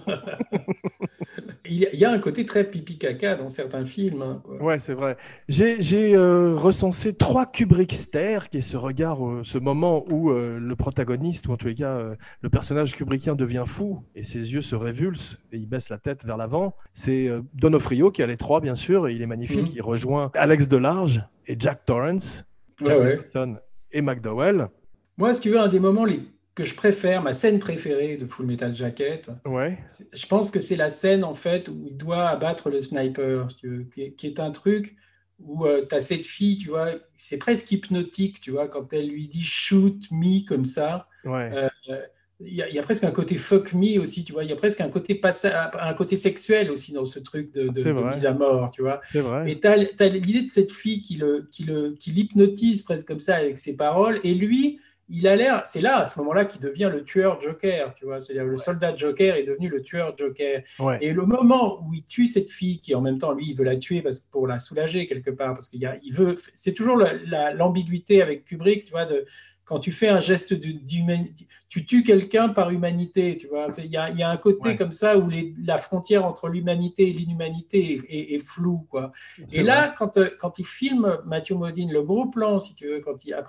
Speaker 4: Il y a un côté très pipi-caca dans certains films. Hein, quoi.
Speaker 1: Ouais, c'est vrai. J'ai recensé 3 Kubricksters, qui est ce regard, ce moment où le protagoniste, ou en tous les cas, le personnage kubrickien devient fou et ses yeux se révulsent et il baisse la tête vers l'avant. C'est Donofrio qui a les 3, bien sûr, et il est magnifique. Il rejoint Alex Delarge et Jack Torrance, Jack Nicholson et McDowell.
Speaker 4: Moi, si tu veux, un des moments que je préfère, ma scène préférée de Full Metal Jacket, je pense que c'est la scène en fait où il doit abattre le sniper, si tu veux, qui est un truc où tu as cette fille, tu vois, c'est presque hypnotique, tu vois, quand elle lui dit « shoot me » comme ça. il y a presque un côté fuck me aussi, tu vois. Il y a presque un côté sexuel aussi dans ce truc de mise à mort, tu vois.
Speaker 1: C'est vrai.
Speaker 4: Et t'as l'idée de cette fille qui l'hypnotise presque comme ça avec ses paroles, et lui, il a l'air, c'est là, à ce moment-là, qu'il devient le tueur Joker, tu vois. C'est-à-dire le soldat Joker est devenu le tueur Joker.
Speaker 1: Ouais.
Speaker 4: Et le moment où il tue cette fille, qui en même temps, lui, il veut la tuer pour la soulager quelque part, parce qu'il veut, c'est toujours l'ambiguïté avec Kubrick, tu vois, quand tu fais un geste d'humanité, tu tues quelqu'un par humanité, tu vois. Il y a un côté comme ça où la frontière entre l'humanité et l'inhumanité est floue, quoi. Et là, quand il filme Matthew Modine, le gros plan, si tu veux, quand il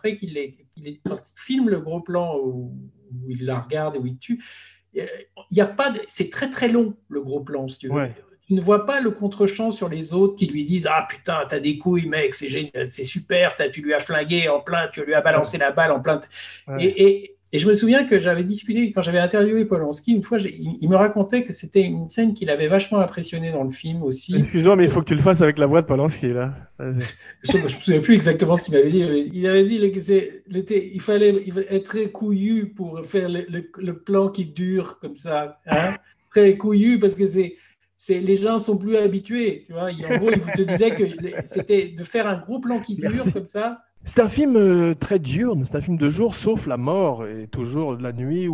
Speaker 4: filme le gros plan où il la regarde et où il tue, il y a pas c'est très très long, le gros plan, si tu veux.
Speaker 1: Ouais.
Speaker 4: Tu ne vois pas le contre-champ sur les autres qui lui disent « Ah putain, t'as des couilles, mec, c'est génial, c'est super, tu lui as flingué en plein, tu lui as balancé la balle en plein. » Et je me souviens que j'avais discuté, quand j'avais interviewé Polanski, une fois, il me racontait que c'était une scène qui l'avait vachement impressionné dans le film aussi.
Speaker 1: Excuse-moi, mais il faut que tu le fasses avec la voix de Polanski, là. Vas-y.
Speaker 4: Je ne me souviens plus exactement ce qu'il m'avait dit. Il avait dit qu'il fallait être très couillu pour faire le plan qui dure comme ça. Hein, très couillu, parce que les gens sont plus habitués, tu vois. En gros, il te disait que c'était de faire un gros plan qui dure comme ça.
Speaker 1: C'est un film très diurne, c'est un film de jour, sauf la mort, et toujours la nuit,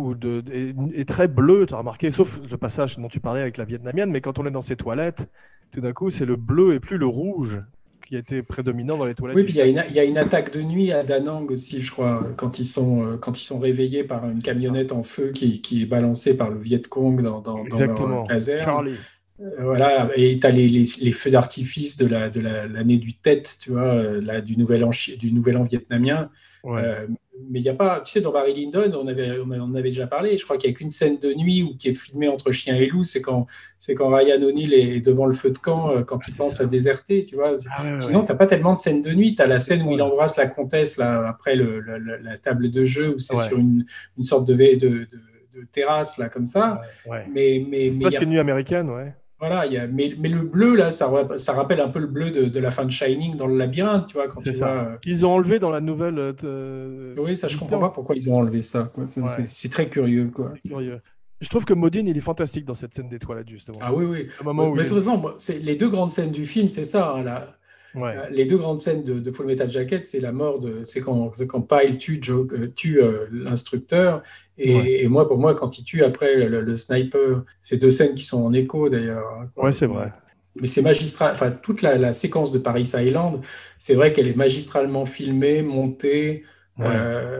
Speaker 1: et très bleu, tu as remarqué, sauf le passage dont tu parlais avec la Vietnamienne, mais quand on est dans ses toilettes, tout d'un coup, c'est le bleu et plus le rouge qui a été prédominant dans les toilettes.
Speaker 4: Oui, puis il y a une attaque de nuit à Da Nang aussi, je crois, quand ils sont réveillés par une camionnette en feu qui est balancée par le Viet Cong dans leur caserne.
Speaker 1: Charlie.
Speaker 4: Voilà, et tu as les feux d'artifice de l'année du Tet, tu vois, du nouvel an vietnamien.
Speaker 1: Ouais.
Speaker 4: Mais il n'y a pas, tu sais, dans Barry Lyndon, on avait déjà parlé, je crois qu'il n'y a qu'une scène de nuit qui est filmée entre chien et loup, c'est quand Ryan O'Neal est devant le feu de camp, quand il pense à déserter, tu vois. Sinon, tu n'as pas tellement de scènes de nuit, tu as la scène où il embrasse la comtesse là, après la table de jeu, où c'est sur une sorte de terrasse, là, comme ça.
Speaker 1: Ouais.
Speaker 4: Mais
Speaker 1: presque une nuit américaine, ouais.
Speaker 4: Voilà, mais le bleu, là, ça rappelle un peu le bleu de la fin de Shining dans le labyrinthe, tu vois. Quand
Speaker 1: c'est
Speaker 4: tu
Speaker 1: ça.
Speaker 4: vois,
Speaker 1: Ils ont enlevé dans la nouvelle.
Speaker 4: Oui, ça, je comprends pas pourquoi ils ont enlevé ça. Quoi. C'est très curieux, quoi.
Speaker 1: C'est curieux. Je trouve que Modine, il est fantastique dans cette scène des toilettes, justement.
Speaker 4: Ah oui. Mais de toute façon, les deux grandes scènes du film, c'est ça. Hein, les deux grandes scènes de Full Metal Jacket, c'est la mort c'est quand Pyle tue l'instructeur. Et pour moi, quand il tue après le sniper, c'est deux scènes qui sont en écho d'ailleurs.
Speaker 1: Ouais, c'est vrai.
Speaker 4: Mais c'est magistral. Enfin, toute la séquence de Paris Island, c'est vrai qu'elle est magistralement filmée, montée.
Speaker 1: Ouais.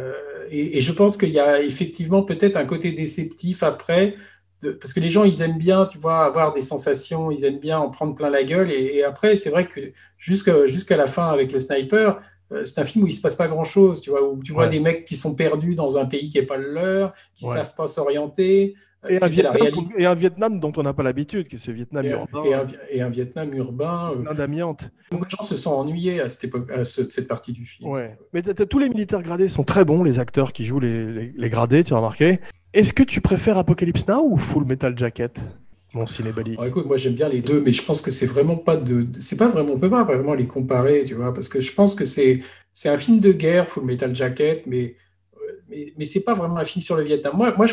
Speaker 4: Et je pense qu'il y a effectivement peut-être un côté déceptif après, parce que les gens, ils aiment bien, tu vois, avoir des sensations, ils aiment bien en prendre plein la gueule. Et après, c'est vrai que jusqu'à la fin avec le sniper, c'est un film où il ne se passe pas grand-chose, tu vois, où tu vois des mecs qui sont perdus dans un pays qui n'est pas le leur, qui ne savent pas s'orienter.
Speaker 1: Et un Vietnam dont on n'a pas l'habitude, qui est ce Vietnam urbain.
Speaker 4: Et un Vietnam urbain.
Speaker 1: Plein d'amiante.
Speaker 4: Beaucoup de gens se sont ennuyés à cette partie du film.
Speaker 1: Ouais. Mais tous les militaires gradés sont très bons, les acteurs qui jouent les gradés, tu as remarqué. Est-ce que tu préfères Apocalypse Now ou Full Metal Jacket, mon cinébali?
Speaker 4: Écoute, moi j'aime bien les deux, mais je pense que c'est vraiment pas c'est pas vraiment, on peut pas vraiment les comparer, tu vois, parce que je pense que c'est un film de guerre, Full Metal Jacket, mais c'est pas vraiment un film sur le Vietnam. Moi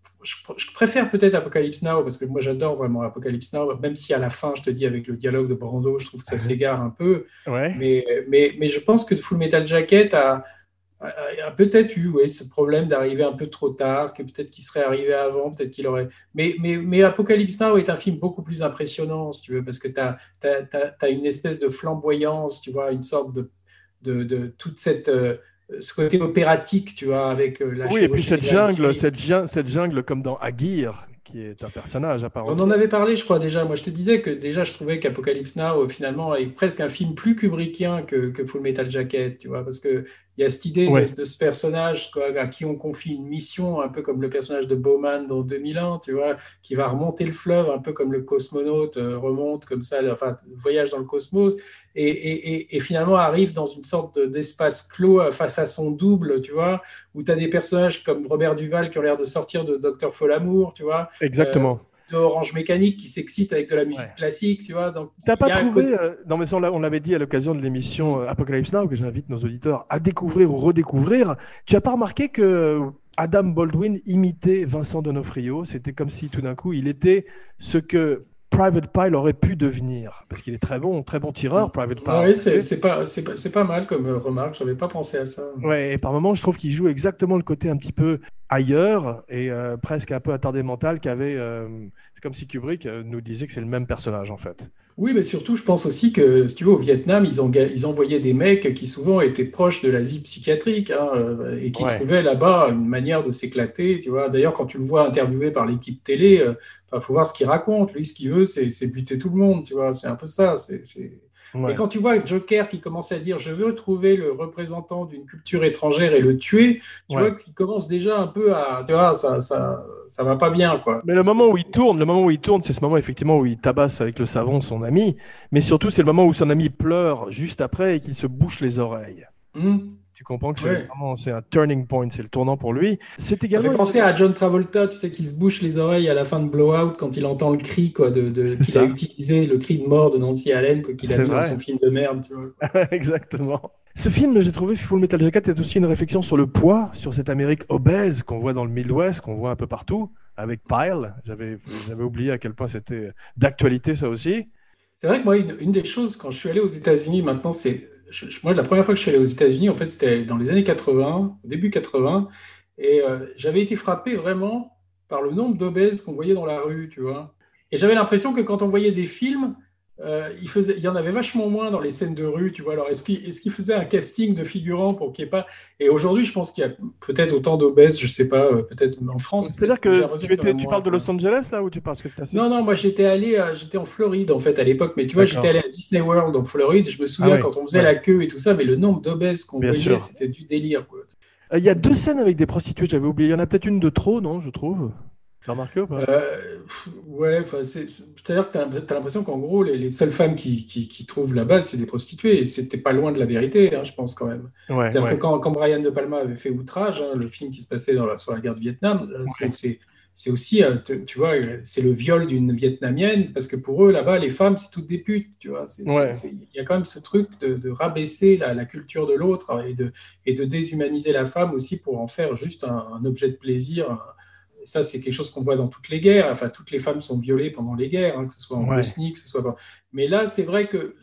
Speaker 4: je préfère peut-être Apocalypse Now, parce que moi j'adore vraiment Apocalypse Now, même si à la fin, je te dis, avec le dialogue de Brando, je trouve que ça s'égare un peu.
Speaker 1: Ouais.
Speaker 4: Mais je pense que Full Metal Jacket a peut-être eu ce problème d'arriver un peu trop tard, que peut-être qu'il serait arrivé avant, peut-être qu'il aurait... Mais Apocalypse Now est un film beaucoup plus impressionnant, si tu veux, parce que tu as une espèce de flamboyance, tu vois, une sorte de toute ce côté opératique, tu vois, avec la
Speaker 1: oui, et puis cette jungle comme dans Aguirre, qui est un personnage à part entière.
Speaker 4: On en avait parlé, je crois, déjà. Moi, je te disais que déjà, je trouvais qu'Apocalypse Now, finalement, est presque un film plus kubrickien que Full Metal Jacket, tu vois, parce qu'il y a cette idée de ce personnage, quoi, à qui on confie une mission, un peu comme le personnage de Bowman dans 2001, tu vois, qui va remonter le fleuve, un peu comme le cosmonaute remonte comme ça, enfin, voyage dans le cosmos, et finalement arrive dans une sorte d'espace clos face à son double, tu vois, où tu as des personnages comme Robert Duval qui ont l'air de sortir de Dr. Folamour, tu vois.
Speaker 1: Exactement.
Speaker 4: d'Orange Mécanique qui s'excite avec de la musique classique, tu vois. Donc,
Speaker 1: t'as pas trouvé non mais ça, on l'avait dit à l'occasion de l'émission Apocalypse Now, que j'invite nos auditeurs à découvrir ou redécouvrir. Tu as pas remarqué que Adam Baldwin imitait Vincent D'Onofrio? C'était comme si tout d'un coup il était ce que Private Pile aurait pu devenir, parce qu'il est très bon tireur, Private Pile.
Speaker 4: Oui, c'est pas mal comme remarque, j'avais pas pensé à ça.
Speaker 1: Ouais, et par moments, je trouve qu'il joue exactement le côté un petit peu ailleurs et presque un peu attardé mental qu'avait. C'est comme si Kubrick nous disait que c'est le même personnage en fait.
Speaker 4: Oui, mais surtout, je pense aussi que, si tu veux, au Vietnam, ils envoyaient des mecs qui souvent étaient proches de l'Asie psychiatrique et qui trouvaient là-bas une manière de s'éclater. Tu vois. D'ailleurs, quand tu le vois interviewé par l'équipe télé, faut voir ce qu'il raconte. Lui, ce qu'il veut, c'est buter tout le monde. Tu vois. C'est un peu ça. Et quand tu vois Joker qui commence à dire « je veux trouver le représentant d'une culture étrangère et le tuer », tu vois qu'il commence déjà un peu à… Tu vois, ça va pas bien, quoi.
Speaker 1: Mais le moment où il tourne, c'est ce moment effectivement où il tabasse avec le savon son ami, mais surtout c'est le moment où son ami pleure juste après et qu'il se bouche les oreilles. Tu comprends que c'est un turning point, c'est le tournant pour lui. C'est également.
Speaker 4: Ça fait penser à John Travolta, tu sais, qui se bouche les oreilles à la fin de Blowout quand il entend le cri qu'il a utilisé, le cri de mort de Nancy Allen qu'il a mis dans son film de merde. Tu vois.
Speaker 1: Exactement. Ce film, j'ai trouvé, Full Metal Jacket, est aussi une réflexion sur le poids, sur cette Amérique obèse qu'on voit dans le Midwest, qu'on voit un peu partout, avec Pyle. J'avais oublié à quel point c'était d'actualité, ça aussi.
Speaker 4: C'est vrai que moi, une des choses, quand je suis allé aux États-Unis, maintenant, moi, la première fois que je suis allé aux États-Unis, en fait, c'était dans les années 80, au début 80, et j'avais été frappé vraiment par le nombre d'obèses qu'on voyait dans la rue, tu vois. Et j'avais l'impression que quand on voyait des films, il y en avait vachement moins dans les scènes de rue, tu vois. Alors, est-ce qu'il faisait un casting de figurants pour qu'il n'y ait pas… Et aujourd'hui, je pense qu'il y a peut-être autant d'obèses, je ne sais pas, peut-être en France.
Speaker 1: C'est-à-dire que tu parles de Los Angeles, là, ou tu parles que c'était assez…
Speaker 4: Non, moi, j'étais en Floride, en fait, à l'époque. Mais tu vois, j'étais allé à Disney World en Floride. Je me souviens quand on faisait la queue et tout ça, mais le nombre d'obèses qu'on voyait, c'était du délire, quoi.
Speaker 1: Il y a 2 scènes avec des prostituées, j'avais oublié. Il y en a peut-être une de trop, non, je trouve. T'as remarqué ou pas?
Speaker 4: C'est-à-dire que tu as l'impression qu'en gros, les seules femmes qui trouvent là-bas, c'est des prostituées. Et c'était pas loin de la vérité, je pense, quand même. C'est-à-dire que quand Brian De Palma avait fait Outrage, le film qui se passait sur la guerre du Vietnam, c'est aussi, tu vois, c'est le viol d'une Vietnamienne, parce que pour eux, là-bas, les femmes, c'est toutes des putes, tu vois. Il y a quand même ce truc de rabaisser la culture de l'autre et de déshumaniser la femme aussi pour en faire juste un objet de plaisir. Ça, c'est quelque chose qu'on voit dans toutes les guerres. Enfin, toutes les femmes sont violées pendant les guerres, que ce soit en Bosnie, que ce soit… Mais là, c'est vrai que…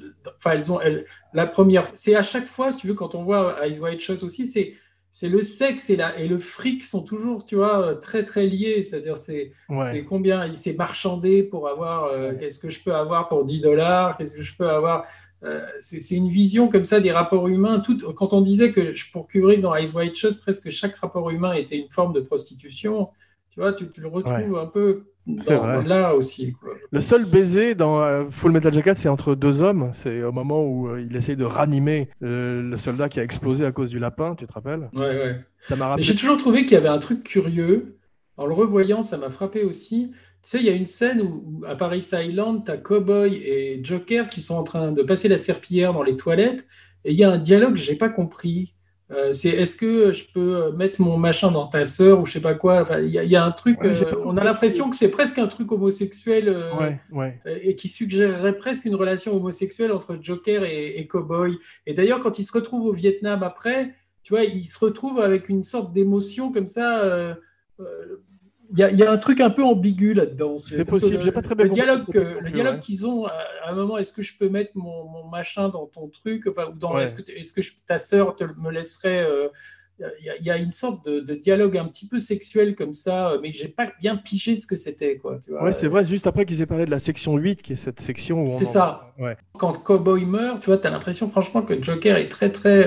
Speaker 4: la première… C'est à chaque fois, si tu veux, quand on voit Eyes Wide Shut aussi, c'est le sexe et le fric sont toujours, tu vois, très, très liés. C'est-à-dire, c'est combien… C'est marchandé pour avoir… Qu'est-ce que je peux avoir pour $10 ? Qu'est-ce que je peux avoir… c'est une vision comme ça des rapports humains. Quand on disait que pour Kubrick, dans Eyes Wide Shut, presque chaque rapport humain était une forme de prostitution… Tu vois, tu le retrouves un peu là aussi, quoi.
Speaker 1: Le seul baiser dans Full Metal Jacket, c'est entre 2 hommes. C'est au moment où il essaye de ranimer le soldat qui a explosé à cause du lapin, tu te rappelles?
Speaker 4: Ouais.
Speaker 1: Ça m'a rappelé...
Speaker 4: J'ai toujours trouvé qu'il y avait un truc curieux. En le revoyant, ça m'a frappé aussi. Tu sais, il y a une scène où à Paris Island, tu as Cowboy et Joker qui sont en train de passer la serpillière dans les toilettes. Et il y a un dialogue que je n'ai pas compris. Est-ce que je peux mettre mon machin dans ta sœur ou je sais pas quoi. Enfin, il y a un truc, on a l'impression que c'est presque un truc homosexuel et qui suggérerait presque une relation homosexuelle entre Joker et Cowboy. Et d'ailleurs, quand il se retrouve au Vietnam après, tu vois, il se retrouve avec une sorte d'émotion comme ça. Il y a un truc un peu ambigu là-dedans.
Speaker 1: C'est possible, j'ai pas très bien
Speaker 4: compris. Le dialogue qu'ils ont, à un moment, est-ce que je peux mettre mon machin dans ton truc, ou est-ce que ta sœur me laisserait… Il y a une sorte de dialogue un petit peu sexuel comme ça, mais j'ai pas bien pigé ce que c'était, quoi. Tu vois.
Speaker 1: Ouais, c'est vrai, c'est juste après qu'ils aient parlé de la section 8, qui est cette section où on…
Speaker 4: C'est ça. Ouais. Quand Cowboy meurt, tu vois, t'as l'impression franchement que Joker est très, très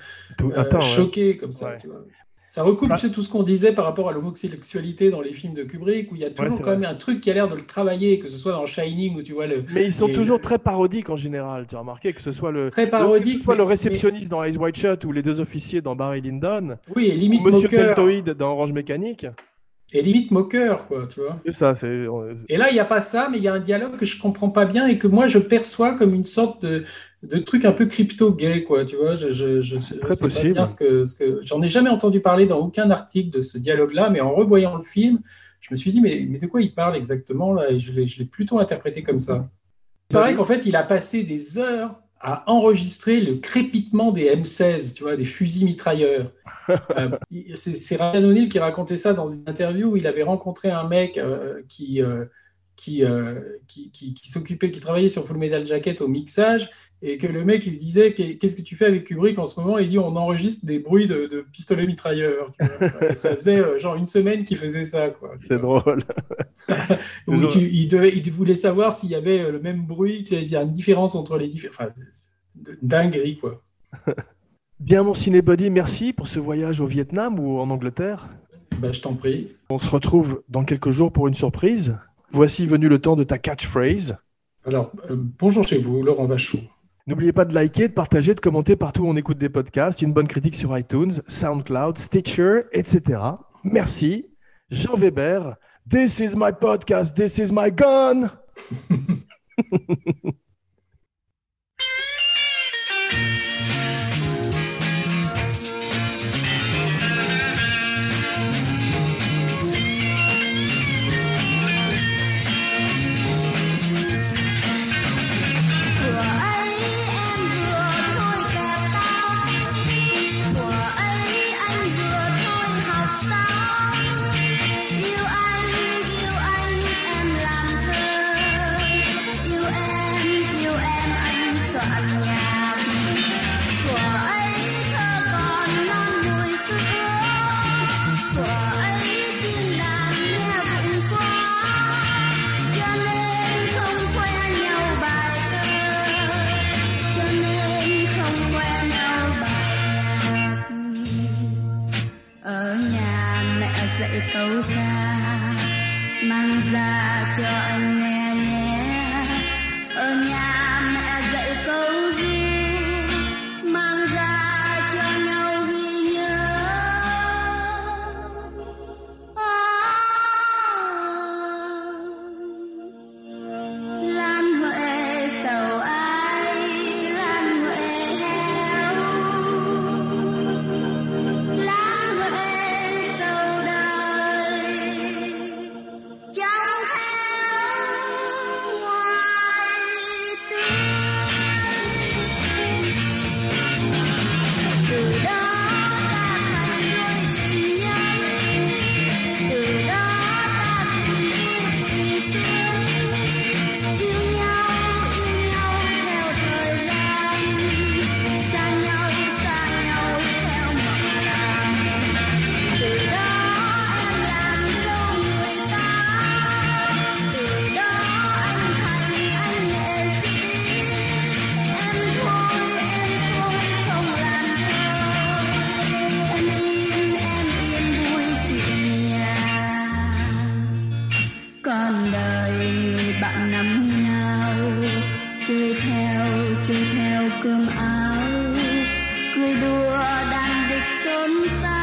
Speaker 4: choqué comme ça, tu vois. Ça recoupe tout ce qu'on disait par rapport à l'homosexualité dans les films de Kubrick, où il y a toujours quand même un truc qui a l'air de le travailler, que ce soit dans Shining, où tu vois le…
Speaker 1: Mais ils sont toujours très parodiques en général, tu as remarqué, que ce soit le réceptionniste dans Eyes Wide Shut ou les 2 officiers dans Barry Lyndon,
Speaker 4: oui, et limite
Speaker 1: ou Monsieur
Speaker 4: moqueur.
Speaker 1: Deltoïde dans Orange Mécanique.
Speaker 4: Et limite moqueur, quoi, tu vois.
Speaker 1: C'est ça.
Speaker 4: Et là, il n'y a pas ça, mais il y a un dialogue que je ne comprends pas bien et que moi, je perçois comme une sorte de truc un peu crypto-gay, quoi, tu vois.
Speaker 1: C'est très possible.
Speaker 4: J'en ai jamais entendu parler dans aucun article de ce dialogue-là, mais en revoyant le film, Je me suis dit, mais de quoi il parle exactement là? Et je l'ai plutôt interprété comme ça. Il paraît qu'en fait, il a passé des heures à enregistrer le crépitement des M16, tu vois, des fusils mitrailleurs. C'est Ryan O'Neal qui racontait ça dans une interview où il avait rencontré un mec qui s'occupait, qui travaillait sur Full Metal Jacket au mixage, et que le mec il lui disait qu'est-ce que tu fais avec Kubrick en ce moment? Il dit on enregistre des bruits de pistolets mitrailleurs. Tu vois. Et ça faisait genre une semaine qu'il faisait ça, quoi.
Speaker 1: C'est drôle.
Speaker 4: Il voulait savoir s'il y avait le même bruit, il y a une différence entre les différents. Enfin, dinguerie, quoi.
Speaker 1: Bien, mon Cinébody, merci pour ce voyage au Vietnam ou en Angleterre.
Speaker 4: Je t'en prie.
Speaker 1: On se retrouve dans quelques jours pour une surprise. Voici venu le temps de ta catchphrase.
Speaker 4: Alors, bonjour chez vous, Laurent Vachon.
Speaker 1: N'oubliez pas de liker, de partager, de commenter partout où on écoute des podcasts, une bonne critique sur iTunes, SoundCloud, Stitcher, etc. Merci. Jean Weber, this is my podcast, this is my gun.
Speaker 7: Dạy câu ca mang ra cho anh nghe nhé. Ở nhà mẹ dạy câu ru mang ra cho nhau ghi nhớ. Lan Huệ sầu ai, Lan Huệ heo, Lan Huệ sầu đời chẳng theo ngoài tươi. Từ đó ta thành đôi tình nhân, từ đó ta tình yêu tình xuyên, yêu nhau theo thời gian, xa nhau theo mộng làm. Từ đó em làm dâu người ta, từ đó anh thành anh nghệ sĩ. Em thôi không làm thơ, em yên vui chuyện nhà. Con đời người bạn nắm nhau, trôi theo cơm áo, cười đùa đàn địch xôn xao.